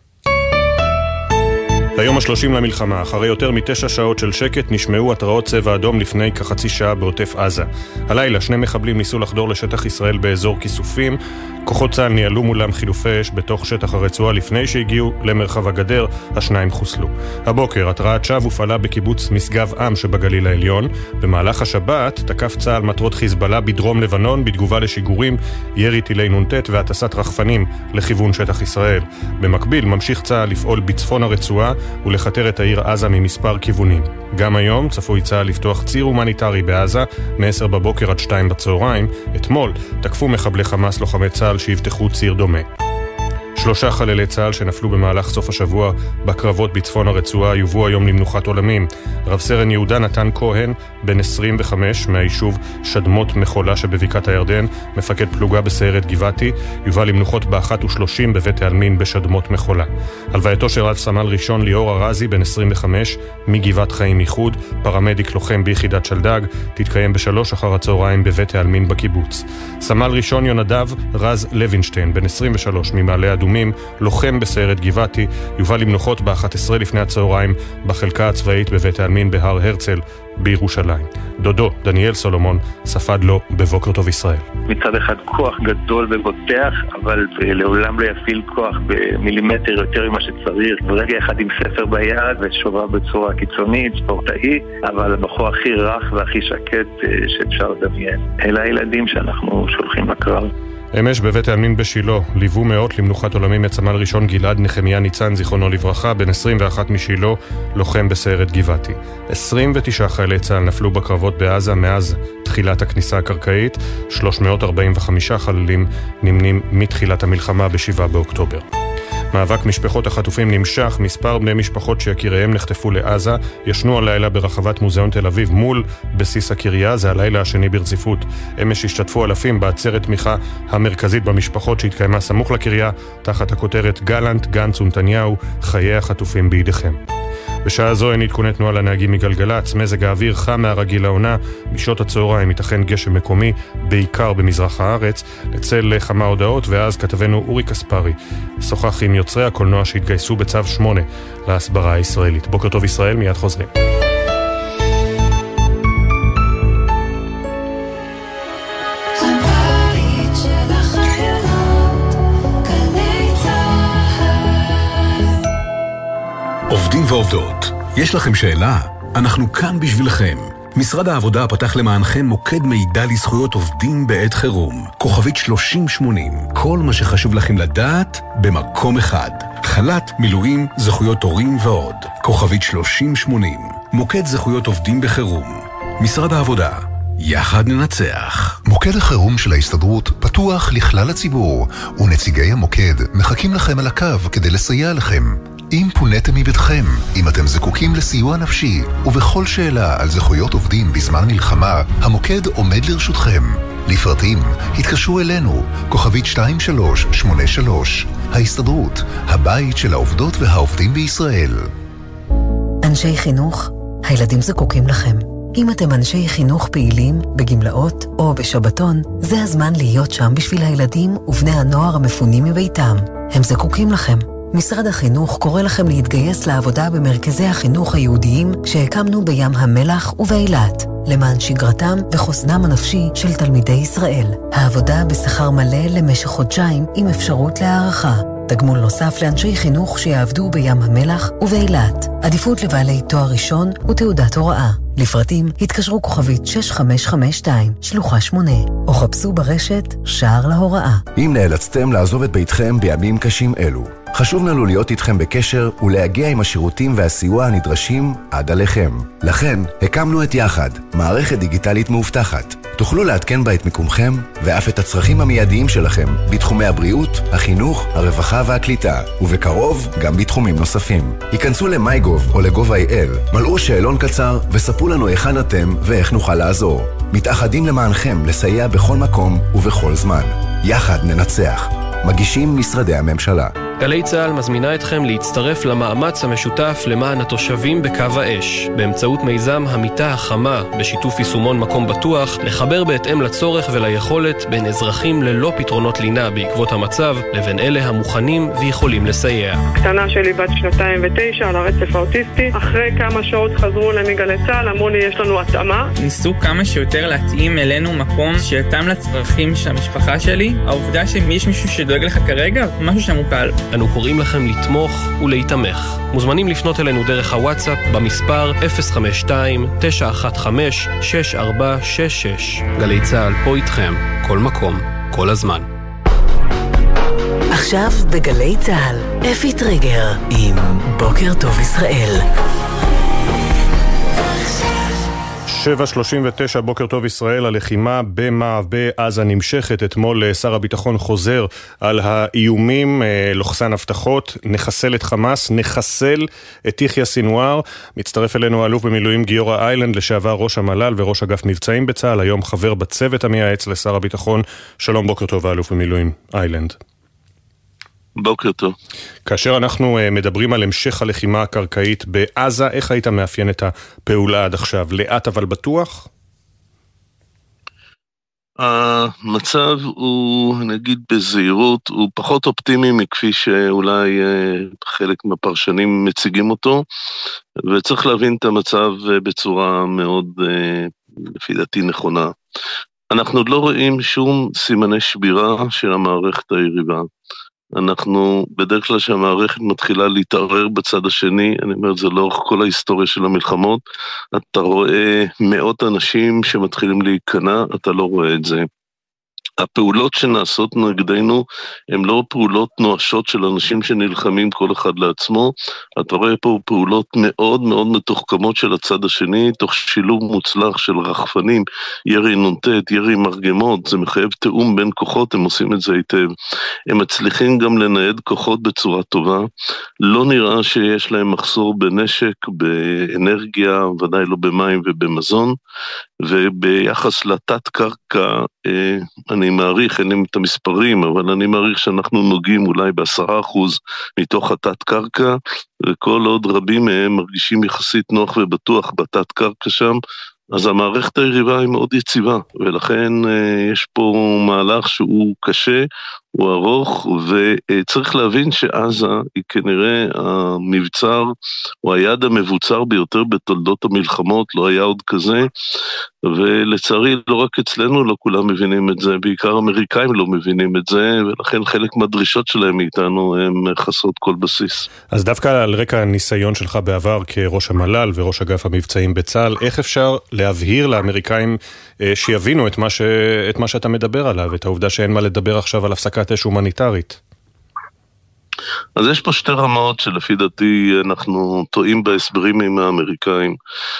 [SPEAKER 2] ליום השלושים למלחמה, אחרי יותר מתשע שעות של שקט, נשמעו התראות צבע אדום לפני כחצי שעה בעוטף עזה. הלילה שני מחבלים ניסו לחדור לשטח ישראל באזור כיסופים. כוחות צה"ל ניהלו מולם חילופי אש בתוך שטח הרצועה לפני שהגיעו למרחב הגדר, השניים חוסלו. הבוקר התרעת שווא הופעלה בקיבוץ משגב עם שבגליל העליון. במהלך השבת תקף צה"ל מטרות חיזבאללה בדרום לבנון בתגובה לשיגורים, ירי טילי נונטט והטסת רחפנים לכיוון שטח ישראל. במקביל ממשיך צה"ל לפעול בצפון הרצועה ולחתר את העיר עזה ממספר כיוונים. גם היום צפוי צה"ל לפתוח ציר הומניטרי בעזה מ-עשר בבוקר עד שתיים בצהריים. אתמול תקפו מחבלי חמאס לוחמי צה"ל שיפתחו ציר דומה. שלושה חללי צה"ל שנפלו במהלך סוף השבוע בקרבות בצפון הרצועה יובאו היום למנוחת עולמים. רב סרן יהודה נתן כהן, בן עשרים וחמש, מהיישוב שדמות מחולה שבבקעת הירדן, מפקד פלוגה בסיירת גבעתי, יובא למנוחות באחת ושלושים בבית העלמין בשדמות מחולה. הלווייתו של רב סמל ראשון ליאור ארזי, בן עשרים וחמש, מגבעת חיים איחוד, פרמדיק לוחם ביחידת שלדג, תתקיים בשלוש אחר הצהריים בבית העלמין בקיבוץ. סמל ראשון יונדב רז לוינשטיין, בן עשרים ושלוש, ממעלה אדומים, לוחם בסיירת גבעתי, יובא למנוחות ב-אחת עשרה לפני הצהריים בחלקה הצבאית בבית העלמין בהר הרצל בירושלים. דודו, דניאל סולומון, ספד לו בבוקר טוב ישראל.
[SPEAKER 13] מצד אחד כוח גדול ובוטח, אבל לעולם לא יפעיל כוח במילימטר יותר ממה שצריך. ברגע אחד עם ספר ביד ושובב בצורה קיצונית, ספורטאי, אבל הבחור הכי רך והכי שקט שאפשר לדמיין. אלה הילדים שאנחנו שולחים לקרב.
[SPEAKER 2] אמש בבית העלמין בשילה ליוו מאות למנוחת עולמים את סמל ראשון גלעד נחמיה ניצן זיכרונו לברכה, בן עשרים ואחת משילה, לוחם בסיירת גבעתי. עשרים ותשעה חיילי צה"ל נפלו בקרבות בעזה מאז תחילת הכניסה הקרקעית, שלוש מאות ארבעים וחמישה חללים נמנים מתחילת המלחמה בשבעה באוקטובר. מאבק משפחות החטופים נמשך. מספר בני משפחות שיקיריהם נחטפו לעזה ישנו הלילה ברחבת מוזיאון תל אביב מול בסיס הקריה. זה הלילה השני ברציפות. אמש השתתפו אלפים בעצרת תמיכה המרכזית במשפחות שהתקיימה סמוך לקריה תחת הכותרת גלנט, גנץ ונתניהו, חיי החטופים בידיכם. בשעה זו אין עדכוני תנועה לנהגים מגלגלץ. מזג האוויר חם מהרגיל לעונה, משעות הצהריים ייתכן גשם מקומי בעיקר במזרח הארץ. נצא לכמה הודעות ואז כתבנו אורי קספרי שוחח עם יוצרי הקולנוע שהתגייסו בצו שמונה להסברה הישראלית. בוקר טוב ישראל, מיד חוזרים.
[SPEAKER 1] עובדים ועובדות, יש לכם שאלה? אנחנו כאן בשבילכם. משרד העבודה פתח למענכם מוקד מידע לזכויות עובדים בעת חירום. כוכבית שלושים שמונים. כל מה שחשוב לכם לדעת במקום אחד. חל"ת, מילואים, זכויות הורים ועוד. כוכבית שלושים שמונים. מוקד זכויות עובדים בחירום. משרד העבודה. יחד ננצח.
[SPEAKER 4] מוקד החירום של ההסתדרות פתוח לכלל הציבור, ונציגי המוקד מחכים לכם על הקו כדי לסייע לכם. אם פונתם מביתכם, אם אתם זקוקים לסיוע נפשי, ובכל שאלה על זכויות עובדים בזמן מלחמה, המוקד עומד לרשותכם. לפרטים, התקשרו אלינו, כוכבית שתיים שלוש שמונה שלוש. ההסתדרות, הבית של העובדות והעובדים בישראל.
[SPEAKER 7] אנשי חינוך, הילדים זקוקים לכם. אם אתם אנשי חינוך פעילים, בגמלאות או בשבתון, זה הזמן להיות שם בשביל הילדים ובני הנוער המפונים מביתם. הם זקוקים לכם. משרד החינוך קורא לכם להתגייס לעבודה במרכזי החינוך היהודיים שהקמנו בים המלח ובאילת, למען שגרתם וחוסנם הנפשי של תלמידי ישראל. העבודה בשכר מלא למשך חודשיים עם אפשרות להערכה. תגמול נוסף לאנשי חינוך שיעבדו בים המלח ובאילת. עדיפות לבעלי תואר ראשון ותעודת הוראה. לפרטים התקשרו כוכבית שש חמש חמש שתיים, שלוחה שמונה, או חפשו ברשת שער להוראה.
[SPEAKER 3] אם נאלצתם לעזוב את ביתכם בימים קשים אלו, חשוב לנו להיות איתכם בקשר ולהגיע עם השירותים והסיוע הנדרשים עד עליכם. לכן, הקמנו את יחד, מערכת דיגיטלית מאובטחת. תוכלו לעדכן בה את מיקומכם ואף את הצרכים המיידיים שלכם בתחומי הבריאות, החינוך, הרווחה והקליטה, ובקרוב גם בתחומים נוספים. היכנסו ל-MyGov או ל-gov.il, מלאו שאלון קצר וספרו לנו היכן אתם ואיך נוכל לעזור. מתאחדים למענכם לסייע בכל מקום ובכל זמן. יחד ננצח. מגישים משרדי הממשלה.
[SPEAKER 5] גלי צהל מזמינה אתכם להצטרף למאמץ המשותף למען התושבים בקו האש, באמצעות מיזם המיטה החמה, בשיתוף יישומון מקום בטוח, לחבר בהתאם לצורך וליכולת בין אזרחים ללא פתרונות לינה בעקבות המצב, לבין אלה המוכנים ויכולים לסייע.
[SPEAKER 10] קטנה שלי בת שנתיים ותשע על הרצף האוטיסטי, אחרי כמה שעות חזרו למגלי צהל, אמרו לי יש לנו התאמה.
[SPEAKER 12] ניסו כמה שיותר להתאים אלינו מקום שיתם לצרכים של המשפחה שלי. העובדה שיש מישהו שדואג לך כרגע, משהו שמוקל.
[SPEAKER 5] אנו קוראים לכם לתמוך ולהתמך. מוזמנים לפנות אלינו דרך הוואטסאפ במספר אפס חמש שתיים תשע אחת חמש שש ארבע שש שש. גלי צהל פה איתכם, כל מקום, כל הזמן.
[SPEAKER 7] עכשיו בגלי צהל, אפי טריגר עם בוקר טוב ישראל.
[SPEAKER 2] שבע שלושים ותשע, בוקר טוב ישראל. הלחימה במעבה עזה נמשכת. אתמול שר הביטחון חוזר על האיומים, לוחסן הבטחות, נחסל את חמאס, נחסל את יחיא סינואר. מצטרף אלינו האלוף במילואים גיורא איילנד, לשעבר ראש המל"ל וראש אגף מבצעים בצה"ל, היום חבר בצוות המייעץ לשר הביטחון. שלום, בוקר טוב האלוף במילואים איילנד.
[SPEAKER 25] בוקר טוב.
[SPEAKER 2] כאשר אנחנו מדברים על המשך הלחימה הקרקעית בעזה, איך היית מאפיין את הפעולה עד עכשיו? לאט אבל בטוח?
[SPEAKER 25] המצב הוא, נגיד בזהירות, הוא פחות אופטימי מכפי שאולי חלק מהפרשנים מציגים אותו, וצריך להבין את המצב בצורה מאוד, לפי דעתי, נכונה. אנחנו לא רואים שום סימני שבירה של המערכת היריבה. אנחנו, בדרך כלל שהמערכת מתחילה להתערער בצד השני, אני אומר, זה לאורך כל ההיסטוריה של המלחמות, אתה רואה מאות אנשים שמתחילים להיכנע, אתה לא רואה את זה. הפעולות שנעשות נגדנו הן לא פעולות נואשות של אנשים שנלחמים כל אחד לעצמו, אתה רואה פה פעולות מאוד מאוד מתוחכמות של הצד השני, תוך שילוב מוצלח של רחפנים, ירי נונטט, ירי מרגמות, זה מחייב תאום בין כוחות, הם עושים את זה היטב. הם מצליחים גם לנייד כוחות בצורה טובה, לא נראה שיש להם מחסור בנשק, באנרגיה, ודאי לא במים ובמזון, וביחס לתת קרקע, אני מעריך, אין לי את המספרים, אבל אני מעריך שאנחנו נוגעים אולי בעשרה אחוז מתוך התת קרקע, וכל עוד רבים מהם מרגישים יחסית נוח ובטוח בתת קרקע שם, אז המערכת היריבה היא מאוד יציבה, ולכן יש פה מהלך שהוא קשה, הוא ארוך, וצריך להבין שעזה היא כנראה המבצר, או היד המבוצר ביותר בתולדות המלחמות, לא היה עוד כזה, ולצערי לא רק אצלנו לא כולם מבינים את זה, בעיקר אמריקאים לא מבינים את זה, ולכן חלק מהדרישות שלהם מאיתנו הם חסרות כל בסיס.
[SPEAKER 2] אז דווקא על רקע הניסיון שלך בעבר כראש המל"ל וראש אגף המבצעים בצה"ל, איך אפשר להבהיר לאמריקאים שיבינו את מה, ש... את מה שאתה מדבר עליו, את העובדה שאין מה לדבר עכשיו על הפסקת אש הומניטרית?
[SPEAKER 25] אז יש פה שתי רמות שלפי דעתי אנחנו טועים בהסברים עם האמריקאים.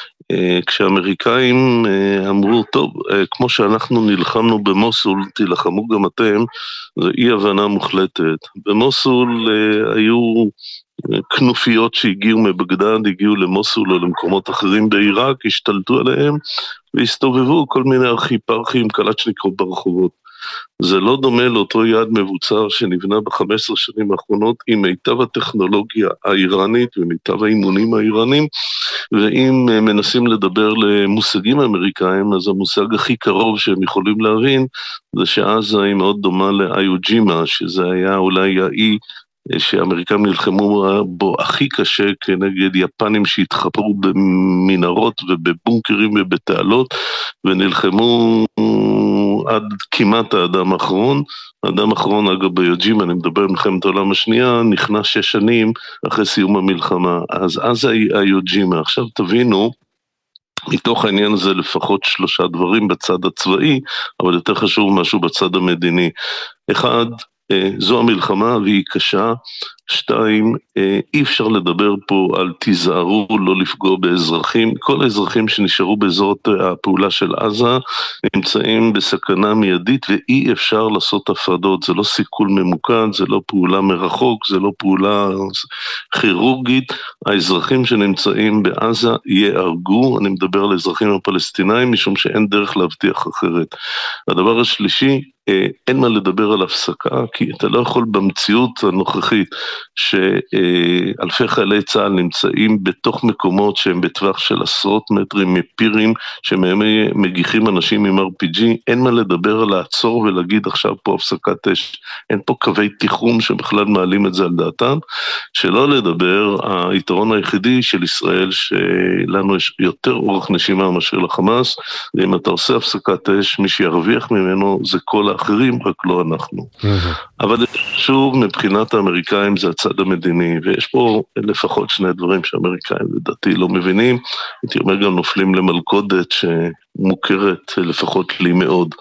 [SPEAKER 25] כשהאמריקאים אמרו, טוב, כמו שאנחנו נלחמנו במוסול, תלחמו גם אתם, זו אי הבנה מוחלטת. במוסול היו כנופיות שהגיעו מבגדד, הגיעו למוסול או למקומות אחרים בעיראק, השתלטו עליהם והסתובבו כל מיני ארכיפרחים, קלצ'ניקוב ברחובות. זה לא דומה לאותו יעד מבוצר שנבנה ב-חמש עשרה שנים האחרונות עם מיטב הטכנולוגיה האיראנית ומיטב האימונים האיראנים, ואם מנסים לדבר למושגים אמריקאים, אז המושג הכי קרוב שהם יכולים להבין זה שעזה היא מאוד דומה לאיוג'ימה, שזה היה אולי האי שהאמריקאים נלחמו בו הכי קשה כנגד יפנים שהתחפרו במנהרות ובבונקרים ובתעלות, ונלחמו עד כמעט האדם האחרון. האדם האחרון, אגב, ביוג'ימה, אני מדבר במלחמת העולם השנייה, נכנס שש שנים אחרי סיום המלחמה. אז אז היוג'ימה. עכשיו תבינו, מתוך העניין הזה לפחות שלושה דברים בצד הצבאי, אבל יותר חשוב משהו בצד המדיני. אחד, זו המלחמה והיא קשה. שתיים, אי אפשר לדבר פה על תיזהרו לא לפגוע באזרחים. כל האזרחים שנשארו באזור הפעולה של עזה נמצאים בסכנה מיידית, ואי אפשר לעשות הפרדות. זה לא סיכול ממוקד, זה לא פעולה מרחוק, זה לא פעולה כירורגית. האזרחים שנמצאים בעזה יארגו, אני מדבר על האזרחים הפלסטינאים, משום שאין דרך להבטיח אחרת. הדבר השלישי, אין מה לדבר על הפסקה, כי אתה לא יכול במציאות הנוכחית שאלפי חיילי צה"ל נמצאים בתוך מקומות שהם בטווח של עשרות מטרים מפירים, שמהם מגיחים אנשים עם אר פי ג'י, אין מה לדבר על לעצור ולהגיד עכשיו פה הפסקת אש, אין פה קווי תיחום שבכלל מעלים את זה על דעתם, שלא לדבר, היתרון היחידי של ישראל שלנו יש יותר אורך נשימה מאשר לחמאס, ואם אתה עושה הפסקת אש, מי שירוויח ממנו זה כל האחרים, רק לא אנחנו. אבל שוב, מבחינת האמריקאים זה הצד המדיני, ויש פה לפחות שני דברים שהאמריקאים לדעתי לא מבינים, הייתי אומר גם נופלים למלכודת שמוכרת לפחות לי מאוד.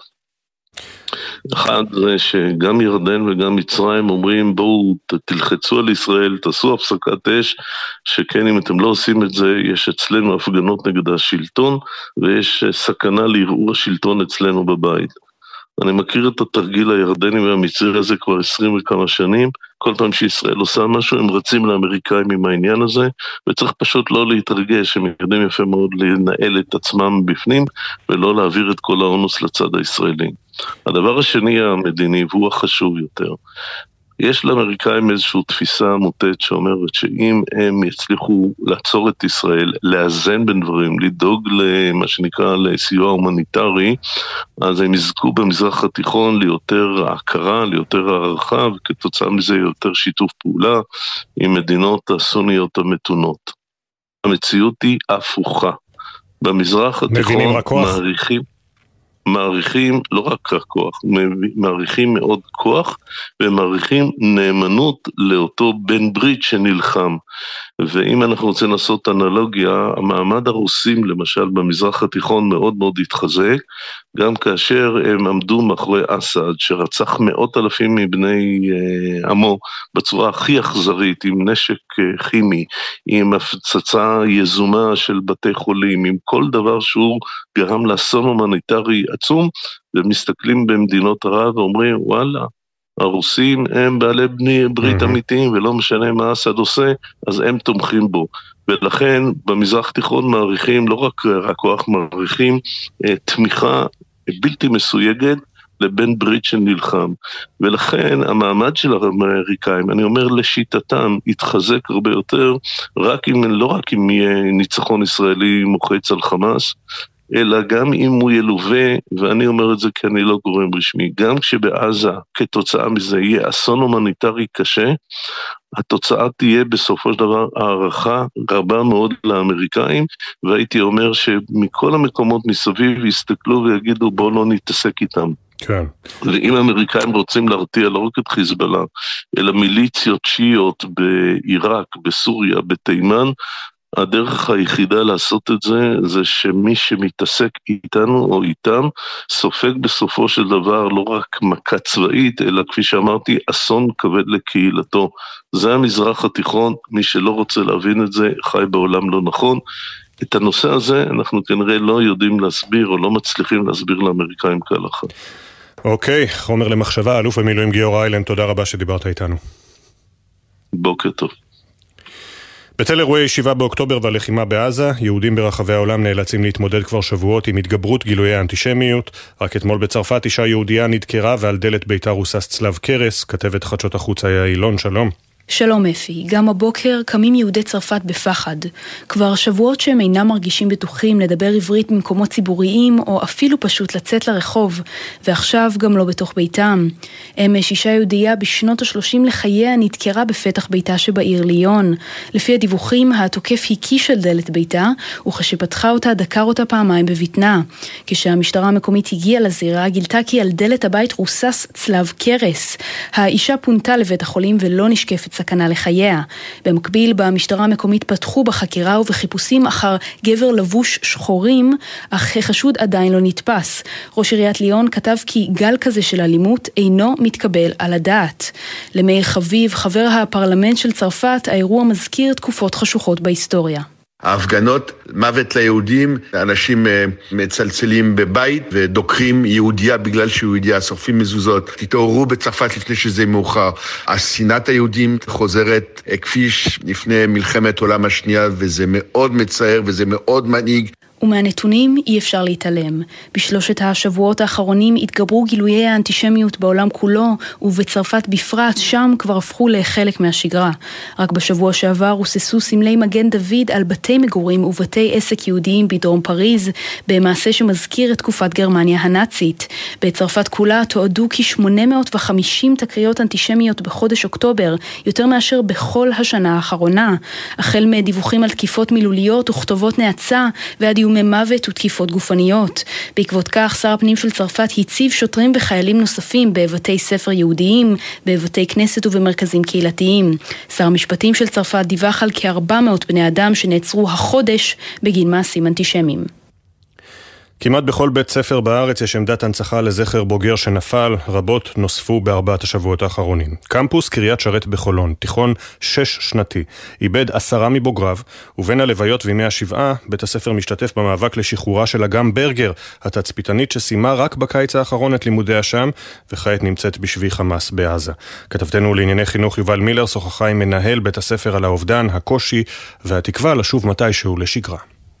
[SPEAKER 25] אחד זה שגם ירדן וגם מצרים אומרים בואו תלחצו על ישראל, תעשו הפסקת אש, שכן אם אתם לא עושים את זה יש אצלנו הפגנות נגד השלטון ויש סכנה לערעור השלטון אצלנו בבית. אני מכיר את התרגיל הירדני והמצרי הזה כבר עשרים וכמה שנים, כל פעם שישראל עושה משהו הם רצים לאמריקאים עם העניין הזה, וצריך פשוט לא להתרגש, הם יודעים יפה מאוד לנהל את עצמם בפנים, ולא להעביר את כל האונוס לצד הישראלי. הדבר השני המדיני, והוא החשוב יותר, יש לאמריקאים איזושהי תפיסה מוטעת שאומרת שאם הם יצליחו לעצור את ישראל, לאזן בין דברים, לדאוג למה שנקרא לסיוע הומניטרי, אז הם יזכו במזרח התיכון ליותר הכרה, ליותר הערכה, וכתוצאה מזה יותר שיתוף פעולה עם מדינות הסוניות המתונות. המציאות היא הפוכה. במזרח התיכון מעריכים מעריכים לא רק כוח, מעריכים מאוד כוח, ומעריכים נאמנות לאותו בן ברית שנלחם. ואם אנחנו רוצים לעשות אנלוגיה, המעמד הרוסים למשל במזרח התיכון מאוד מאוד התחזק, גם כאשר הם עמדו מאחורי אסד, שרצח מאות אלפים מבני עמו, בצורה הכי אכזרית, עם נשק כימי, עם הפצצה יזומה של בתי חולים, עם כל דבר שהוא גרם לאסון הומניטרי עצום, ומסתכלים במדינות ערב ואומרים, וואלה, הרוסים הם בעלי בני ברית אמיתיים, ולא משנה מה אסד עושה, אז הם תומכים בו. ולכן במזרח תיכון מעריכים, לא רק הכוח, מעריכים תמיכה בלתי מסויגת לבן ברית שנלחם. ולכן המעמד של האמריקאים, אני אומר לשיטתם, יתחזק הרבה יותר, רק אם, לא רק אם יהיה ניצחון ישראלי מוחץ על חמאס, אלא גם אם הוא ילווה, ואני אומר את זה כי אני לא גורם רשמי, גם כשבעזה כתוצאה מזה יהיה אסון הומניטרי קשה, התוצאה תהיה בסופו של דבר הערכה רבה מאוד לאמריקאים, והייתי אומר שמכל המקומות מסביב יסתכלו ויגידו בואו לא נתעסק איתם.
[SPEAKER 2] כן.
[SPEAKER 25] ואם האמריקאים רוצים להרתיע לא רק את חיזבאללה, אלא מיליציות שיעיות בעיראק, בסוריה, בתימן, הדרך היחידה לעשות את זה, זה שמי שמתעסק איתנו או איתם, סופג בסופו של דבר לא רק מכה צבאית, אלא כפי שאמרתי, אסון כבד לקהילתו. זה המזרח התיכון, מי שלא רוצה להבין את זה, חי בעולם לא נכון. את הנושא הזה אנחנו כנראה לא יודעים להסביר, או לא מצליחים להסביר לאמריקאים כהלכה.
[SPEAKER 2] אוקיי, חומר למחשבה, אלוף במילואים גיורא איילנד, תודה רבה שדיברת איתנו.
[SPEAKER 25] בוקר טוב.
[SPEAKER 2] בצל אירועי שבעה באוקטובר והלחימה בעזה, יהודים ברחבי העולם נאלצים להתמודד כבר שבועות עם התגברות גילויי האנטישמיות. רק אתמול בצרפת אישה יהודייה נדקרה ועל דלת ביתה רוסס צלב קרס. כתבת חדשות החוץ היה אילון, שלום.
[SPEAKER 9] שלום אפי, גם הבוקר קמים יהודי צרפת בפחד. כבר שבועות שהם אינם מרגישים בטוחים לדבר עברית במקומות ציבוריים או אפילו פשוט לצאת לרחוב, ועכשיו גם לא בתוך ביתם. אמש אישה יהודייה בשנות ה-שלושים לחייה נדקרה בפתח ביתה שבעיר ליון. לפי הדיווחים, התוקף הקיש על דלת ביתה, וכשפתחה אותה דקר אותה פעמיים בבטנה. כשהמשטרה המקומית הגיעה לזירה, גילתה כי על דלת הבית רוסס צלב קרס. האישה פונתה לבית החולים ולא נשקפת סכנה לחייה. במקביל, במשטרה המקומית פתחו בחקירה ובחיפושים אחר גבר לבוש שחורים, אך החשוד עדיין לא נתפס. ראש עיריית ליון כתב כי גל כזה של אלימות אינו מתקבל על הדעת. למאיר חביב, חבר הפרלמנט של צרפת, האירוע מזכיר תקופות חשוכות בהיסטוריה.
[SPEAKER 11] ההפגנות, מוות ליהודים, אנשים מצלצלים בבית ודוקרים יהודיה בגלל שיהודיה, שורפים מזוזות. תתעוררו בצרפת לפני שזה מאוחר. השנאת היהודים חוזרת כפי לפני מלחמת העולם השנייה, וזה מאוד מצער וזה מאוד מנהיג.
[SPEAKER 9] ומהנתונים אי אפשר להתעלם. בשלושת השבועות האחרונים התגברו גילויי האנטישמיות בעולם כולו, ובצרפת בפרט, שם כבר הפכו לחלק מהשגרה. רק בשבוע שעבר רוססו סמלי מגן דוד על בתי מגורים ובתי עסק יהודיים בדרום פריז, במעשה שמזכיר את תקופת גרמניה הנאצית. בצרפת כולה תועדו כ-שמונה מאות וחמישים תקריות אנטישמיות בחודש אוקטובר, יותר מאשר בכל השנה האחרונה. החל מדיווחים על תקיפות מילוליות וכתובות נאצה, ועד איומי מוות ותקיפות גופניות. בעקבות כך, שר הפנים של צרפת הציב שוטרים וחיילים נוספים בבתי ספר יהודיים, בבתי כנסת ובמרכזים קהילתיים. שר המשפטים של צרפת דיווח על כ-ארבע מאות בני אדם שנעצרו החודש בגין מעשים אנטישמיים.
[SPEAKER 2] כמעט בכל בית ספר בארץ יש עמדת הנצחה לזכר בוגר שנפל, רבות נוספו בארבעת השבועות האחרונים. קמפוס קריית שרת בחולון, תיכון שש שנתי, איבד עשרה מבוגריו, ובין הלוויות וימי השבעה, בית הספר משתתף במאבק לשחרורה של אגם ברגר, התצפיתנית שסיימה רק בקיץ האחרון את לימודיה שם, וכעת נמצאת בשבי חמאס בעזה. כתבתנו לענייני חינוך יובל מילר שוחחה עם מנהל בית הספר על האובדן, הקושי והתקווה לשוב מתישהו לשגרה.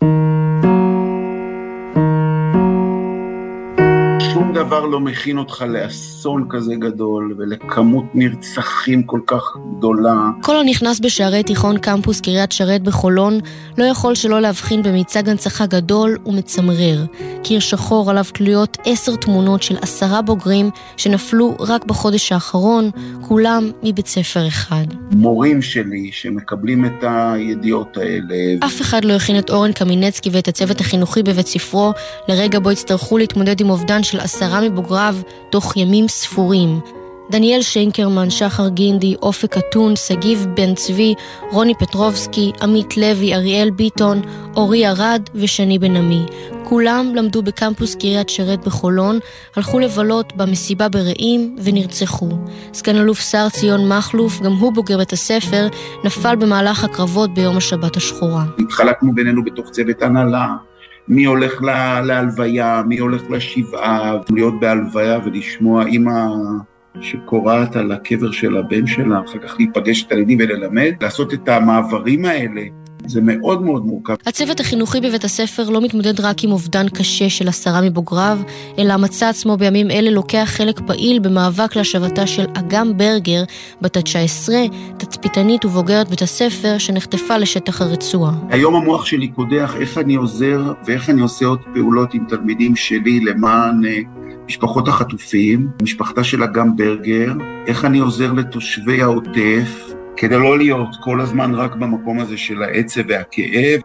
[SPEAKER 14] שום דבר לא מכין אותך לאסון כזה גדול ולכמות נרצחים כל כך גדולה.
[SPEAKER 15] כל הנכנס בשערי תיכון קמפוס קריית שרת בחולון לא יכול שלא להבחין במיצג הנצחה גדול ומצמרר. קיר שחור עליו תלויות עשר תמונות של עשרה בוגרים שנפלו רק בחודש האחרון, כולם מבית ספר אחד.
[SPEAKER 14] מורים שלי שמקבלים את הידיעות האלה.
[SPEAKER 15] אף אחד לא הכין את אורן קמינצקי ואת הצוות החינוכי בבית ספרו לרגע בו הצטרכו להתמודד עם אובדן של עשרה מבוגריו תוך ימים ספורים. דניאל שיינקרמן, שחר גינדי, אופק אתון, סגיב בן צבי, רוני פטרובסקי, עמית לוי, אריאל ביטון, אורי ארד ושני בן עמי. כולם למדו בקמפוס קריית שרת בחולון, הלכו לבלות במסיבה ברעים ונרצחו. סגן אלוף שר ציון מחלוף, גם הוא בוגר בית הספר, נפל במהלך הקרבות ביום השבת השחורה.
[SPEAKER 14] התחלקנו בינינו בתוך צוות הנהלה. מי הולך לה, להלוויה, מי הולך לשבעה, להיות בהלוויה ולשמוע אמא שקוראת על הקבר של הבן שלה, אחר כך להיפגש את הילדים וללמד, לעשות את המעברים האלה. זה מאוד מאוד מורכב.
[SPEAKER 15] הצוות החינוכי בבית הספר לא מתמודד רק עם אובדן קשה של עשרה מבוגריו, אלא המצא עצמו בימים אלה לוקח חלק פעיל במאבק להשבתה של אגם ברגר, בת ה-תשע עשרה, תצפיתנית ובוגרת בית הספר שנחטפה לשטח הרצועה.
[SPEAKER 14] היום המוח שלי קודח איך אני עוזר ואיך אני עושה עוד פעולות עם תלמידים שלי למען משפחות החטופים, משפחתה של אגם ברגר, איך אני עוזר לתושבי העוטף, כדי לא להיות כל הזמן רק במקום הזה של העצב והכאב.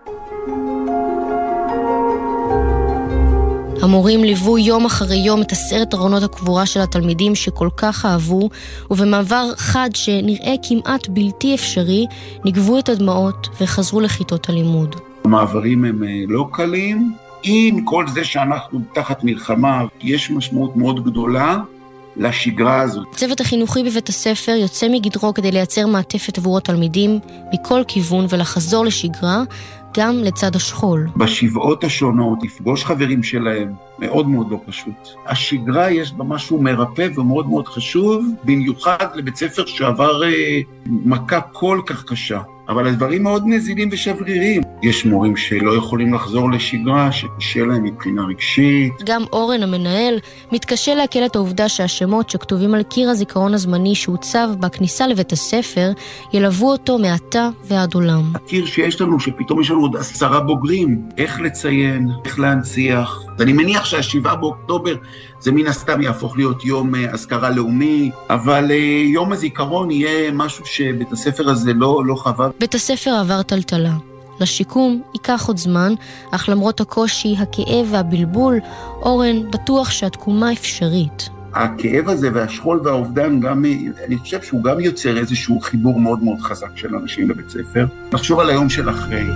[SPEAKER 15] המורים ליוו יום אחרי יום את עשרת ארונות הקבורה של התלמידים שכל כך אהבו, ובמעבר חד שנראה כמעט בלתי אפשרי, נגבו את הדמעות וחזרו לכיתות הלימוד.
[SPEAKER 14] המעברים הם לא קלים. עם כל זה שאנחנו תחת מלחמה, יש משמעות מאוד גדולה לשגרה הזאת.
[SPEAKER 15] צוות החינוכי בבית הספר יוצא מגדרו כדי לייצר מעטפת עבור התלמידים מכל כיוון ולחזור לשגרה, גם לצד השכול.
[SPEAKER 14] בשבעות השונות, לפגוש חברים שלהם, מאוד מאוד לא פשוט. השגרה יש בה משהו מרפא ומאוד מאוד חשוב, במיוחד לבית ספר שעבר אה, מכה כל כך קשה. אבל הדברים מאוד נזילים ושברירים. יש מורים שלא יכולים לחזור לשגרה, שקשה להם מבחינה רגשית.
[SPEAKER 15] גם אורן המנהל מתקשה להקל את העובדה שהשמות שכתובים על קיר הזיכרון הזמני שהוצב בכניסה לבית הספר ילוו אותו מעתה ועד עולם.
[SPEAKER 14] הקיר שיש לנו, שפתאום יש לנו עוד עשרה בוגרים, איך לציין, איך להנציח. אני מניח שהשבעה באוקטובר זה מן הסתם יהפוך להיות יום אזכרה לאומי, אבל יום הזיכרון יהיה משהו שבית הספר הזה לא, לא חווה.
[SPEAKER 15] בית הספר עבר טלטלה. לשיקום ייקח עוד זמן, אך למרות הקושי, הכאב והבלבול, אורן בטוח שהתקומה אפשרית.
[SPEAKER 14] הכאב הזה והשכול והאובדן, גם, אני חושב שהוא גם יוצר איזשהו חיבור מאוד מאוד חזק של אנשים לבית ספר. נחשוב על היום של אחרי.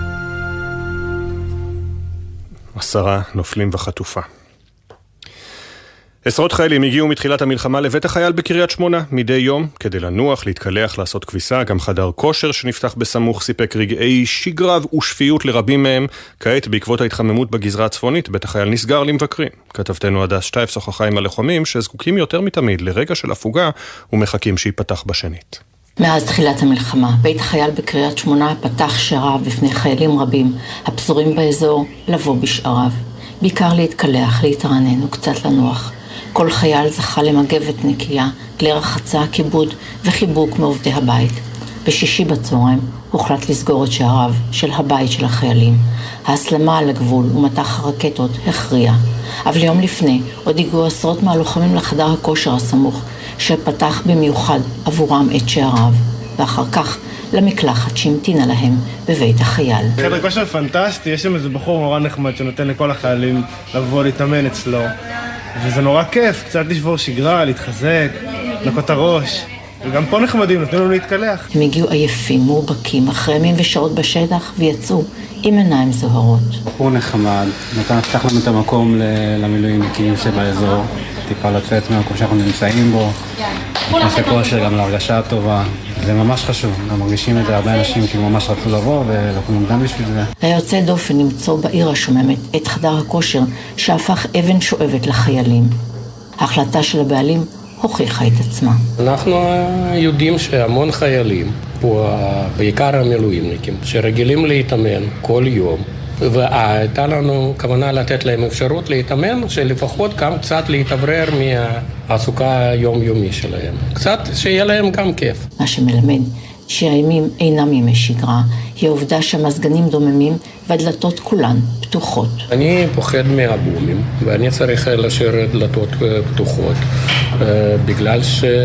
[SPEAKER 2] עשרה נופלים וחטופה. עשרות חיילים הגיעו מתחילת המלחמה לבית החייל בקריית שמונה מדי יום כדי לנוח, להתקלח, לעשות כביסה. גם חדר כושר שנפתח בסמוך סיפק רגעי שגרה ושפיות לרבים מהם. כעת בעקבות ההתחממות בגזרה הצפונית בית החייל נסגר למבקרים. כתבתנו הדס שטייף שוחחה עם הלוחמים שזקוקים יותר מתמיד לרגע של הפוגה ומחכים שיפתח בשנית.
[SPEAKER 6] מאז תחילת המלחמה, בית החייל בקריית שמונה פתח שעריו בפני חיילים רבים הפזורים באזור לבוא בשעריו. בעיקר להתקלח, להתרענן וקצת לנוח. כל חייל זכה למגבת נקייה, כלי רחצה, כיבוד וחיבוק מעובדי הבית. בשישי בצהריים הוחלט לסגור את שעריו של הבית של החיילים. ההסלמה על הגבול ומטח הרקטות הכריע. אבל יום לפני עוד הגיעו עשרות מהלוחמים לחדר הכושר הסמוך, שפתח במיוחד עבורם את שעריו, ואחר כך למקלחת שהמתינה להם בבית החייל.
[SPEAKER 19] חדר כושר פנטסטי, יש שם איזה בחור נורא נחמד שנותן לכל החיילים לבוא להתאמן אצלו. וזה נורא כיף, קצת לשבור שגרה, להתחזק, לנקות הראש. וגם פה נחמדים, נותנים לנו להתקלח.
[SPEAKER 6] הם הגיעו עייפים, מורבקים, אחרי ימים ושעות בשטח, ויצאו עם עיניים זוהרות.
[SPEAKER 21] בחור נחמד, נתן פתח לנו את המקום למילואימניקים שבאזור, טיפה לצאת מהמקום שאנחנו נמצאים בו, נכנסי כושר גם להרגשה טובה. זה ממש חשוב, גם מרגישים את זה, הרבה אנשים כאילו ממש רצו לבוא ולקום מוקדם בשביל זה.
[SPEAKER 6] היה יוצא דופן למצוא בעיר השוממת את חדר הכושר שהפך אבן שואבת לחיילים. ההחלטה של הבעלים הוכיחה את עצמה.
[SPEAKER 16] אנחנו יודעים שהמון חיילים, פה בעיקר המילואימניקים, שרגילים להתאמן כל יום, והייתה לנו כוונה לתת להם אפשרות להתאמן, שלפחות גם קצת להתעברר מהעסוקה היומיומי שלהם. קצת שיהיה להם גם כיף.
[SPEAKER 6] מה שמלמד שהימים אינם ימי שגרה, היא העובדה שהמזגנים דוממים והדלתות כולן פתוחות.
[SPEAKER 16] אני פוחד מהבומים, ואני צריך להשאיר דלתות פתוחות, בגלל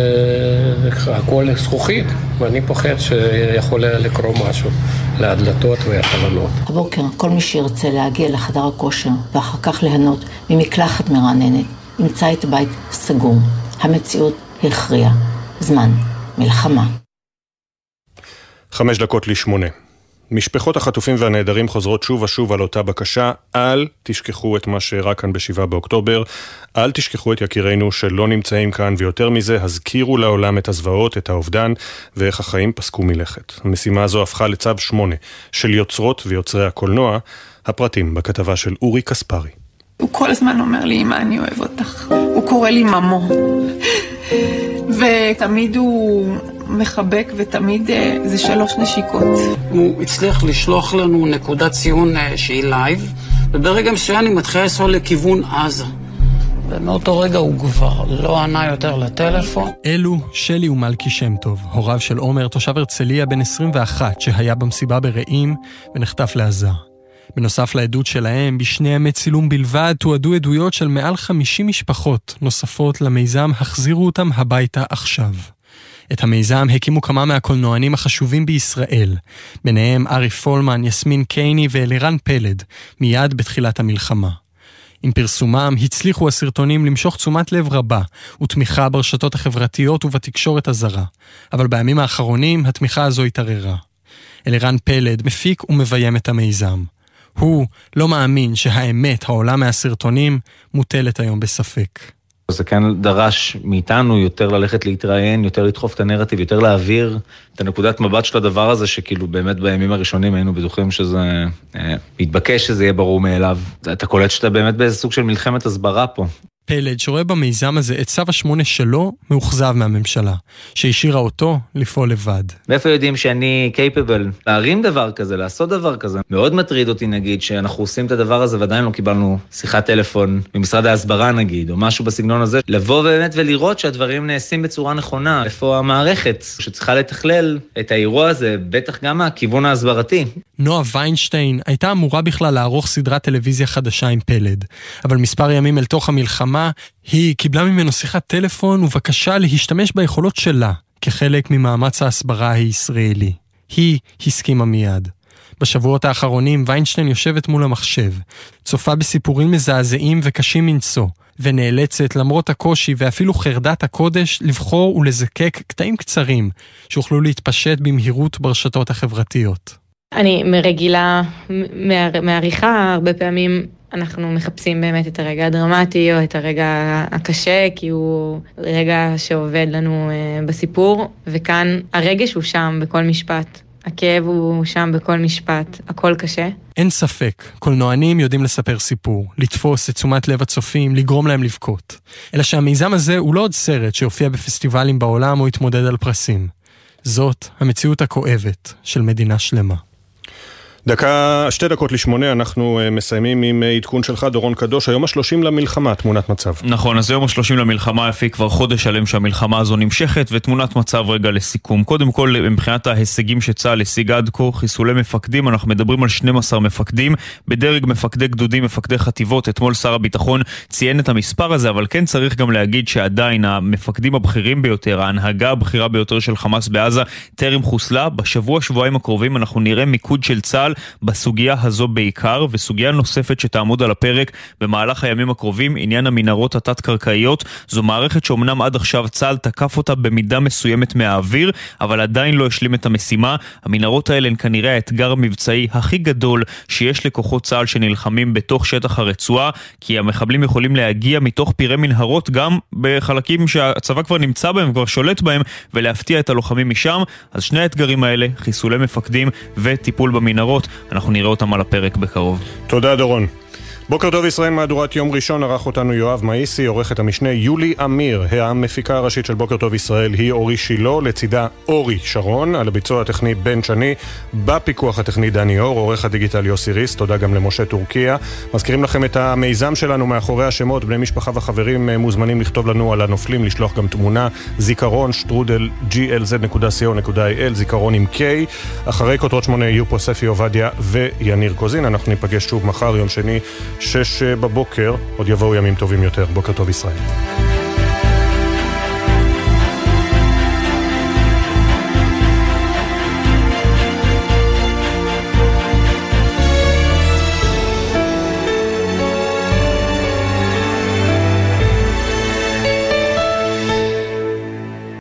[SPEAKER 16] שהכל זכוכית, ואני פוחד שיכול לקרוא משהו להדלתות והחלונות.
[SPEAKER 6] הבוקר כל מי שירצה להגיע לחדר הכושר ואחר כך ליהנות ממקלחת מרעננת, ימצא את בית סגור. המציאות הכריעה. זמן מלחמה.
[SPEAKER 2] חמש דקות לשמונה. משפחות החטופים והנעדרים חוזרות שוב ושוב על אותה בקשה, אל תשכחו את מה שאירע כאן בשבעה באוקטובר, אל תשכחו את יקירינו שלא נמצאים כאן, ויותר מזה, הזכירו לעולם את הזוועות, את האובדן, ואיך החיים פסקו מלכת. המשימה הזו הפכה לצו שמונה של יוצרות ויוצרי הקולנוע, הפרטים בכתבה של אורי קספרי.
[SPEAKER 17] הוא כל הזמן אומר לי, אמא, אני אוהב אותך. הוא קורא לי ממו. ותמיד הוא מחבק, ותמיד זה שלוש נשיקות.
[SPEAKER 18] הוא הצליח לשלוח לנו נקודת ציון שהיא לייב, וברגע מסוים אני מתחילה לנסוע לכיוון עזה. ומאותו רגע הוא כבר לא ענה יותר לטלפון.
[SPEAKER 20] אלו שלי ומלכי שם טוב, הוריו של עומר, תושב הרצליה בן עשרים ואחת, שהיה במסיבה ברעים ונחטף לעזה. בנוסף לעדות שלהם, בשני ימי צילום בלבד תועדו עדויות של מעל חמישים משפחות נוספות למיזם החזירו אותם הביתה עכשיו. את המיזם הקימו כמה מהקולנוענים החשובים בישראל, ביניהם ארי פולמן, יסמין קייני ואלירן פלד, מיד בתחילת המלחמה. עם פרסומם הצליחו הסרטונים למשוך תשומת לב רבה ותמיכה ברשתות החברתיות ובתקשורת הזרה, אבל בימים האחרונים התמיכה הזו התערערה. אלירן פלד מפיק ומביים את המיזם. הוא לא מאמין שהאמת העולה מהסרטונים מוטלת היום בספק.
[SPEAKER 26] זה כן דרש מאיתנו יותר ללכת להתראיין, יותר לדחוף את הנרטיב, יותר להעביר את הנקודת מבט של הדבר הזה, שכאילו באמת בימים הראשונים היינו בטוחים שזה אה, מתבקש שזה יהיה ברור מאליו. אתה קולט שאתה באמת באיזה סוג של מלחמת הסברה פה.
[SPEAKER 20] פלד, שרואה במיזם הזה את צו השמונה שלו, מאוכזב מהממשלה, שהשאירה אותו לפעול לבד.
[SPEAKER 26] מאיפה יודעים שאני קייפבל להרים דבר כזה, לעשות דבר כזה? מאוד מטריד אותי, נגיד, שאנחנו עושים את הדבר הזה ועדיין לא קיבלנו שיחת טלפון ממשרד ההסברה, נגיד, או משהו בסגנון הזה, לבוא באמת ולראות שהדברים נעשים בצורה נכונה. איפה המערכת שצריכה לתכלל את האירוע הזה, בטח גם מהכיוון ההסברתי.
[SPEAKER 20] נועה ויינשטיין הייתה אמורה בכלל לערוך סדרת טלוויזיה חדשה עם פלד, אבל מספר ימים אל תוך המלחמה, היא קיבלה ממנו שיחת טלפון ובקשה להשתמש ביכולות שלה, כחלק ממאמץ ההסברה הישראלי. היא הסכימה מיד. בשבועות האחרונים ויינשטיין יושבת מול המחשב, צופה בסיפורים מזעזעים וקשים מנשוא, ונאלצת למרות הקושי ואפילו חרדת הקודש לבחור ולזקק קטעים קצרים שיוכלו להתפשט במהירות ברשתות החברתיות.
[SPEAKER 1] אני מרגילה מעריכה, הרבה פעמים אנחנו מחפשים באמת את הרגע הדרמטי או את הרגע הקשה, כי הוא רגע שעובד לנו בסיפור, וכאן הרגש הוא שם בכל משפט. הכאב הוא שם בכל משפט, הכל קשה.
[SPEAKER 20] אין ספק, קולנוענים יודעים לספר סיפור, לתפוס את תשומת לב הצופים, לגרום להם לבכות. אלא שהמיזם הזה הוא לא עוד סרט שיופיע בפסטיבלים בעולם או יתמודד על פרסים. זאת המציאות הכואבת של מדינה שלמה.
[SPEAKER 2] דקה, שתי דקות לשמונה, אנחנו מסיימים עם עדכון שלך, דורון קדוש. היום השלושים למלחמה, תמונת מצב.
[SPEAKER 8] נכון, אז היום השלושים למלחמה, יפי כבר חודש שלם שהמלחמה הזו נמשכת, ותמונת מצב רגע לסיכום. קודם כל, מבחינת ההישגים שצה"ל השיג עד כה, חיסולי מפקדים, אנחנו מדברים על שנים עשר מפקדים, בדרג מפקדי גדודים, מפקדי חטיבות. אתמול שר הביטחון ציין את המספר הזה, אבל כן צריך גם להגיד שעדיין המפקדים הבכירים ביותר, ההנהגה הבכירה ביותר של חמאס בעזה, טרם חוסלה. בשבוע, שבועיים הקרובים אנחנו נראה מיקוד של צה"ל בסוגיה הזו בעיקר, וסוגיה נוספת שתעמוד על הפרק במהלך הימים הקרובים, עניין המנהרות התת-קרקעיות. זו מערכת שאומנם עד עכשיו צה"ל תקף אותה במידה מסוימת מהאוויר, אבל עדיין לא השלים את המשימה. המנהרות האלה הן כנראה האתגר המבצעי הכי גדול שיש לכוחות צה"ל שנלחמים בתוך שטח הרצועה, כי המחבלים יכולים להגיע מתוך פירי מנהרות גם בחלקים שהצבא כבר נמצא בהם, כבר שולט בהם, ולהפתיע את הלוחמים משם. אז שני האתגרים האלה, חיסולי מפקדים וטיפול במנהרות, אנחנו נראה אותם על הפרק בקרוב.
[SPEAKER 2] תודה דורון. בוקר טוב ישראל, מהדורת יום ראשון, ערך אותנו יואב מאיסי, עורכת המשנה יולי אמיר, המפיקה הראשית של בוקר טוב ישראל היא אורי שילו, לצידה אורי שרון, על הביצוע הטכני בן שני, בפיקוח הטכני דני אור, עורך הדיגיטל יוסי ריס, תודה גם למשה טורקיה. מזכירים לכם את המיזם שלנו מאחורי השמות, בני משפחה וחברים מוזמנים לכתוב לנו על הנופלים, לשלוח גם תמונה, זיכרון שטרודל ג'י אל זד נקודה סי או נקודה איי אל, זיכרון עם K. אחרי כותרות שמונה יהיו פה ספי עובדיה ויניר קוזין. אנחנו ניפגש שוב מחר, יום שני, שש בבוקר. עוד יבואו ימים טובים יותר. בוקר טוב ישראל.